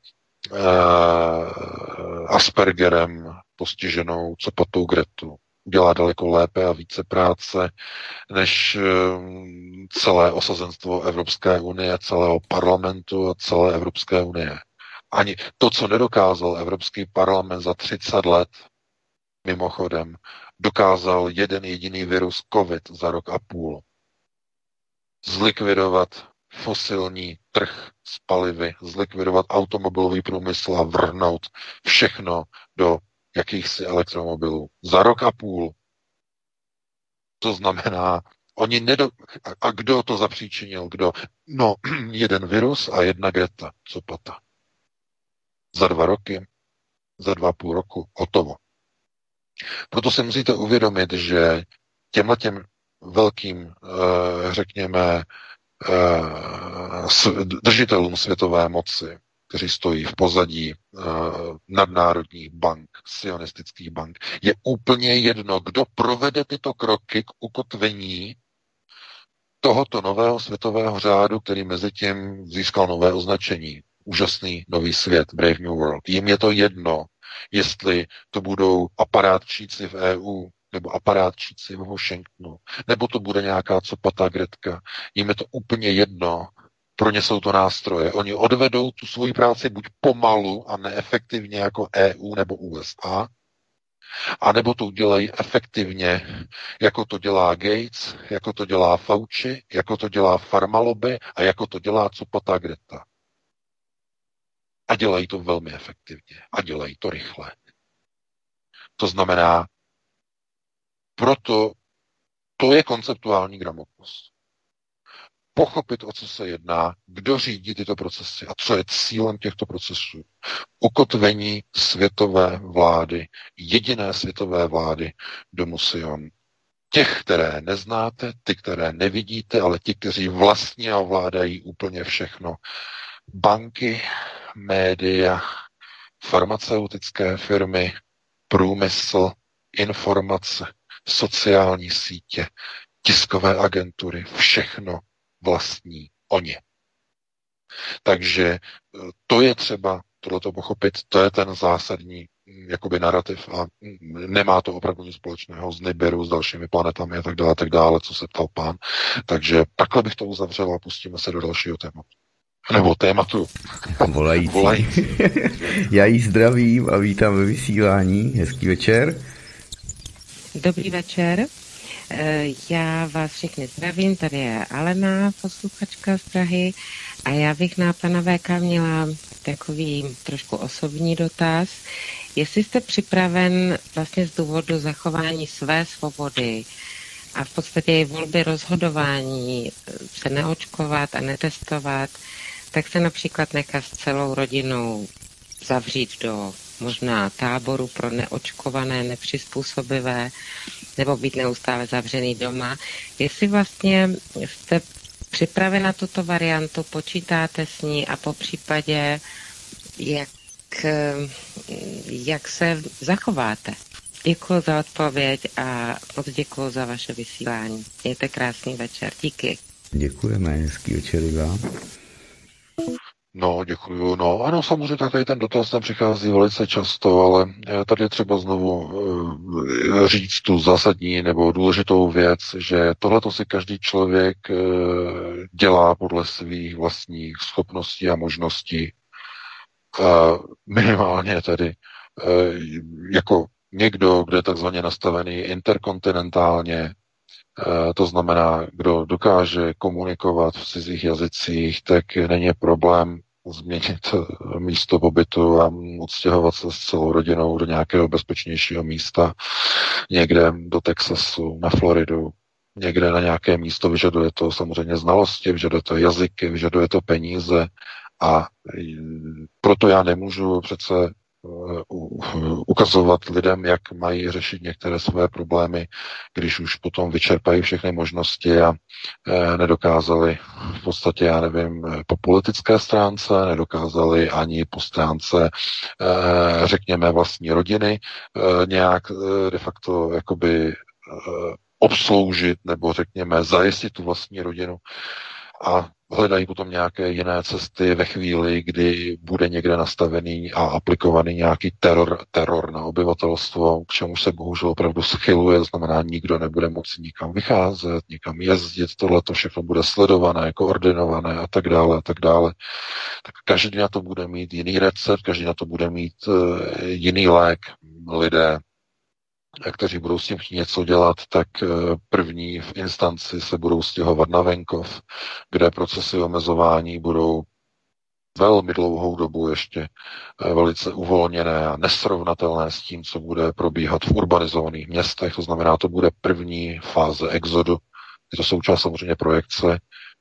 [SPEAKER 3] Aspergerem postiženou copatou Gretu. Udělá daleko lépe a více práce než celé osazenstvo Evropské unie, celého parlamentu a celé Evropské unie. Ani to, co nedokázal Evropský parlament za 30 let, mimochodem, dokázal jeden jediný virus COVID za rok a půl. Zlikvidovat fosilní trh s palivy, zlikvidovat automobilový průmysl a vrhnout všechno do jakýchsi elektromobilů. Za rok a půl. To znamená, a kdo to zapříčinil? Kdo? No, jeden virus a jedna Greta. Co pata? Za 2 roky, za 2,5 roku, hotovo. Proto si musíte uvědomit, že těmhletěm velkým, řekněme, držitelům světové moci, kteří stojí v pozadí nadnárodních bank, sionistických bank, je úplně jedno, kdo provede tyto kroky k ukotvení tohoto nového světového řádu, který mezi tím získal nové označení. Úžasný nový svět, Brave New World. Jim je to jedno, jestli to budou aparátčíci v EU, nebo aparátčíci v Washingtonu, nebo to bude nějaká copatá Gretka. Jim je to úplně jedno. Pro ně jsou to nástroje. Oni odvedou tu svoji práci buď pomalu a neefektivně jako EU nebo USA, anebo to udělají efektivně, jako to dělá Gates, jako to dělá Fauci, jako to dělá Pharmalobby a jako to dělá copatá Greta. A dělají to velmi efektivně. A dělají to rychle. To znamená, proto to je konceptuální gramotnost. Pochopit, o co se jedná, kdo řídí tyto procesy a co je cílem těchto procesů. Ukotvení světové vlády, jediné světové vlády Domu Sion. Těch, které neznáte, ty, které nevidíte, ale ti, kteří vlastně ovládají úplně všechno. Banky, média, farmaceutické firmy, průmysl, informace, sociální sítě, tiskové agentury, všechno vlastní oni. Takže to je třeba tohleto pochopit, to je ten zásadní jakoby narrativ a nemá to opravdu nic společného s Nibiru, s dalšími planetami a tak dále, co se ptal pán. Takže takhle bych to uzavřel a pustíme se do dalšího tématu. Nebo tématu.
[SPEAKER 2] Volající. Já jí zdravím a vítám ve vysílání. Hezký večer.
[SPEAKER 7] Dobrý večer. Já vás všechny zdravím, tady je Alena, posluchačka z Prahy a já bych na pana VK měla takový trošku osobní dotaz. Jestli jste připraven vlastně z důvodu zachování své svobody a v podstatě i volby rozhodování se neočkovat a netestovat, tak se například nechat s celou rodinou zavřít do možná táboru pro neočkované, nepřizpůsobivé, nebo být neustále zavřený doma. Jestli vlastně jste připraven na tuto variantu, počítáte s ní a po případě, jak se zachováte. Děkuji za odpověď a moc děkuji za vaše vysílání. Mějte krásný večer. Díky.
[SPEAKER 2] Děkujeme, hezký večer i vám.
[SPEAKER 3] No, děkuju. No, ano, samozřejmě takový ten dotaz tam přichází velice často, ale tady je třeba znovu říct tu zásadní nebo důležitou věc, že tohleto si každý člověk dělá podle svých vlastních schopností a možností. Minimálně tedy jako někdo, kdo je takzvaně nastavený interkontinentálně, to znamená, kdo dokáže komunikovat v cizích jazycích, tak není problém změnit místo pobytu a odstěhovat se s celou rodinou do nějakého bezpečnějšího místa, někde do Texasu, na Floridu, někde na nějaké místo. Vyžaduje to samozřejmě znalosti, vyžaduje to jazyky, vyžaduje to peníze a proto já nemůžu přece ukazovat lidem, jak mají řešit některé své problémy, když už potom vyčerpají všechny možnosti a nedokázali v podstatě, já nevím, po politické stránce, nedokázali ani po stránce, řekněme, vlastní rodiny nějak de facto jakoby obsloužit nebo řekněme zajistit tu vlastní rodinu a hledají potom nějaké jiné cesty ve chvíli, kdy bude někde nastavený a aplikovaný nějaký teror na obyvatelstvo, k čemu se bohužel opravdu schyluje, znamená, nikdo nebude moci nikam vycházet, nikam jezdit, tohle to všechno bude sledované, koordinované a tak dále a tak dále. Tak každý na to bude mít jiný recept, každý na to bude mít jiný lék. Lidé, kteří budou s tím chtít něco dělat, tak první v instanci se budou stěhovat na venkov, kde procesy omezování budou velmi dlouhou dobu ještě velice uvolněné a nesrovnatelné s tím, co bude probíhat v urbanizovaných městech. To znamená, to bude první fáze exodu. Je to součást samozřejmě projekce,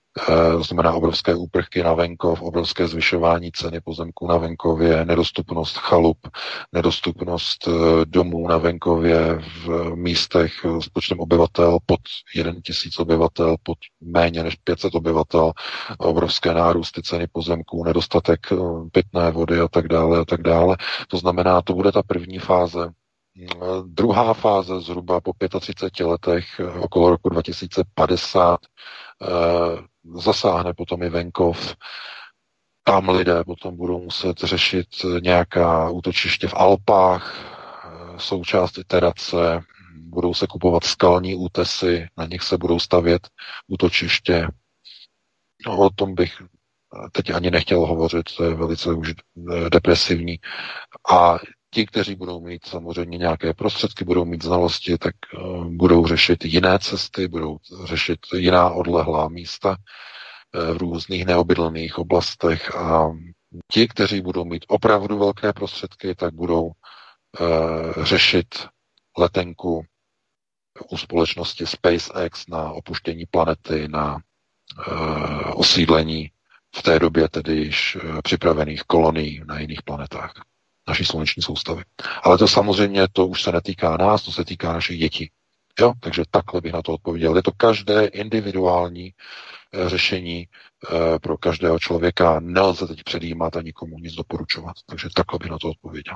[SPEAKER 3] To znamená obrovské úprchy na venkov, obrovské zvyšování ceny pozemků na venkově, nedostupnost chalup, nedostupnost domů na venkově v místech s počtem obyvatel pod 1 000 obyvatel, pod méně než 500 obyvatel, obrovské nárůsty ceny pozemků, nedostatek pitné vody a tak dále a tak dále. To znamená, to bude ta první fáze. Druhá fáze zhruba po 35 letech, okolo roku 2050, zasáhne potom i venkov. Tam lidé potom budou muset řešit nějaká útočiště v Alpách, součást iterace, budou se kupovat skalní útesy, na nich se budou stavět útočiště. No, o tom bych teď ani nechtěl hovořit, to je velice už depresivní. A ti, kteří budou mít samozřejmě nějaké prostředky, budou mít znalosti, tak budou řešit jiné cesty, budou řešit jiná odlehlá místa v různých neobydlených oblastech a ti, kteří budou mít opravdu velké prostředky, tak budou řešit letenku u společnosti SpaceX na opuštění planety, na osídlení v té době tedy již připravených kolonií na jiných planetách naší sluneční soustavy. Ale to samozřejmě, to už se netýká nás, to se týká našich dětí. Jo? Takže takhle bych na to odpověděl. Je to každé individuální řešení pro každého člověka. Nelze teď předjímat a nikomu nic doporučovat. Takže takhle bych na to odpověděl.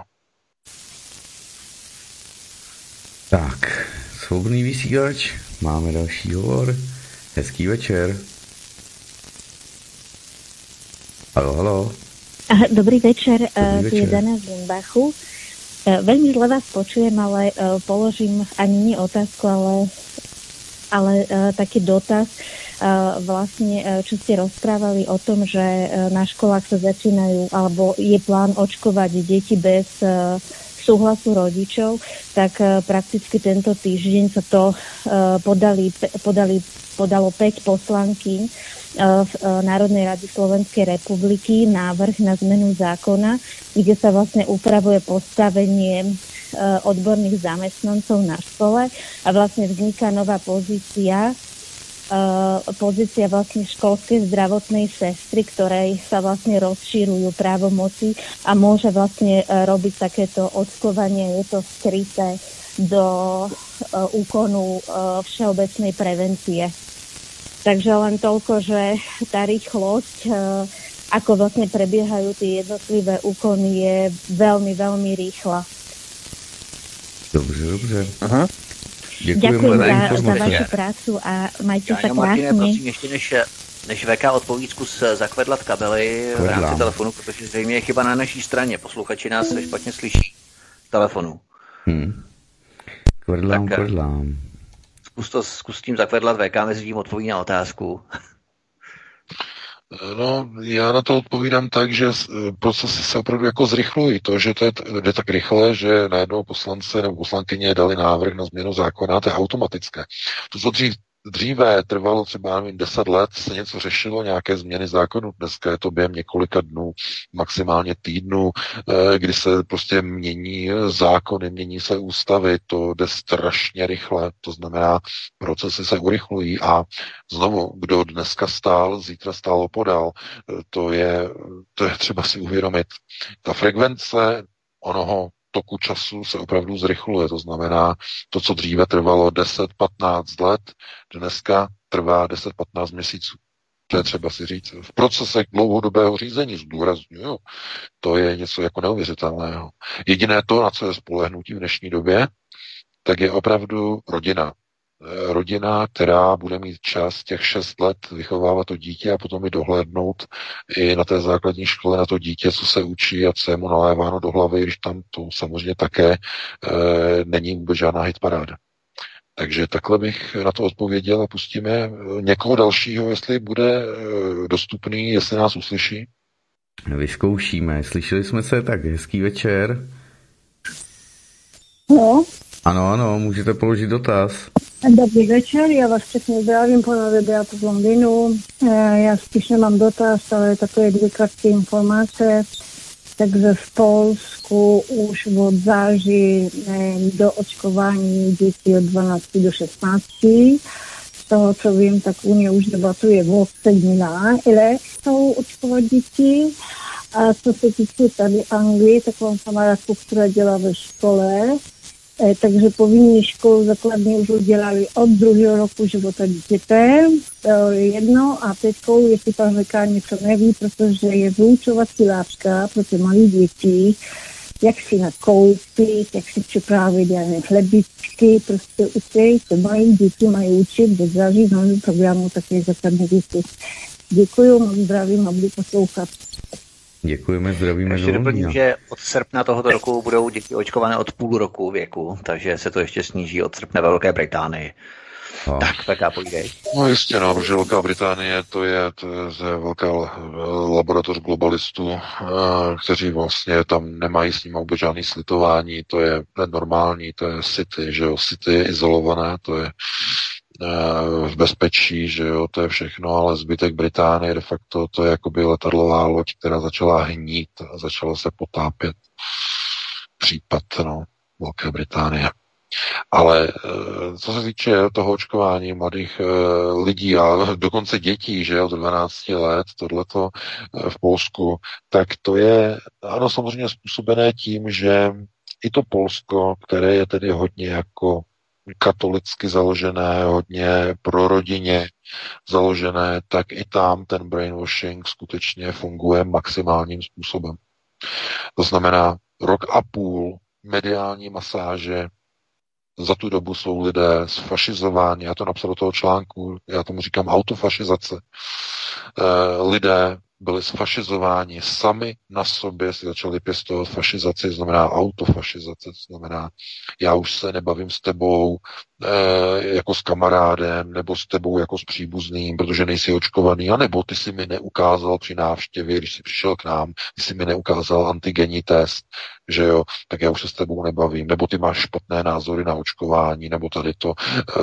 [SPEAKER 2] Tak, svobodný vysílač, máme další hovor. Hezký večer. Haló.
[SPEAKER 8] Dobrý večer, tu je Dana z Limbachu. Veľmi zle vás počujem, ale položím ani nie otázku, ale taký dotaz. Vlastne, čo ste rozprávali o tom, že na školách sa začínajú, alebo je plán očkovať deti bez súhlasu rodičov, tak prakticky tento týždeň sa to podalo 5 poslankyň v Národnej rady Slovenskej republiky návrh na zmenu zákona, kde sa vlastne upravuje postavenie odborných zamestnancov na škole a vlastne vzniká nová pozícia vlastne školskej zdravotnej sestry, ktorej sa vlastne rozšírujú právomoci a môže vlastne robiť takéto očkovanie, je to skryté do úkonu všeobecnej prevencie. Takže len toľko, že tá rýchlosť, ako vlastne prebiehajú tie jednotlivé úkony, je veľmi, veľmi rýchla.
[SPEAKER 2] Dobře.
[SPEAKER 1] Aha.
[SPEAKER 8] Ďakujem za vašu prácu a majte sa krásne.
[SPEAKER 1] Martine, prosím, ještě než VK odpoví, zkus zakvedlat kabely v rámci telefonu, protože zřejmě je chyba na naší straně. Posluchači nás špatně slyší telefonu.
[SPEAKER 2] Kvedlám.
[SPEAKER 1] Zkus tím zakvedlat, VK mezi tím odpoví na otázku.
[SPEAKER 3] No, já na to odpovídám tak, že procesy se opravdu jako zrychlují. To, že to jde tak rychle, že najednou poslance nebo poslankyně dali návrh na změnu zákona, to je automatické. To, co dříve trvalo třeba 10 let, se něco řešilo, nějaké změny zákonu. Dneska je to během několika dnů, maximálně týdnů, kdy se prostě mění zákony, mění se ústavy, to jde strašně rychle, to znamená, procesy se urychlují a znovu, kdo dneska stál, zítra stál opodál, to je třeba si uvědomit. Ta frekvence onoho toku času se opravdu zrychluje. To znamená, to, co dříve trvalo 10-15 let, dneska trvá 10-15 měsíců. To je třeba si říct. V procesech dlouhodobého řízení, zdůrazňuju, to je něco jako neuvěřitelného. Jediné to, na co je spolehnutí v dnešní době, tak je opravdu rodina. Rodina, která bude mít čas těch 6 let vychovávat to dítě a potom i dohlédnout i na té základní škole na to dítě, co se učí a co je mu naléváno do hlavy, když tam to samozřejmě také není vůbec žádná hitparáda. Takže takhle bych na to odpověděl a pustíme někoho dalšího, jestli bude dostupný, jestli nás uslyší.
[SPEAKER 2] Vyzkoušíme. Slyšeli jsme se, tak hezký večer.
[SPEAKER 9] No.
[SPEAKER 2] Ano, můžete položit dotaz.
[SPEAKER 9] Dobrý večer, ja vás pekne zdravím, ponově Beata z Londýnu. Ja spíš nemám dotaz, ale takové 2 krátké informácie. Takže v Polsku už od září do očkování dětí od 12 do 16 toho, co vím, tak Unie už debatuje o sedminách, ale chcou očkovat děti. A co se týče tady Anglii, tak mám kamarádku, která dělá ve škole, takže povinní školu základní už udělali od 2. roku života dítěte, 1 a 5, jestli pan Veka něco neví, protože je vyučovací látka pro ty malé děti, jak si nakoupit, jak si připravit chlebičky, prostě učej se malé děti mají učit bez zařízení programu také základní děti. Děkuju, moc zdravím a budu poslouchat.
[SPEAKER 2] Děkujeme, zdravíme.
[SPEAKER 1] Ještě doplním, že od srpna tohoto roku budou děti očkované od půl roku věku, takže se to ještě sníží od srpna ve Velké Británii. Tak, PK, povídej.
[SPEAKER 3] No jistě, no, protože Velká Británie to je velká laboratoř globalistů, kteří vlastně tam nemají s ním vůbec žádný slitování, to je normální, to je city, že jo, city je izolované, to je v bezpečí, že jo, to je všechno, ale zbytek Británie de facto to je jakoby letadlová loď, která začala hnít a začala se potápět. Případ, no, Velké Británie. Ale co se týče toho očkování mladých lidí a dokonce dětí, že jo, do 12 let, tohleto v Polsku, tak to je, ano, samozřejmě způsobené tím, že i to Polsko, které je tedy hodně jako katolicky založené, hodně prorodině založené, tak i tam ten brainwashing skutečně funguje maximálním způsobem. To znamená 1,5 roku mediální masáže, za tu dobu jsou lidé sfašizováni, já to napsal do toho článku, já tomu říkám autofašizace. Lidé byli sfašizováni sami na sobě, si začali pěstovat fašizaci, znamená autofašizace, to znamená, já už se nebavím s tebou jako s kamarádem, nebo s tebou jako s příbuzným, protože nejsi očkovaný, anebo ty si mi neukázal při návštěvě, když jsi přišel k nám, ty si mi neukázal antigenní test, že jo, tak já už se s tebou nebavím, nebo ty máš špatné názory na očkování, nebo tady to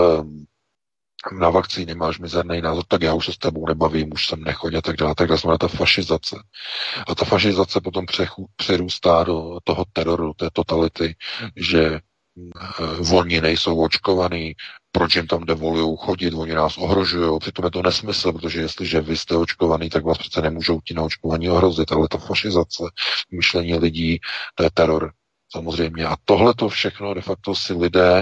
[SPEAKER 3] na vakcíny máš mizerný názor, tak já už se s tebou nebavím, už jsem nechodil a tak dále, tak znamená ta fašizace. A ta fašizace potom přerůstá do toho teroru, té totality, že oni nejsou očkovaní, proč jim tam devolují chodit, oni nás ohrožují, přitom je to nesmysl, protože jestliže vy jste očkovaný, tak vás přece nemůžou ti na očkování ohrozit, ale ta fašizace, myšlení lidí, to je teror. Samozřejmě. A tohle to všechno de facto si lidé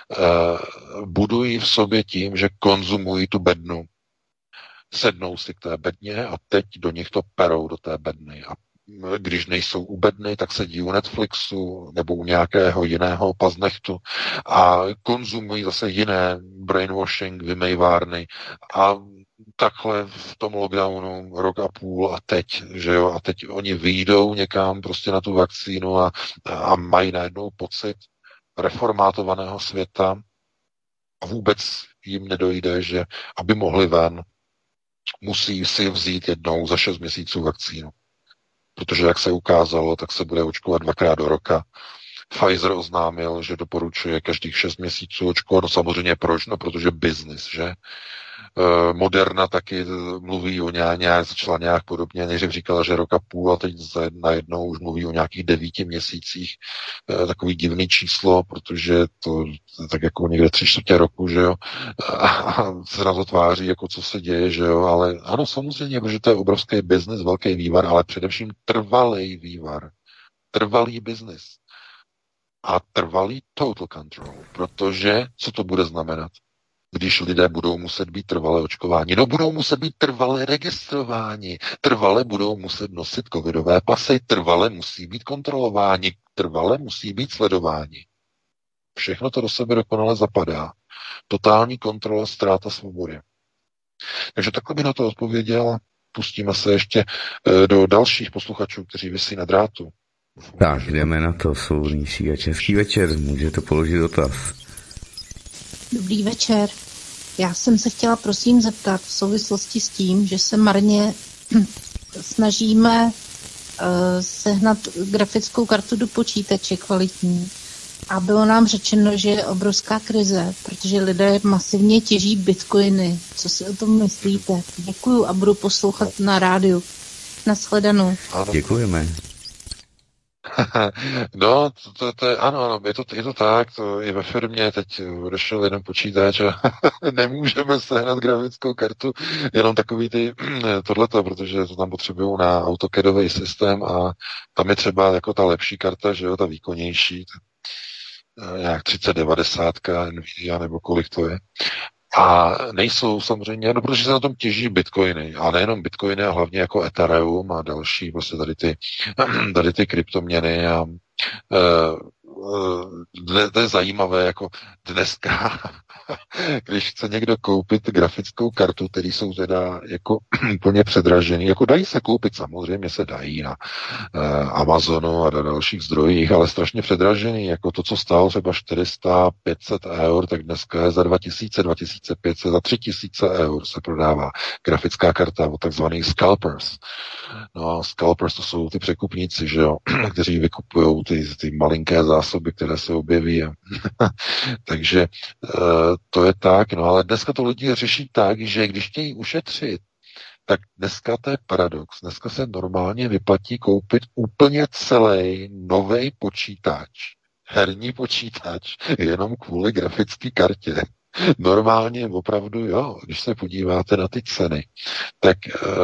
[SPEAKER 3] budují v sobě tím, že konzumují tu bednu. Sednou si k té bedně a teď do nich to perou do té bedny. A když nejsou u bedny, tak sedí u Netflixu nebo u nějakého jiného paznechtu a konzumují zase jiné brainwashing, vymejvárny a takhle v tom lockdownu 1,5 roku a teď, že jo, a teď oni vyjdou někam prostě na tu vakcínu a mají najednou pocit reformátovaného světa a vůbec jim nedojde, že aby mohli ven, musí si vzít jednou za 6 měsíců vakcínu. Protože jak se ukázalo, tak se bude očkovat 2krát do roka. Pfizer oznámil, že doporučuje každých 6 měsíců očkovat. No samozřejmě proč? No protože business, že? Moderna taky mluví o začala nějak podobně, než říkala, že 1,5 roku a teď najednou už mluví o nějakých 9 měsících. Takový divný číslo, protože to tak jako někde 3/4 roku, že jo, a se nám to tváří, jako co se děje, že jo, ale ano, samozřejmě, protože to je obrovský biznis, velký vývar, ale především trvalý vývar, trvalý biznis a trvalý total control, protože co to bude znamenat? Když lidé budou muset být trvale očkováni. No budou muset být trvale registrováni, trvale budou muset nosit covidové pasy, trvale musí být kontrolováni, trvale musí být sledováni. Všechno to do sebe dokonale zapadá. Totální kontrola, ztráta svobody. Takže takhle by na to odpověděl. Pustíme se ještě do dalších posluchačů, kteří visí na drátu.
[SPEAKER 2] Tak, jdeme na to, svobodný stříhač. Hezký večer, můžete položit dotaz.
[SPEAKER 10] Dobrý večer. Já jsem se chtěla prosím zeptat v souvislosti s tím, že se marně snažíme sehnat grafickou kartu do počítače kvalitní a bylo nám řečeno, že je obrovská krize, protože lidé masivně těží bitcoiny. Co si o tom myslíte? Děkuju a budu poslouchat na rádiu. Nashledanou.
[SPEAKER 2] Děkujeme.
[SPEAKER 3] No, to je, ano, je to tak, to je ve firmě, teď odešel jeden počítač a nemůžeme sehnat grafickou kartu, jenom takový tohleto, protože to tam potřebují na AutoCADový systém a tam je třeba jako ta lepší karta, že jo, ta výkonnější, nějak 3090 Nvidia nebo kolik to je. A nejsou samozřejmě, no protože se na tom těží bitcoiny, a nejenom bitcoiny, a hlavně jako Ethereum a další, prostě tady ty kryptoměny a to je zajímavé, jako dneska, když chce někdo koupit grafickou kartu, které jsou teda jako úplně předražený, jako dají se koupit, samozřejmě se dají na Amazonu a na dalších zdrojích, ale strašně předražený, jako to, co stálo třeba 400-500 eur, tak dneska je za 2000, 2500, za 3000 eur se prodává grafická karta od takzvaných scalpers. No, scalpers to jsou ty překupníci, že jo, kteří vykupují ty malinké zásoby, které se objeví. Takže to je tak, no ale dneska to lidi řeší tak, že když chtějí ušetřit, tak dneska to je paradox. Dneska se normálně vyplatí koupit úplně celý nový počítač, herní počítač, jenom kvůli grafické kartě. Normálně opravdu, jo, když se podíváte na ty ceny, tak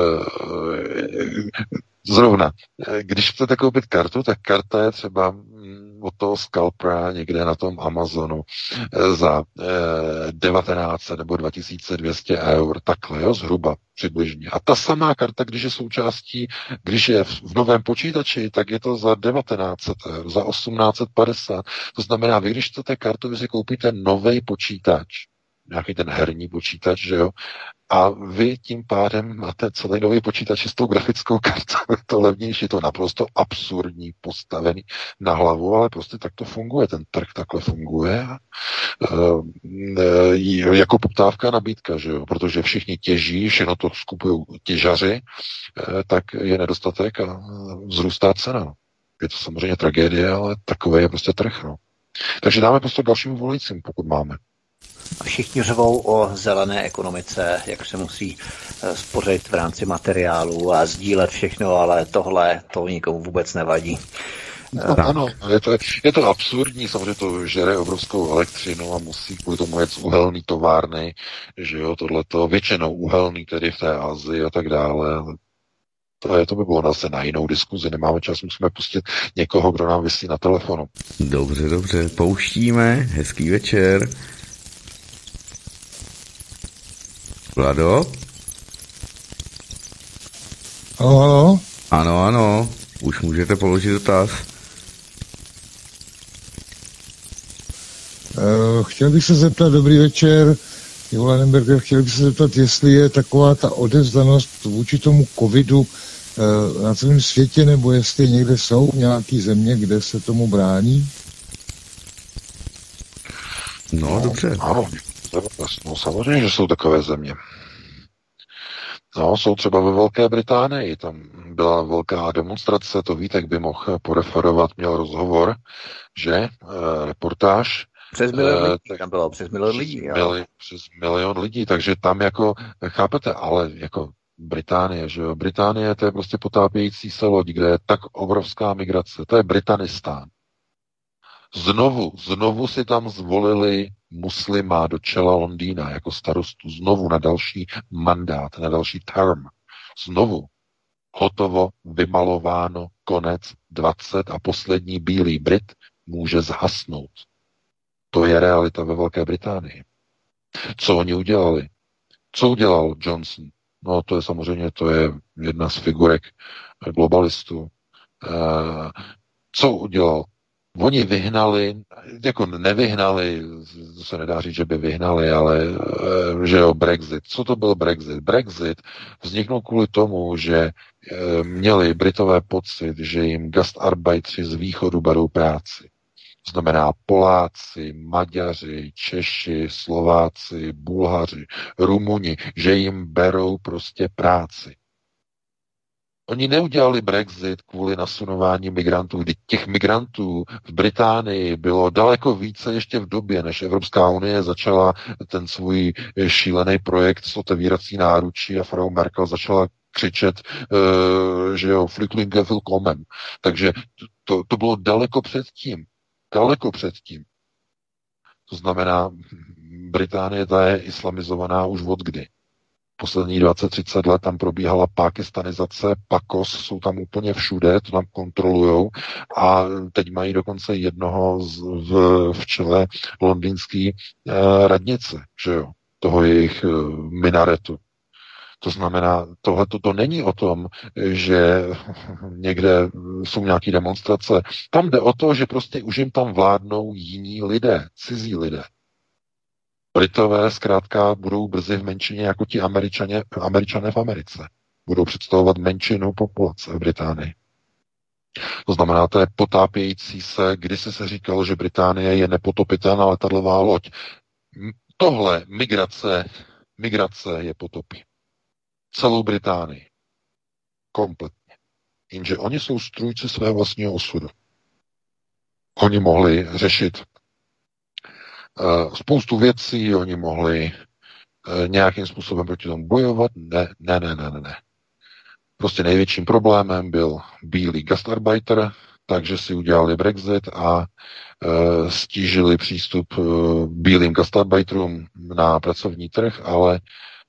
[SPEAKER 3] zrovna, když chcete koupit kartu, tak karta je třeba od toho scalpera někde na tom Amazonu za 1900 nebo 2200 eur, takhle, jo, zhruba přibližně. A ta samá karta, když je součástí, když je v novém počítači, tak je to za 1900 eur, za 1850. To znamená, vy když chcete kartu, vy si koupíte nový počítač, nějaký ten herní počítač, že jo, a vy tím pádem máte celý nový počítač s tou grafickou kartou, to levnější, to naprosto absurdní, postavený na hlavu, ale prostě tak to funguje, ten trh takhle funguje, jako poptávka a nabídka, že jo, protože všichni těží, všechno to skupují těžaři, tak je nedostatek a vzrůstá cena. Je to samozřejmě tragédie, ale takový je prostě trh, no. Takže dáme prostě dalším voličím, pokud máme.
[SPEAKER 1] A všichni řvou o zelené ekonomice, jak se musí spořit v rámci materiálu a sdílet všechno, ale tohle to nikomu vůbec nevadí.
[SPEAKER 3] No, ano, je to absurdní, samozřejmě to žere obrovskou elektřinu a musí kvůli tomu jet z uhelný továrny, že jo, tohleto, většinou uhelný tedy v té Asii a tak dále. To by bylo zase na jinou diskuzi, nemáme čas, musíme pustit někoho, kdo nám visí na telefonu.
[SPEAKER 2] Dobře, pouštíme, hezký večer. Vlado?
[SPEAKER 11] Halo?
[SPEAKER 2] Ano, už můžete položit dotaz.
[SPEAKER 11] Chtěl bych se zeptat, dobrý večer, Jola Nemberger, chtěl bych se zeptat, jestli je taková ta odevzdanost vůči tomu covidu na celém světě, nebo jestli někde jsou nějaký země, kde se tomu brání?
[SPEAKER 2] No, dobře.
[SPEAKER 3] Ano, no, samozřejmě, že jsou takové země. No, jsou třeba ve Velké Británii, tam byla velká demonstrace, to Vítek by mohl poreferovat, měl rozhovor, že reportáž.
[SPEAKER 1] Přes milion lidí, tam bylo přes milion lidí.
[SPEAKER 3] Přes milion lidí, takže tam jako, chápete, ale jako Británie, že jo, Británie to je prostě potápějící se loď, kde je tak obrovská migrace, to je Britanistán. Znovu si tam zvolili muslima do čela Londýna jako starostu, znovu na další mandát, na další term. Znovu hotovo, vymalováno, konec, 20 a poslední bílý Brit může zhasnout. To je realita ve Velké Británii. Co oni udělali? Co udělal Johnson? No to je samozřejmě, to je jedna z figurek globalistů. Co udělal? Oni vyhnali, jako nevyhnali, to se nedá říct, že by vyhnali, ale že jo, Brexit. Co to byl Brexit? Brexit vzniknul kvůli tomu, že měli Britové pocit, že jim gastarbeitři z východu berou práci. To znamená Poláci, Maďaři, Češi, Slováci, Bulhaři, Rumuni, že jim berou prostě práci. Oni neudělali Brexit kvůli nasunování migrantů, kdy těch migrantů v Británii bylo daleko více ještě v době, než Evropská unie začala ten svůj šílený projekt s otevírací náručí a Frau Merkel začala křičet, že jo, Flüchtlinge willkommen. Takže to bylo daleko předtím. Daleko předtím. To znamená, Británie ta je islamizovaná už od kdy. Poslední 20-30 let tam probíhala pákistanizace, PAKOS, jsou tam úplně všude, to tam kontrolujou a teď mají dokonce jednoho v čele londýnský radnice, že jo, toho jejich minaretu. To znamená, tohle to není o tom, že někde jsou nějaké demonstrace. Tam jde o to, že prostě už jim tam vládnou jiní lidé, cizí lidé. Britové zkrátka budou brzy v menšině jako ti Američané v Americe. Budou představovat menšinu populace v Británii. To znamená, to je potápějící se, kdysi se říkalo, že Británie je nepotopitelná letadlová loď. Tohle migrace je potopí. Celou Británii. Kompletně. Jenže oni jsou strůjci svého vlastního osudu. Oni mohli řešit spoustu věcí, oni mohli nějakým způsobem proti tomu bojovat. Ne. Prostě největším problémem byl bílý gastarbeiter, takže si udělali Brexit a stížili přístup bílým gastarbeiterům na pracovní trh, ale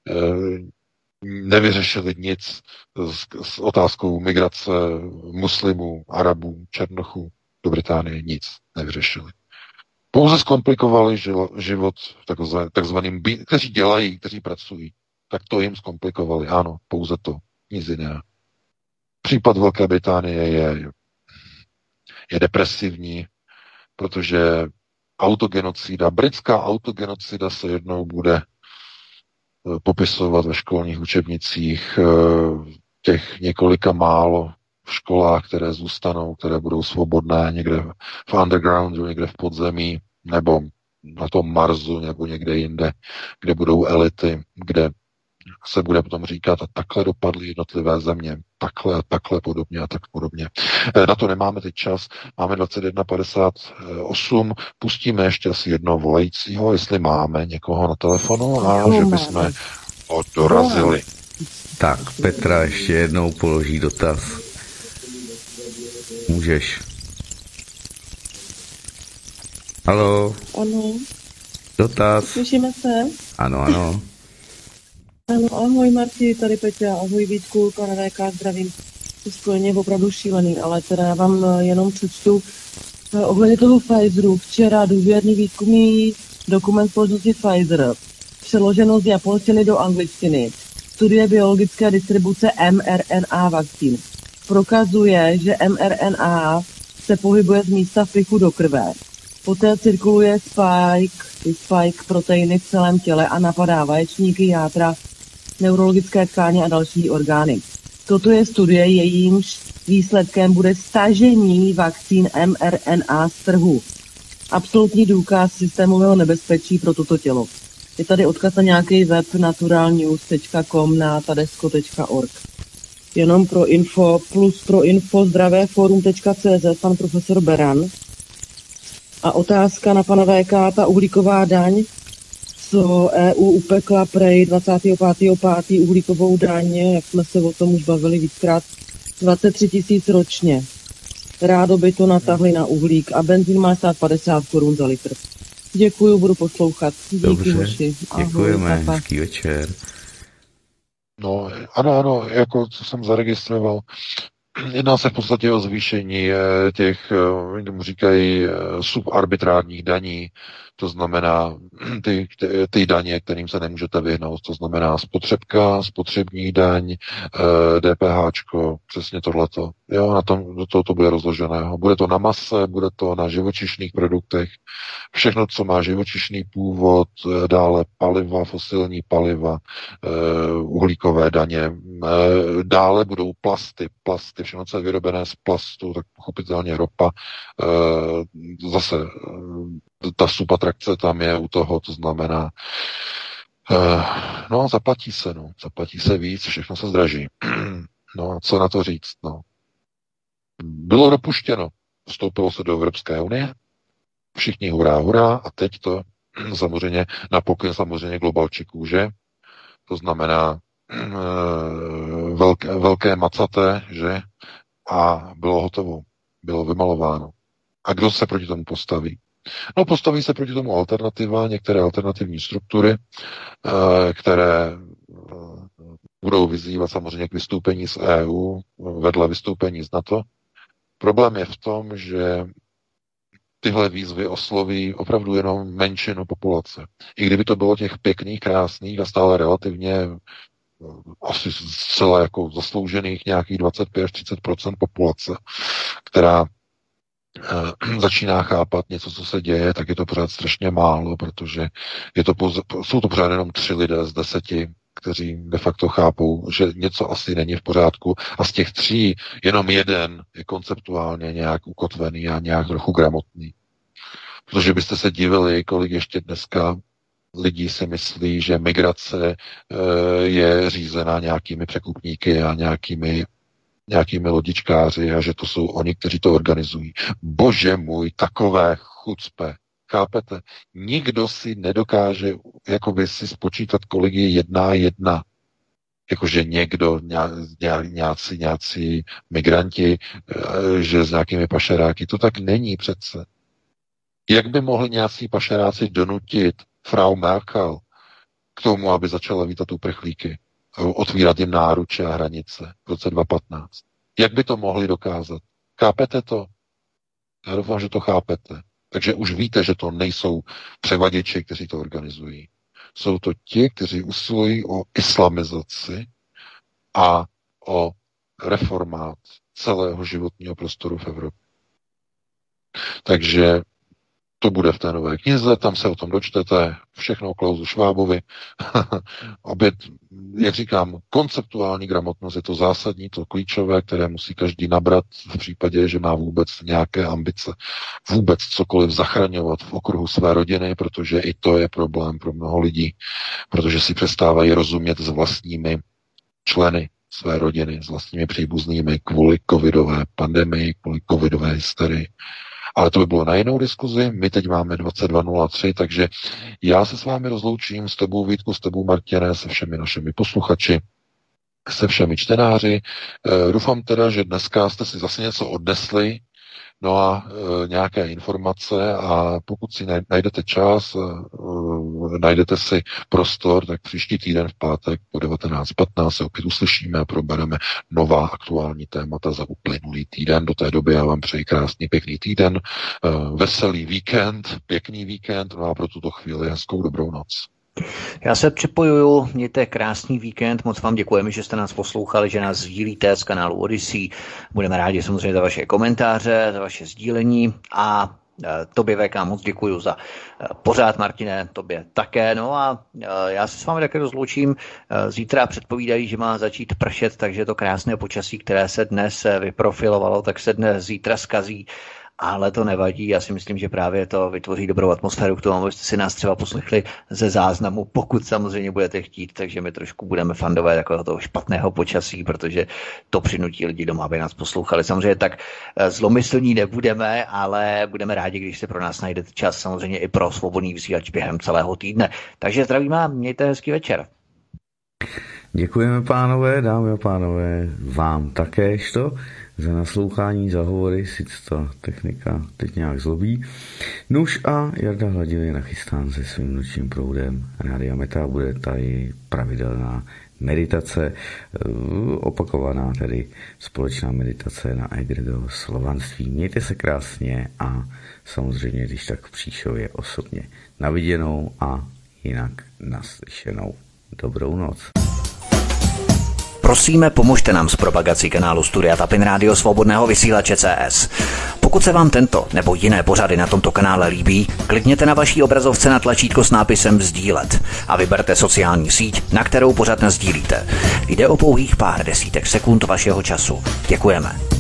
[SPEAKER 3] nevyřešili nic s otázkou migrace muslimů, Arabů, Černochů do Británie. Nic nevyřešili. Pouze zkomplikovali život takzvaným, kteří dělají, kteří pracují. Tak to jim zkomplikovali. Ano, pouze to. Nic jiného. Případ Velké Británie je depresivní, protože britská autogenocida se jednou bude popisovat ve školních učebnicích těch několika málo v školách, které zůstanou, které budou svobodné někde v undergroundu, někde v podzemí, nebo na tom Marsu, nebo někde jinde, kde budou elity, kde se bude potom říkat, a takhle dopadly jednotlivé země, takhle podobně a tak podobně. Na to nemáme teď čas, máme 21:58, pustíme ještě asi jednoho volajícího, jestli máme někoho na telefonu, a že bychom ho dorazili.
[SPEAKER 2] Tak, Petra ještě jednou položí dotaz. Můžeš. Haló?
[SPEAKER 12] Ano.
[SPEAKER 2] Dotaz.
[SPEAKER 12] Slyšíme se?
[SPEAKER 2] Ano.
[SPEAKER 12] Ano, ahoj Marti, tady Peťa, ahoj Vítku, pana VK, zdravím. To spojení je opravdu šílený, ale teda já vám jenom přečtu ohledně toho Pfizeru. Včera důvěrný výzkumný dokument společnosti Pfizer, přeloženo z japonštiny do angličtiny. Studie biologické distribuce mRNA vakcín prokazuje, že mRNA se pohybuje z místa vpichu do krve. Poté cirkuluje spike proteiny v celém těle a napadá vaječníky, játra, neurologické tkáně a další orgány. Toto je studie, jejímž výsledkem bude stažení vakcín mRNA z trhu. Absolutní důkaz systémového nebezpečí pro toto tělo. Je tady odkaz na nějaký web naturalnews.com na tadesko.org. Jenom pro info, plus pro info zdravéforum.cz, pan profesor Beran. A otázka na pana VK, ta uhlíková daň, co EU upekla prej 25.5. uhlíkovou daň, jak jsme se o tom už bavili víckrát, 23 000 ročně. Rádo by to natáhli na uhlík a benzín má stát 50 korun za litr. Děkuju, budu poslouchat.
[SPEAKER 2] Dobře,
[SPEAKER 12] hoši.
[SPEAKER 2] děkujeme,
[SPEAKER 12] Ahoj,
[SPEAKER 2] hezký večer.
[SPEAKER 3] No, ano, jako co jsem zaregistroval. Jedná se v podstatě o zvýšení těch, jak tomu říkají, subarbitrárních daní, to znamená ty daně, kterým se nemůžete vyhnout, to znamená spotřebka, spotřební daň, DPHčko, přesně tohleto. Jo, na tom, do toho to bude rozloženého. Bude to na mase, bude to na živočišných produktech, všechno, co má živočišný původ, dále paliva, fosilní paliva, uhlíkové daně, dále budou plasty, všechno, co je vyrobené z plastu, tak pochopitelně ropa, zase ta subatrakce tam je u toho, to znamená, no zaplatí se víc, všechno se zdraží. No a co na to říct, no. Bylo dopuštěno, vstoupilo se do Evropské unie, všichni hurá, a teď to samozřejmě na pokyn samozřejmě globalčiků, že? To znamená velké macaté, že? A bylo hotovo. Bylo vymalováno. A kdo se proti tomu postaví? No, postaví se proti tomu alternativa, některé alternativní struktury, které budou vyzývat samozřejmě k vystoupení z EU, vedle vystoupení z NATO. Problém je v tom, že tyhle výzvy osloví opravdu jenom menšinu populace. I kdyby to bylo těch pěkných, krásných a stále relativně asi zcela jako zasloužených nějakých 25-30% populace, která začíná chápat něco, co se děje, tak je to pořád strašně málo, protože jsou to pořád jenom 3 lidé z 10, kteří de facto chápou, že něco asi není v pořádku a z těch 3 jenom jeden je konceptuálně nějak ukotvený a nějak trochu gramotný. Protože byste se divili, kolik ještě dneska lidí si myslí, že migrace je řízená nějakými překupníky a nějakými lodičkáři a že to jsou oni, kteří to organizují. Bože můj, takové chucpe. Chápete? Nikdo si nedokáže jakoby si spočítat, kolik je 1:1. Jakože někdo, nějací migranti, že s nějakými pašeráky. To tak není přece. Jak by mohli nějací pašeráci donutit Frau Merkel k tomu, aby začala vítat uprchlíky, otvírat jim náruče a hranice v roce 2015? Jak by to mohli dokázat? Chápete to? Já doufám, že to chápete. Takže už víte, že to nejsou převaděči, kteří to organizují. Jsou to ti, kteří usilují o islamizaci a o reformát celého životního prostoru v Evropě. Takže to bude v té nové knize, tam se o tom dočtete, všechno o Klausu Schwabovi. Opět, jak říkám, konceptuální gramotnost je to zásadní, to klíčové, které musí každý nabrat v případě, že má vůbec nějaké ambice, vůbec cokoliv zachraňovat v okruhu své rodiny, protože i to je problém pro mnoho lidí, protože si přestávají rozumět s vlastními členy své rodiny, s vlastními příbuznými kvůli covidové pandemii, kvůli covidové hysterii. Ale to by bylo na jinou diskuzi. My teď máme 22:03, takže já se s vámi rozloučím, s tebou Vítku, s tebou Martěne, se všemi našimi posluchači, se všemi čtenáři. Doufám teda, že dneska jste si zase něco odnesli, no a nějaké informace, a pokud si najdete čas, najdete si prostor, tak příští týden v pátek po 19:15 se opět uslyšíme a probereme nová aktuální témata za uplynulý týden. Do té doby já vám přeji krásný, pěkný týden, veselý víkend, pěkný víkend, no a pro tuto chvíli hezkou dobrou noc.
[SPEAKER 1] Já se připojuju, mějte krásný víkend, moc vám děkujeme, že jste nás poslouchali, že nás sdílíte z kanálu Odyssey. Budeme rádi samozřejmě za vaše komentáře, za vaše sdílení a tobě VK moc děkuju za pořád, Martine, tobě také. No a já se s vámi také rozloučím. Zítra předpovídají, že má začít pršet, takže to krásné počasí, které se dnes vyprofilovalo, tak se dnes zítra zkazí. Ale to nevadí, já si myslím, že právě to vytvoří dobrou atmosféru k tomu, abyste si nás třeba poslechli ze záznamu, pokud samozřejmě budete chtít, takže my trošku budeme fandové takového toho špatného počasí, protože to přinutí lidi doma, aby nás poslouchali. Samozřejmě tak zlomyslní nebudeme, ale budeme rádi, když se pro nás najdete čas, samozřejmě i pro svobodný vysílač během celého týdne. Takže zdravím a mějte hezký večer.
[SPEAKER 2] Děkujeme, pánové, dámy a pánové, vám takéžto za naslouchání, za hovory, sice ta technika teď nějak zlobí. Nuž a Jarda Hladil je nachystán se svým nočním proudem. Rádia Meta bude tady pravidelná meditace, opakovaná tedy společná meditace na egregor slovanství. Mějte se krásně a samozřejmě, když tak příšově osobně. Na viděnou a jinak naslyšenou. Dobrou noc.
[SPEAKER 1] Prosíme, pomožte nám s propagací kanálu Studia Tapin Rádio Svobodného vysílače CS. Pokud se vám tento nebo jiné pořady na tomto kanále líbí, klikněte na vaší obrazovce na tlačítko s nápisem sdílet a vyberte sociální síť, na kterou pořad nasdílíte. Jde o pouhých pár desítek sekund vašeho času. Děkujeme.